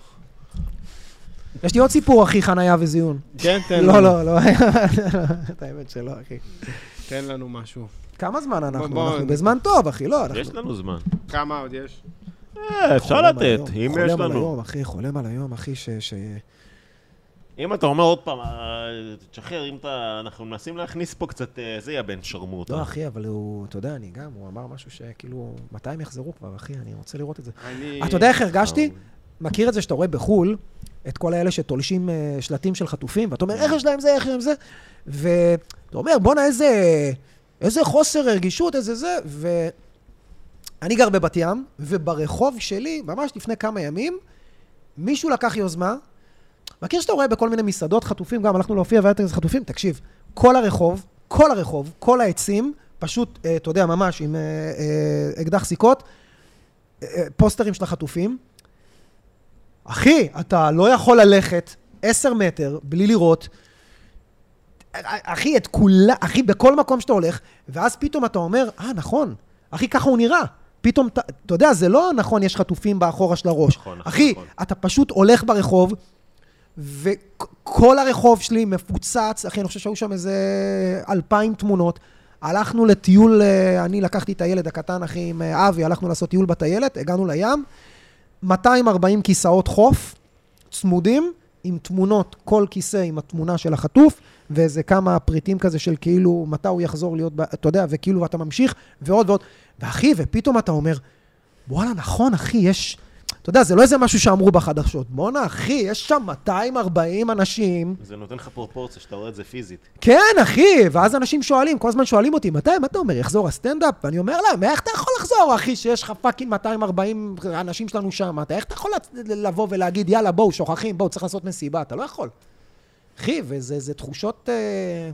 יש לי עוד סיפור, אחי, חנייה וזיון. כן, תן לא, לנו. לא, לא. את האמת שלא, אחי. תן לנו משהו. כמה זמן אנחנו? בוא, בוא. אנחנו בזמן טוב, אחי, לא. אנחנו- יש לנו זמן. כמה עוד יש? אה, אפשר חולם על לתת, היום, אם יש חולם על לנו. היום, אחי, חולם על היום, אחי, ש... ש- אם אתה אומר עוד פעם, אה, תשחרר, אם אתה... אנחנו מנסים להכניס פה קצת... אה, זה יהיה בן שרמוט. לא, אחי, אבל הוא, אתה יודע, אני גם, הוא אמר משהו שכאילו, מתי הם יחזרו כבר, אחי? אני רוצה לראות את זה. אני... אתה יודע איך הרגשתי? מכיר את זה שאתה רואה בחול, את כל האלה שתולשים אה, שלטים של חטופים, ואתה אומר, איך יש להם זה, איך יש להם זה? ואתה אומר, בוא'נה, איזה, איזה חוסר רגישות, איזה זה, ואני גר בבת ים, וברחוב שלי, ממש לפני כמה ימים, מישהו לקח יוזמה, מכיר שאתה רואה בכל מיני מסעדות חטופים, גם הלכנו להופיע והיה איזה חטופים, תקשיב, כל הרחוב, כל הרחוב, כל העצים, פשוט, אה, אתה יודע, ממש, עם אה, אה, אקדח סיכות, אה, פוסטרים של החטופים, אחי, אתה לא יכול ללכת עשר מטר בלי לראות, אחי, את כולה, אחי, בכל מקום שאתה הולך, ואז פתאום אתה אומר, אה, נכון, אחי, ככה הוא נראה. פתאום, אתה יודע, זה לא נכון, יש חטופים באחורה של הראש. נכון, נכון, אחי, נכון. אתה פשוט הולך ברחוב, וכל הרחוב שלי מפוצץ, אחי, אני חושב שהיו שם איזה אלפיים תמונות. הלכנו לטיול, אני לקחתי את הילד הקטן, אחי, עם אבי, הלכנו לעשות טיול בטיילת, הגענו לים, מאתיים וארבעים כיסאות חוף, צמודים, עם תמונות, כל כיסא עם התמונה של החטוף, ואיזה כמה פריטים כזה של כאילו, מתי הוא יחזור להיות, אתה יודע, וכאילו אתה ממשיך, ועוד ועוד. ואחי, ופתאום אתה אומר, וואלה, נכון, אחי, יש... אתה יודע, זה לא איזה משהו שאמרו בחדשות. בוא'נה, אחי, יש שם מאתיים וארבעים אנשים. זה נותן לך פרופורציה, שאתה רואה את זה פיזית. כן, אחי, ואז אנשים שואלים, כל הזמן שואלים אותי, מתי, מה אתה אומר, יחזור הסטנדאפ? ואני אומר להם, איך אתה יכול לחזור, אחי, שיש לך פאקינג מאתיים וארבעים אנשים שלנו שם? אתה, איך אתה יכול לבוא ולהגיד, יאללה, בואו, שוכחים, בואו, צריך לעשות מסיבה? אתה לא יכול. אחי, וזה זה תחושות אה,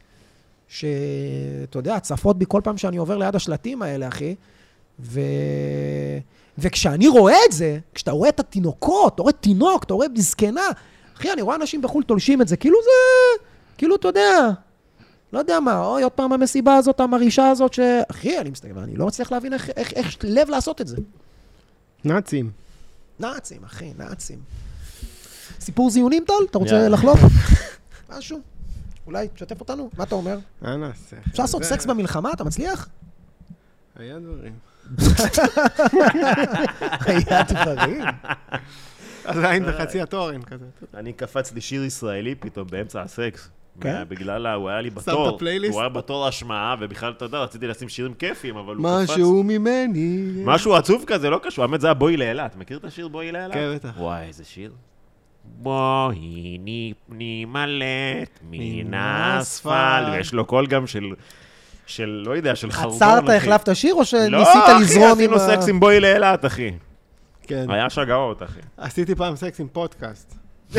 שאתה יודע, צפות בי כל פעם שאני עובר ליד השלטים האלה, אחי, ו... וכשאני רואה את זה, כשאתה רואה את התינוקות, אתה רואה תינוק, אתה רואה זקנה, אחי, אני רואה אנשים בחול תולשים את זה, כאילו זה, כאילו, אתה יודע, לא יודע מה, אוי, עוד פעם המסיבה הזאת, המרישה הזאת, ש... אחי, אני מסתכל, אני לא מצליח להבין איך, איך, איך לב לעשות את זה. נאצים. נאצים, אחי, נאצים. סיפור זיונים, טל? אתה רוצה לחלוק? משהו? אולי, תשתף אותנו? מה אתה אומר? אה, נעשה. אפשר לעשות סקס במלחמה? אתה מצליח? היה דברים. היה דברים. אז עין בחצי התורן כזה. אני קפץ לי שיר ישראלי פתאום באמצע הסקס. כן? בגלל, הוא היה לי בתור. שמת פלייליסט? הוא היה בתור השמעה, ובכלל, אתה יודע, רציתי לשים שירים כיפים, אבל הוא קפץ. משהו ממני. משהו עצוב כזה, לא קשור. האמת, זה היה בואי לאילת. מכיר את השיר בואי לאילת? כן, בטח. וואי, איזה שיר. בואי נימלט מן האספלט. ויש לו קול גם של... של, לא יודע, של חרבון. עצרת, החלפת שיר, או שניסית לא, אחי, לזרום עם... עשינו סקס עם בואי לאילת, אחי. כן. היה שגעות, אחי. עשיתי פעם סקס עם פודקאסט.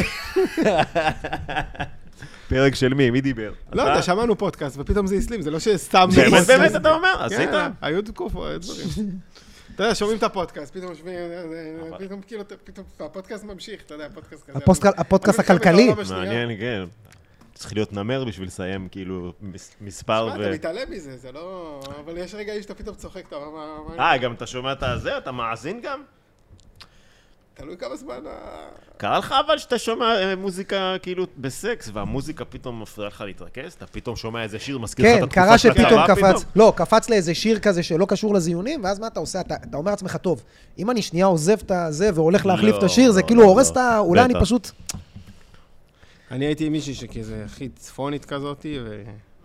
פרק של מי? מי דיבר? לא יודע, שמענו פודקאסט, ופתאום זה הסלים, זה לא שסתם... באמת, באמת, אתה אומר? עשית? כן, היו תקופות, היו דברים. אתה יודע, שומעים את הפודקאסט, פתאום שומעים, פתאום כאילו, פתאום הפודקאסט ממשיך, אתה יודע, הפודקאסט כזה. הפודקאסט הכלכלי. מעניין, כן. צריך להיות נמר בשביל לסיים, כאילו, מספר ו... שמע, אתה מתעלם מזה, זה לא... אבל יש רגעים שאתה פתאום צוחק, אתה אומר, מה... אה, גם אתה שומע את הזה? אתה מאזין גם? תלוי כמה זמן ה... קרה לך אבל שאתה שומע מוזיקה כאילו בסקס, והמוזיקה פתאום מפריעה לך להתרכז? אתה פתאום שומע איזה שיר, מזכיר לך את כן, התקופה קרה של שפתאום הצבא קפץ, לא, קפץ לאיזה שיר כזה שלא קשור לזיונים, ואז מה אתה עושה? אתה, אתה אומר לעצמך, טוב, אם אני שנייה עוזב את זה והולך להחליף את השיר, זה כאילו הורס את ה... אולי אני פשוט... אני הייתי עם מישהי שכזה הכי צפונית כזאתי, ו...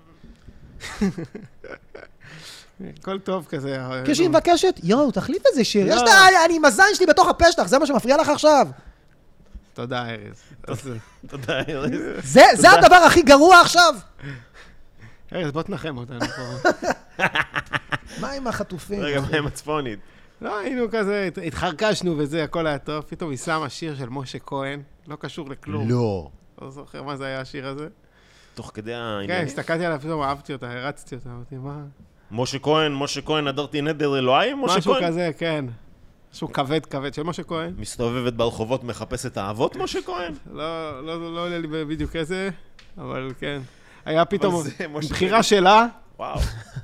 הכל טוב כזה. כשהיא מבקשת, יואו, תחליף איזה שיר, יש לה, אני עם הזין שלי בתוך הפה שלך, זה מה שמפריע לך עכשיו. תודה, ארז. תודה, ארז. זה הדבר הכי גרוע עכשיו. ארז, בוא תנחם אותנו פה. מה עם החטופים? רגע, מה עם הצפונית? לא, היינו כזה, התחרקשנו וזה, הכל היה טוב. פתאום היא שמה שיר של משה כהן, לא קשור לכלום. לא. לא זוכר מה זה היה השיר הזה. תוך כדי כן, העניינים? הסתכלתי עליו, פתאום אהבתי אותה, הרצתי אותה, אמרתי, מה? משה כהן, משה כהן, נדרתי נדר אלוהים, משה משהו כהן? כזה, כן. משהו כבד כבד של משה כהן. מסתובבת ברחובות, מחפשת אהבות, משה כהן? לא, לא, לא עולה לי בדיוק איזה, אבל כן. היה פתאום אבל זה משה בחירה שלה. וואו.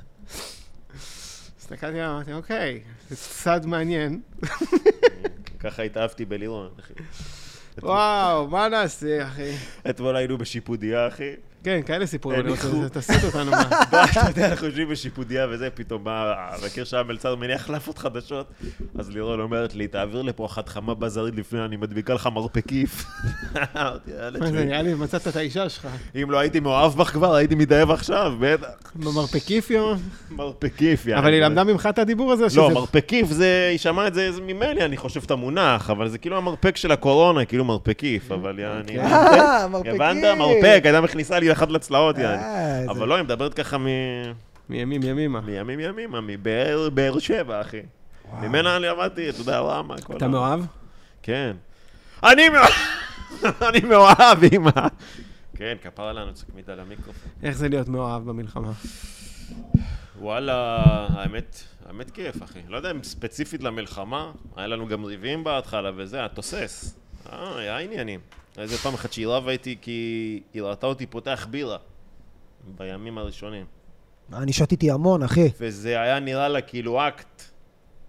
הסתכלתי, אמרתי, אוקיי, זה צד מעניין. ככה התאהבתי בלירון, אחי. וואו, מה נעשה, אחי? אתמול היינו בשיפודיה, אחי. כן, כאלה סיפורים, אין אני רוצה, איחור. תסיט אותנו מה. אתה יודע, אנחנו יושבים בשיפודיה וזה, פתאום בא, המכיר שם מלצר מניח להפות חדשות, אז לירון אומרת לי, תעביר לפה אחת חמה בזרית לפני, אני מדביקה לך מרפקיף. אמרתי, יאללה, מה זה, תשמעי. נראה לי, מצאת את האישה שלך. אם לא הייתי מאוהב בך כבר, הייתי מתאהב עכשיו, בטח. במרפקיף, יום. מרפקיף, יאללה. אבל היא למדה ממך את הדיבור הזה, לא, מרפקיף זה, היא שמעה את זה ממני, אני חושב את המונח, אבל זה כאילו המרפק של הקורונה, כאילו מרפקיף, אבל יעני... אה, מרפקים. הבנת? מרפק, הייתה מכניסה לי אחד לצלעות, יעני. אה, זה- אבל לא, היא מדברת ככה מ... מימים ימימה. מימים ימימה, מבאר באר שבע, אחי. ממנה אני למדתי, אתה יודע, למה? אתה מאוהב? כן. אני מאוהב! אני מאוהב, אמא. כן, כפרה לנו, צקמית על המיקרופון. איך זה להיות מאוהב במלחמה? וואלה, האמת, האמת כיף, אחי. לא יודע אם ספציפית למלחמה, היה לנו גם ריבים בהתחלה וזה, התוסס. אה, היה עניינים. איזה פעם אחת שהיא רבה איתי, כי היא ראתה אותי פותח בירה. בימים הראשונים. אני שתיתי המון, אחי. וזה היה נראה לה כאילו אקט.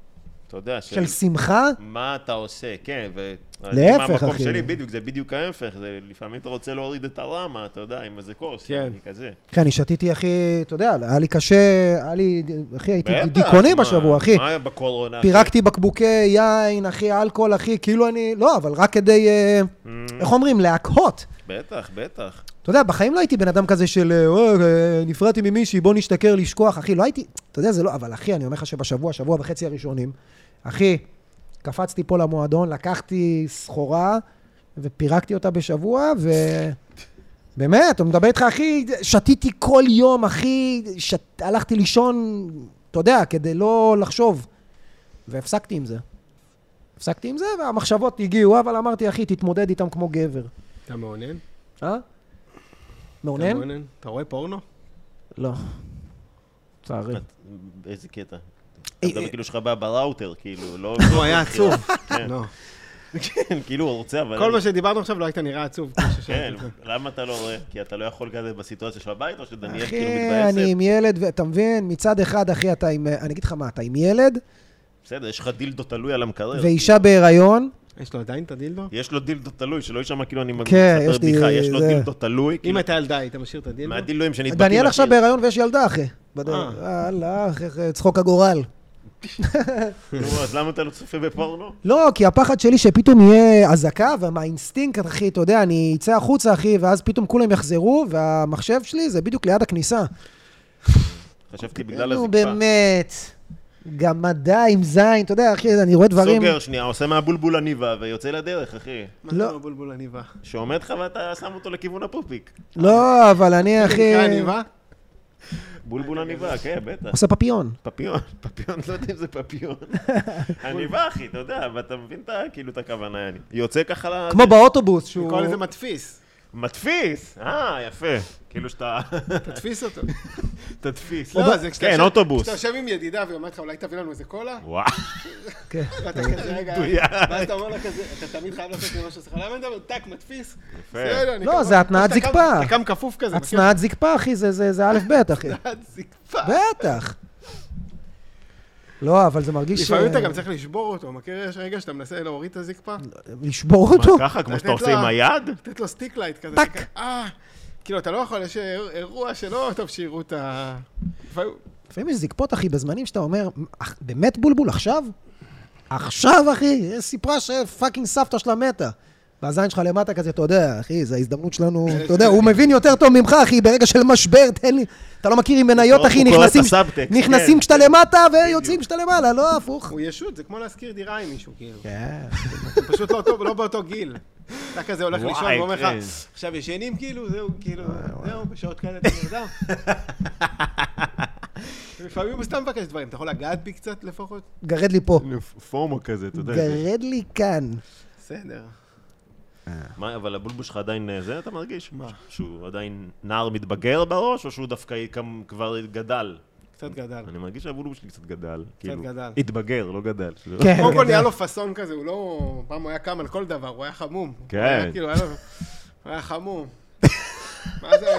אתה יודע, של שמחה? מה אתה עושה, כן, ו... להפך, אחי. מהמקום שלי, בדיוק, זה בדיוק ההפך, זה לפעמים אתה רוצה להוריד את הרמה, אתה יודע, עם איזה קורס, כן. אני כזה. כן, אני שתיתי, אחי, אתה יודע, היה לי קשה, היה לי, אחי, הייתי בטח, דיכאוני מה- בשבוע, אחי. מה היה בקורונה? אחי? פירקתי בקבוקי יין, אחי, אלכוהול, אחי, כאילו אני, לא, אבל רק כדי, אה, Mm, איך אומרים, להקהות. בטח, בטח. אתה יודע, בחיים לא הייתי בן אדם כזה של, אה, אה, נפרדתי ממישהי, בוא נשתכר, לשכוח, אחי, לא הייתי, אתה יודע, זה לא, אבל אחי, אני אומר לך שבשבוע, שבוע וחצי הראשונים, אחי, קפצתי פה למועדון, לקחתי סחורה, ופירקתי אותה בשבוע, ו... באמת, אני מדבר איתך, אחי, שתיתי כל יום, אחי, שת... הלכתי לישון, אתה יודע, כדי לא לחשוב. והפסקתי עם זה. הפסקתי עם זה, והמחשבות הגיעו, אבל אמרתי, אחי, תתמודד איתם כמו גבר. אתה מעונן? אה? אתה מעונן? מעונן? אתה רואה פורנו? לא. צערי. איזה קטע. אה, אתה אה. כאילו שלך בא בראוטר, כאילו, לא... הוא היה עצוב. כן. לא. כן, כאילו הוא רוצה, אבל... כל מה שדיברנו עכשיו לא היית נראה עצוב. כמו כן, ששאלתי. למה אתה לא רואה? כי אתה לא יכול כזה בסיטואציה של הבית, או שדניאל כאילו אחי, מתבאסת? אני עם ילד, ואתה מבין, מצד אחד, אחי, אתה עם... אני אגיד לך מה, אתה עם ילד, בסדר, יש לך דילדו תלוי על המקרר. ואישה בהיריון, יש לו עדיין את הדילדו? יש לו דילדו תלוי, שלא יישמע כאילו אני כן, מספר יש לי- בדיחה, יש לו זה- דילדו תלוי, אם כאילו, הייתה ילדה, היית משאיר את הדילדו? מהדילדואים שנדבקים. דניאל עכשיו בקיר. בהיריון ויש ילדה, אחי. בדרך. יאללה, אחי, צחוק הגורל. נו, אז למה אתה לא צופה בפורנו? לא, כי הפחד שלי שפתאום יהיה אזעקה, ומהאינסטינקט, אחי, אתה יודע, אני אצא החוצה, אחי, ואז פתאום כולם יחזרו, והמחשב שלי זה בדיוק ליד הכניסה. חשבתי בגלל נו, הזקפה. באמת. גמדה עם זין, אתה יודע, אחי, אני רואה דברים... סוגר שנייה, עושה מהבולבול עניבה ויוצא לדרך, אחי. מה לא. זה בולבול עניבה? שעומד לך ואתה שם אותו לכיוון הפופיק. לא, אבל אני, אחי... נקרא עניבה? בולבול עניבה, כן, בטח. עושה פפיון. פפיון, פפיון, לא יודע אם זה פפיון. עניבה, אחי, אתה יודע, ואתה מבין את ה- כאילו את הכוונה, אני. יוצא ככה ל... כמו באוטובוס, שהוא... נקרא לזה מדפיס. מדפיס! אה, יפה. כאילו שאתה... תדפיס אותו. תדפיס. לא, זה כשאתה כן, יושב- אוטובוס. כשאתה יושב עם ידידה והיא אומרת לך, אולי תביא לנו איזה קולה? וואו. כן. ואתה כזה, רגע, מדויק. ואז אתה אומר לה כזה, אתה תמיד חייב לעשות ממה שעושה לך, למה אתה אומר, טק, מדפיס? יפה. בסדר, אני לא, כמובן- זה התנעת אתה קם- זקפה. אתה קם כפוף כזה. הצנעת זקפה, אחי, זה- זה זה א' ב', אחי. התנעת זקפה. בטח. לא, אבל זה מרגיש... לפעמים ש- אתה גם צריך לשבור אותו, מכיר יש רגע שאתה מנסה להוריד את הזקפה? לשבור מה, אותו? ככה, כמו שאתה לתת עושה לה- עם היד? לתת לו סטיק לייט כזה. טק. שכ- אה, כאילו, אתה לא יכול, יש אירוע שלא טוב שיראו את ה... לפעמים- לפעמים יש זקפות, אחי, בזמנים שאתה אומר, "אח, באמת בולבול, עכשיו? עכשיו, אחי? היא סיפרה שפאקינג סבתא שלה מתה. והזין שלך למטה כזה, אתה יודע, אחי, זו ההזדמנות שלנו, אתה יודע, הוא מבין יותר טוב ממך, אחי, ברגע של משבר, תן לי, אתה לא מכיר עם מניות, הוא אחי, קורא את נכנסים, הסאבטקסט, נכנסים כן. כשאתה למטה ויוצאים כשאתה למעלה, לא הפוך. הוא ישות, זה כמו להשכיר דירה עם מישהו, כאילו. כן. הוא פשוט לא אותו- לא באותו גיל. אתה כזה הולך וואי, לישון ואומר לך, כן. עכשיו ישנים כאילו, זהו, כאילו, זהו, בשעות כאלה אתה נרדם. לפעמים הוא סתם מבקש דברים, אתה יכול לגעת בי קצת לפחות? גרד לי פה. פורמו כזה, אתה יודע. גרד לי כאן. בסדר. מה, אבל הבולבול שלך עדיין אה, זה, אתה מרגיש? מה? שהוא עדיין נער מתבגר בראש, או שהוא דווקא כם- כבר גדל? קצת גדל. אני מרגיש שהבולבול שלי קצת גדל. כאילו, גדל. התבגר, לא גדל. כן. קודם כל גדל. נהיה לו פאסון כזה, הוא לא... פעם הוא היה קם על כל דבר, הוא היה חמום. כן. הוא היה כאילו, היה לו... הוא היה חמום. מה זה?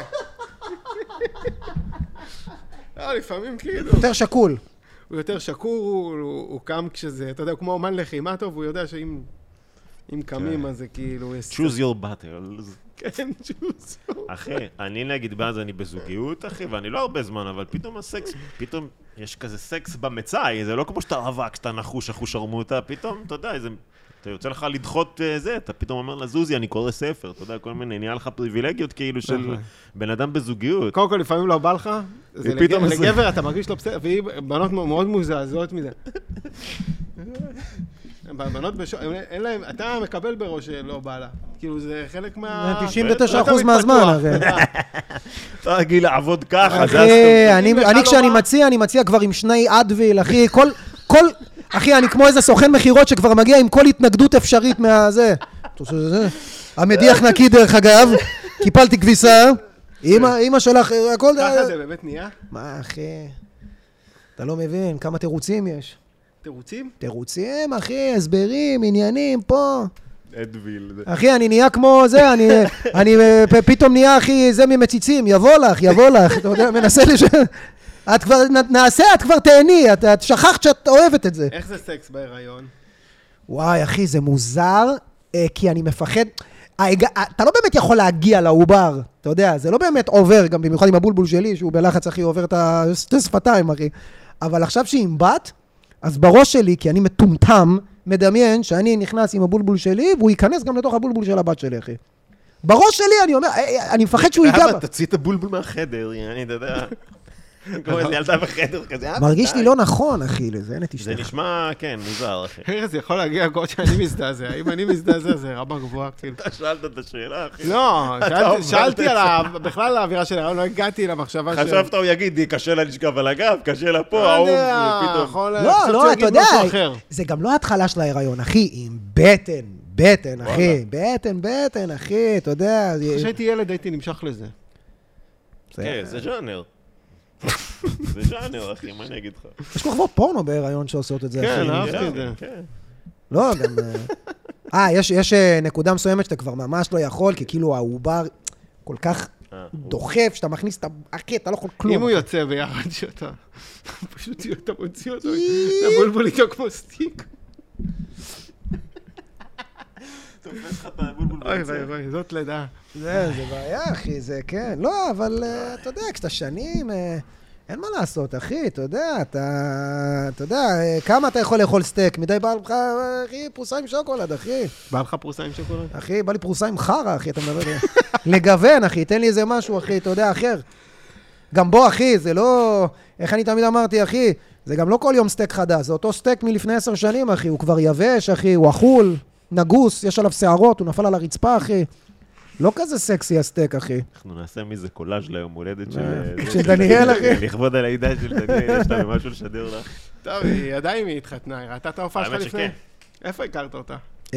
לא, לפעמים כאילו... יותר שקול. הוא יותר שקור, הוא, הוא, הוא קם כשזה, אתה יודע, הוא כמו אומן לחימה טוב, הוא יודע שאם אם קמים, אז זה כאילו... יש- choose your battles. כן, צ'וז. אחי, אני נגיד באז אני בזוגיות, אחי, ואני לא הרבה זמן, אבל פתאום הסקס, פתאום יש כזה סקס במצאי, זה לא כמו שאתה רווק, שאתה נחוש, אחוש שרמוטה, פתאום, אתה יודע, זה... אתה יוצא לך לדחות אה, זה, אתה פתאום אומר לזוזי, אני קורא ספר, אתה יודע, כל מיני, נהיה לך פריבילגיות כאילו של נכון. בן אדם בזוגיות. קודם כל, לפעמים לא בא לך, זה ופתאום לג- זה- לגבר, אתה מרגיש לא בסדר, והיא בנות מאוד מוזעזעות מזה. בנות בשוק, אין להם, אתה מקבל בראש שלא בא לה. כאילו, זה חלק מה... תשעים ותשע לא אחוז תמיד מהזמן, פתוח. אחי. אתה רגיל לעבוד ככה, זה אחי, הסתם. אני, אם לך אני לא כשאני בא- מציע, אני מציע כבר עם שני אדוויל, אחי, כל, כל, אחי, אני כמו איזה סוכן מחירות שכבר מגיע עם כל התנגדות אפשרית מהזה. אתה עושה זה? המדיח נקי דרך אגב, קיפלתי כביסה, אמא, אמא שלך, הכל... ככה זה באמת נהיה? מה, אחי? אתה לא מבין כמה תירוצים יש. תירוצים? תירוצים, אחי, הסברים, עניינים, פה. אדוויל. זה- אחי, אני נהיה כמו זה, אני, אני פ- פתאום נהיה, אחי, זה ממציצים, יבוא לך, יבוא לך, אתה יודע, מנסה לש... את כבר, נעשה, את כבר תהני, את, את שכחת שאת אוהבת את זה. איך זה סקס בהיריון? וואי, אחי, זה מוזר, כי אני מפחד. אתה לא באמת יכול להגיע לעובר, אתה יודע, זה לא באמת עובר, גם במיוחד עם הבולבול שלי, שהוא בלחץ, אחי, עובר את השפתיים, אחי. אבל עכשיו שהיא עם בת, אז בראש שלי, כי אני מטומטם, מדמיין שאני נכנס עם הבולבול שלי, והוא ייכנס גם לתוך הבולבול של הבת שלי, אחי. בראש שלי, אני אומר, אני מפחד שהוא ייגע בה. תוציא את הבולבול מהחדר, אני יודע. כמו איזה ילדה בחדר כזה. מרגיש לי לא נכון, אחי, לזה אין את אשתך. זה נשמע, כן, מוזר, אחי. ארז יכול להגיע כל שאני מזדעזע. אם אני מזדעזע, זה רמה גבוהה. אתה שאלת את השאלה, אחי. לא, שאלתי בכלל על האווירה של הרעיון, לא הגעתי למחשבה של... חשבת, הוא יגיד, קשה לה לשכב על הגב, קשה לה פה, אהוב, ופתאום... לא, לא, אתה יודע, זה גם לא ההתחלה של ההיריון, אחי, עם בטן, בטן, אחי, בטן, בטן, אחי, אתה יודע... כשהייתי ילד הייתי נמשך לזה. כן, זה ז'אנר. זה ז'אנר, אחי, מה אני אגיד לך? יש כוכבות פורנו בהיריון שעושות את זה, אחי. כן, אהבתי את זה. לא, גם... אה, יש נקודה מסוימת שאתה כבר ממש לא יכול, כי כאילו העובר כל כך דוחף, שאתה מכניס את... אחי, אתה לא יכול כלום. אם הוא יוצא ביחד שאתה... פשוט אתה מוציא אותו, הבולבול איתו כמו סטיק. אוי, אוי, אוי, זאת לידה. זה, זה בעיה, אחי, זה כן. לא, אבל אתה יודע, כשאתה שנים, אין מה לעשות, אחי, אתה יודע, אתה, אתה יודע, כמה אתה יכול לאכול סטייק? מדי בא לך, אחי, פרוסה עם שוקולד, אחי. בא לך פרוסה עם שוקולד? אחי, בא לי פרוסה עם חרה, אחי, אתה מדבר. לגוון, אחי, תן לי איזה משהו, אחי, אתה יודע, אחר. גם בוא, אחי, זה לא... איך אני תמיד אמרתי, אחי, זה גם לא כל יום סטייק חדש, זה אותו סטייק מלפני עשר שנים, אחי, הוא כבר יבש, אחי, הוא אכול. נגוס, יש עליו שערות, הוא נפל על הרצפה, אחי. לא כזה סקסי הסטייק, אחי. אנחנו נעשה מזה קולאז' ליום הולדת של דניאל, אחי. לכבוד על העידה של דניאל, יש לה משהו לשדר לך. טוב, היא עדיין היא התחתנה, היא ראתה את ההופעה שלך האמת לפני? שכן. איפה הכרת אותה?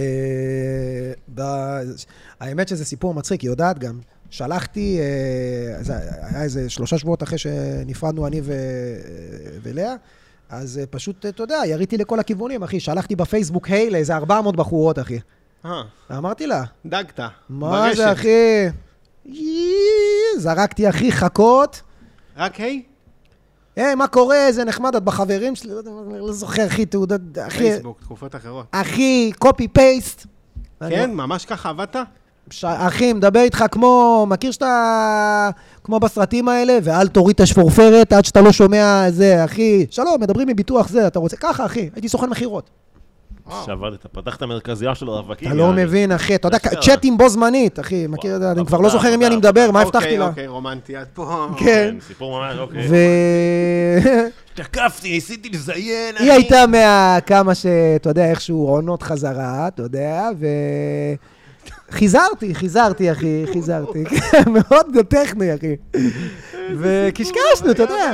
האמת שזה סיפור מצחיק, היא יודעת גם. שלחתי, היה איזה שלושה שבועות אחרי שנפרדנו אני ולאה, אז פשוט, אתה יודע, יריתי לכל הכיוונים, אחי. שלחתי בפייסבוק, היי, לאיזה ארבע מאות בחורות, אחי. אה. אמרתי לה. דגת. מה זה, אחי? זרקתי, אחי, חכות. רק היי? היי, מה קורה? זה נחמד, את בחברים שלי, לא זוכר, אחי, תעודת, אחי. פייסבוק, תקופות אחרות. אחי, קופי פייסט. כן, ממש ככה עבדת? אחי, מדבר איתך כמו, מכיר שאתה, כמו בסרטים האלה, ואל תוריד את השפורפרת עד שאתה לא שומע זה, אחי. שלום, מדברים מביטוח זה, אתה רוצה? ככה, אחי, הייתי סוכן מחירות. שעבדת, פתחת מרכזייה של רווקים. אתה לא מבין, אחי, אתה יודע, צ'אטים בו זמנית, אחי, מכיר, אני כבר לא זוכר עם מי אני מדבר, מה הבטחתי לה? אוקיי, רומנטי, את פה. כן. סיפור ממש, אוקיי. ו... תקפתי, ניסיתי לזיין, אחי. היא הייתה מה... כמה שאתה יודע, איכשהו עונות חזרה, אתה יודע, ו... חיזרתי, חיזרתי, אחי, חיזרתי. מאוד טכני, אחי. וקשקשנו, אתה יודע.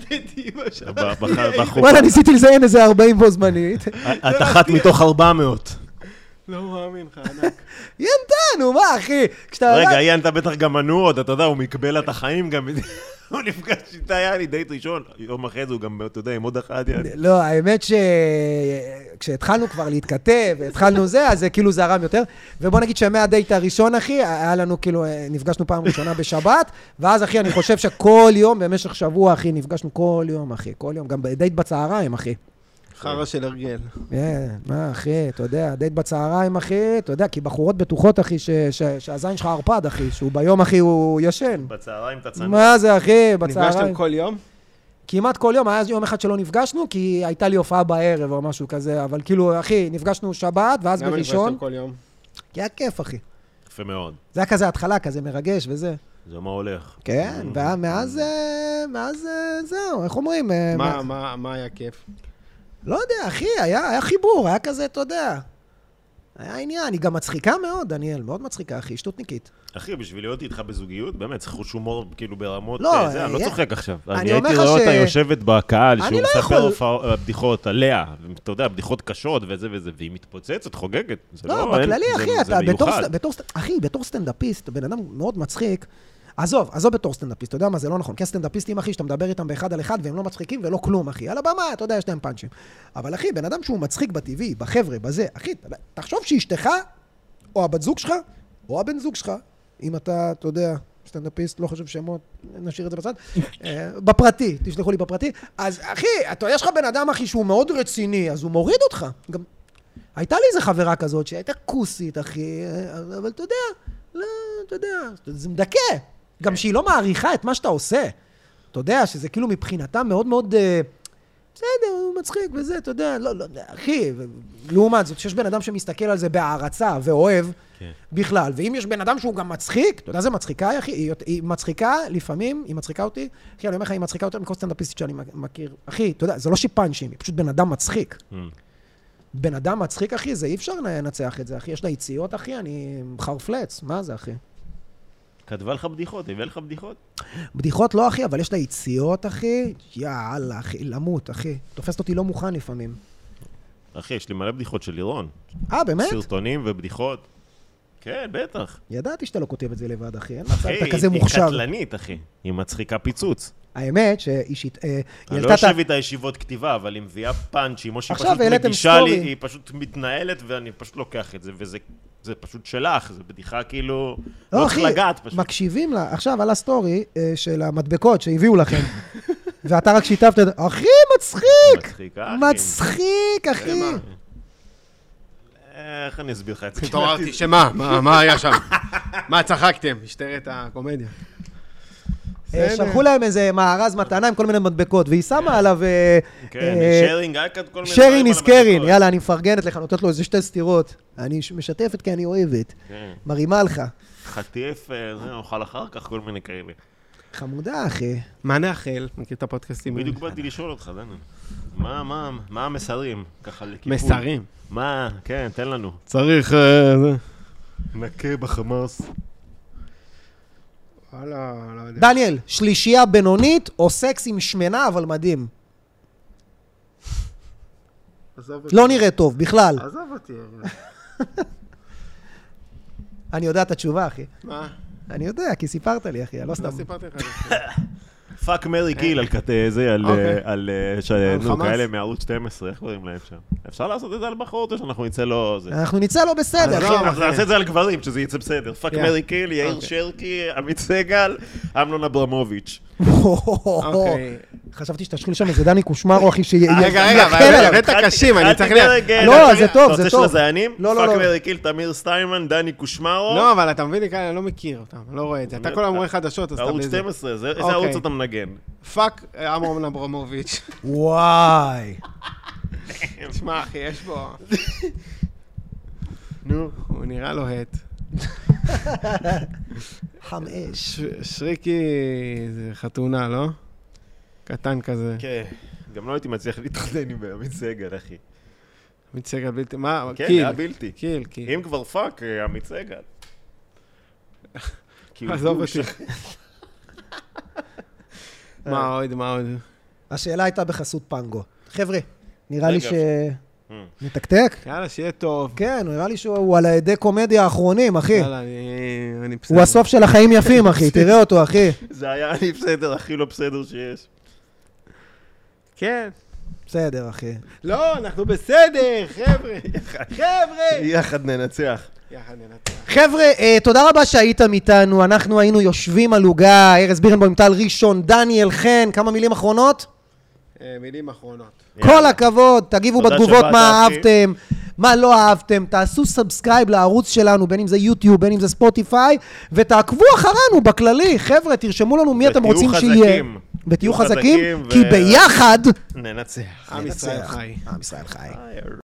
וואלה, ניסיתי לזיין איזה ארבעים בו זמנית. את אחת מתוך ארבע מאות. לא מאמין לך, ענק. היא ענתה, נו, מה, אחי? רגע, היא ענתה בטח גם מנוע עוד, אתה יודע, הוא מקבל את החיים גם... הוא נפגש איתה, היה לי דייט ראשון, יום אחרי זה הוא גם, אתה יודע, עם עוד אחד יעני. לא, האמת שכשהתחלנו כבר להתכתב, התחלנו זה, אז זה כאילו זה הרם יותר, ובוא נגיד שמהדייט הראשון, אחי, היה לנו כאילו, נפגשנו פעם ראשונה בשבת, ואז, אחי, אני חושב שכל יום, במשך שבוע, אחי, נפגשנו כל יום, אחי, כל יום, גם בדייט בצהריים, אחי. חרא של הרגל. כן, מה, אחי, אתה יודע, דייט בצהריים, אחי, אתה יודע, כי בחורות בטוחות, אחי, שהזין שלך ערפד, אחי, שהוא ביום, אחי, הוא ישן. בצהריים אתה צנוע. מה זה, אחי, בצהריים? נפגשתם כל יום? כמעט כל יום, היה יום אחד שלא נפגשנו, כי הייתה לי הופעה בערב או משהו כזה, אבל כאילו, אחי, נפגשנו שבת, ואז בראשון. למה נפגשתם כל יום? כי היה כיף, אחי. יפה מאוד. זה היה כזה התחלה, כזה מרגש וזה. זה מה הולך. כן, ומאז, מאז, זהו, איך אומרים? מה, מה, מה היה כיף? לא יודע, אחי, היה, היה חיבור, היה כזה, אתה יודע. היה עניין, היא גם מצחיקה מאוד, דניאל, מאוד מצחיקה, אחי, שטותניקית. אחי, בשביל להיות איתך בזוגיות, באמת, צריך חוש הומור כאילו ברמות, לא, זה, אני לא צוחק עכשיו. אני אני הייתי אומר רואה לך אותה ש- יושבת בקהל, שהוא לא מספר יכול- בדיחות עליה, ואתה יודע, בדיחות קשות וזה וזה, והיא מתפוצצת, חוגגת. זה לא, אין- בכללי, זה- אחי, זה אתה בתור, מיוחד. בתור, אחי, בתור סטנדאפיסט, בן אדם מאוד מצחיק, עזוב, עזוב בתור סטנדאפיסט, אתה יודע מה, זה לא נכון, כי הסטנדאפיסטים, אחי, שאתה מדבר איתם באחד על אחד, והם לא מצחיקים ולא כלום, אחי, על הבמה, אתה יודע, יש להם פאנצ'ים. אבל אחי, בן אדם שהוא מצחיק בטבעי, בחבר'ה, בזה, אחי, תחשוב שאשתך, או הבת זוג שלך, או הבן זוג שלך, אם אתה, אתה יודע, סטנדאפיסט, לא חושב שמות, נשאיר את זה בצד. אה, בפרטי, תשלחו לי בפרטי. אז אחי, אתה, יש לך בן אדם, אחי, שהוא מאוד רציני, אז הוא מוריד אותך. גם... הייתה לי איזה חברה כזאת שהייתה כוסית, אחי, אבל אתה יודע, לא, אתה יודע, זה מדכא. גם שהיא לא מעריכה את מה שאתה עושה. אתה יודע שזה כאילו מבחינתה מאוד מאוד... בסדר, הוא מצחיק וזה, אתה יודע, לא, לא, אחי, לעומת זאת, שיש בן אדם שמסתכל על זה בהערצה ואוהב כן. בכלל, ואם יש בן אדם שהוא גם מצחיק, אתה יודע, זה מצחיקה, אחי, היא, היא מצחיקה, לפעמים, היא מצחיקה אותי, אחי, אני אומר לך, היא מצחיקה אותי מכל סטנדאפיסטית שאני מכיר, אחי, אתה יודע, זה לא שיפנצ'ים, היא פשוט בן אדם מצחיק. Mm. בן אדם מצחיק, אחי, זה אי אפשר לנצח את זה, אחי, יש לה יציאות, אחי, אני חרפלץ, מה זה, אחי? כתבה לך בדיחות, הביא לך בדיחות? בדיחות לא, אחי, אבל יש לה יציאות, אחי. יאללה, אחי, למות, אחי. תופסת אותי לא מוכן לפעמים. אחי, יש לי מלא בדיחות של לירון. אה, באמת? סרטונים ובדיחות. כן, בטח. ידעתי שאתה לא כותב את זה לבד, אחי. אתה כזה מוכשר. היא קטלנית, אחי. היא מצחיקה פיצוץ. האמת שאישית... אני לא יושב איתה ישיבות כתיבה, אבל היא מביאה פאנצ'ים, או שהיא פשוט מגישה לי, היא פשוט מתנהלת, ואני פשוט לוקח את זה, וזה... זה פשוט שלך, זה בדיחה כאילו... לא צריך לגעת פשוט. מקשיבים לה, עכשיו על הסטורי של המדבקות שהביאו לכם, ואתה רק שיתפת, אחי, מצחיק! מצחיק, אחי. מצחיק, אחי. איך אני אסביר לך את זה? התעוררתי, שמה? מה היה שם? מה צחקתם? משטרת הקומדיה. שלחו להם איזה מארז מתנה עם כל מיני מדבקות, והיא שמה עליו... כן, שרינג, היה כאן כל מיני... שרינג נזכרין, יאללה, אני מפרגנת לך, נותנת לו איזה שתי סתירות. אני משתפת כי אני אוהבת. מרימה לך. חטיף, זה נאכל אחר כך, כל מיני כאלה. חמודה, אחי. מה נאכל? מכיר את הפודקאסטים? בדיוק באתי לשאול אותך, דנה. מה, מה, מה המסרים? ככה לכיוון. מסרים? מה? כן, תן לנו. צריך... נקה בחמאס. וואלה, לא יודע. דניאל, שלישייה בינונית או סקס עם שמנה אבל מדהים? לא נראה טוב, בכלל. עזוב אותי. אני יודע את התשובה, אחי. מה? אני יודע, כי סיפרת לי, אחי, לא סתם. לא סיפרתי לך. פאק מרי קיל על כזה, על כאלה מערוץ שתים עשרה, איך קוראים להם שם? אפשר לעשות את זה על בחורות או שאנחנו נצא לו... אנחנו נצא לו בסדר. אנחנו נעשה את זה על גברים, שזה יצא בסדר. פאק מרי קיל, יאיר שרקי, עמית סגל, אמנון אברמוביץ'. חשבתי שתשחיל שם איזה דני קושמרו, אחי, שיהיה... רגע, רגע, אבל הבאת קשים, אני צריך... לא, זה טוב, זה טוב. אתה רוצה של הזיינים? לא, לא, לא. פאק מרי קיל, תמיר סטיימן, דני קושמרו. לא, אבל אתה מבין לי כאלה, אני לא מכיר אותם, אני לא רואה את זה. אתה כל המורה חדשות, אז אתה ערוץ שתים עשרה, איזה ערוץ אתה מנגן? פאק אמנון אברמוביץ'. וואי. תשמע, אחי, יש בו... נו, הוא נראה לו הט. חמש. שריקי זה חתונה, לא? קטן כזה. כן, גם לא הייתי מצליח להתחתן עם עמית סגל, אחי. עמית סגל בלתי, מה? כן, היה בלתי. קיל, קיל. אם כבר פאק, עמית סגל. עזוב אותי. מה עוד, מה עוד? השאלה הייתה בחסות פנגו. חבר'ה, נראה לי ש... נתקתק? יאללה, שיהיה טוב. כן, נראה לי שהוא על הידי קומדיה האחרונים, אחי. יאללה, אני בסדר. הוא הסוף של החיים יפים, אחי, תראה אותו, אחי. זה היה אני בסדר, הכי לא בסדר שיש. כן. בסדר, אחי. לא, אנחנו בסדר, חבר'ה. חבר'ה. יחד ננצח. יחד ננצח. חבר'ה, תודה רבה שהייתם איתנו. אנחנו היינו יושבים על עוגה, ארז בירנבוים, טל ראשון, דניאל חן. כמה מילים אחרונות? מילים אחרונות. כל הכבוד, תגיבו בתגובות מה אהבתם, מה לא אהבתם, תעשו סאבסקרייב לערוץ שלנו, בין אם זה יוטיוב, בין אם זה ספוטיפיי, ותעקבו אחרינו בכללי. חבר'ה, תרשמו לנו מי אתם רוצים שיהיה. ותהיו חזקים, כי ביחד ננצח. עם ישראל חי. עם ישראל חי.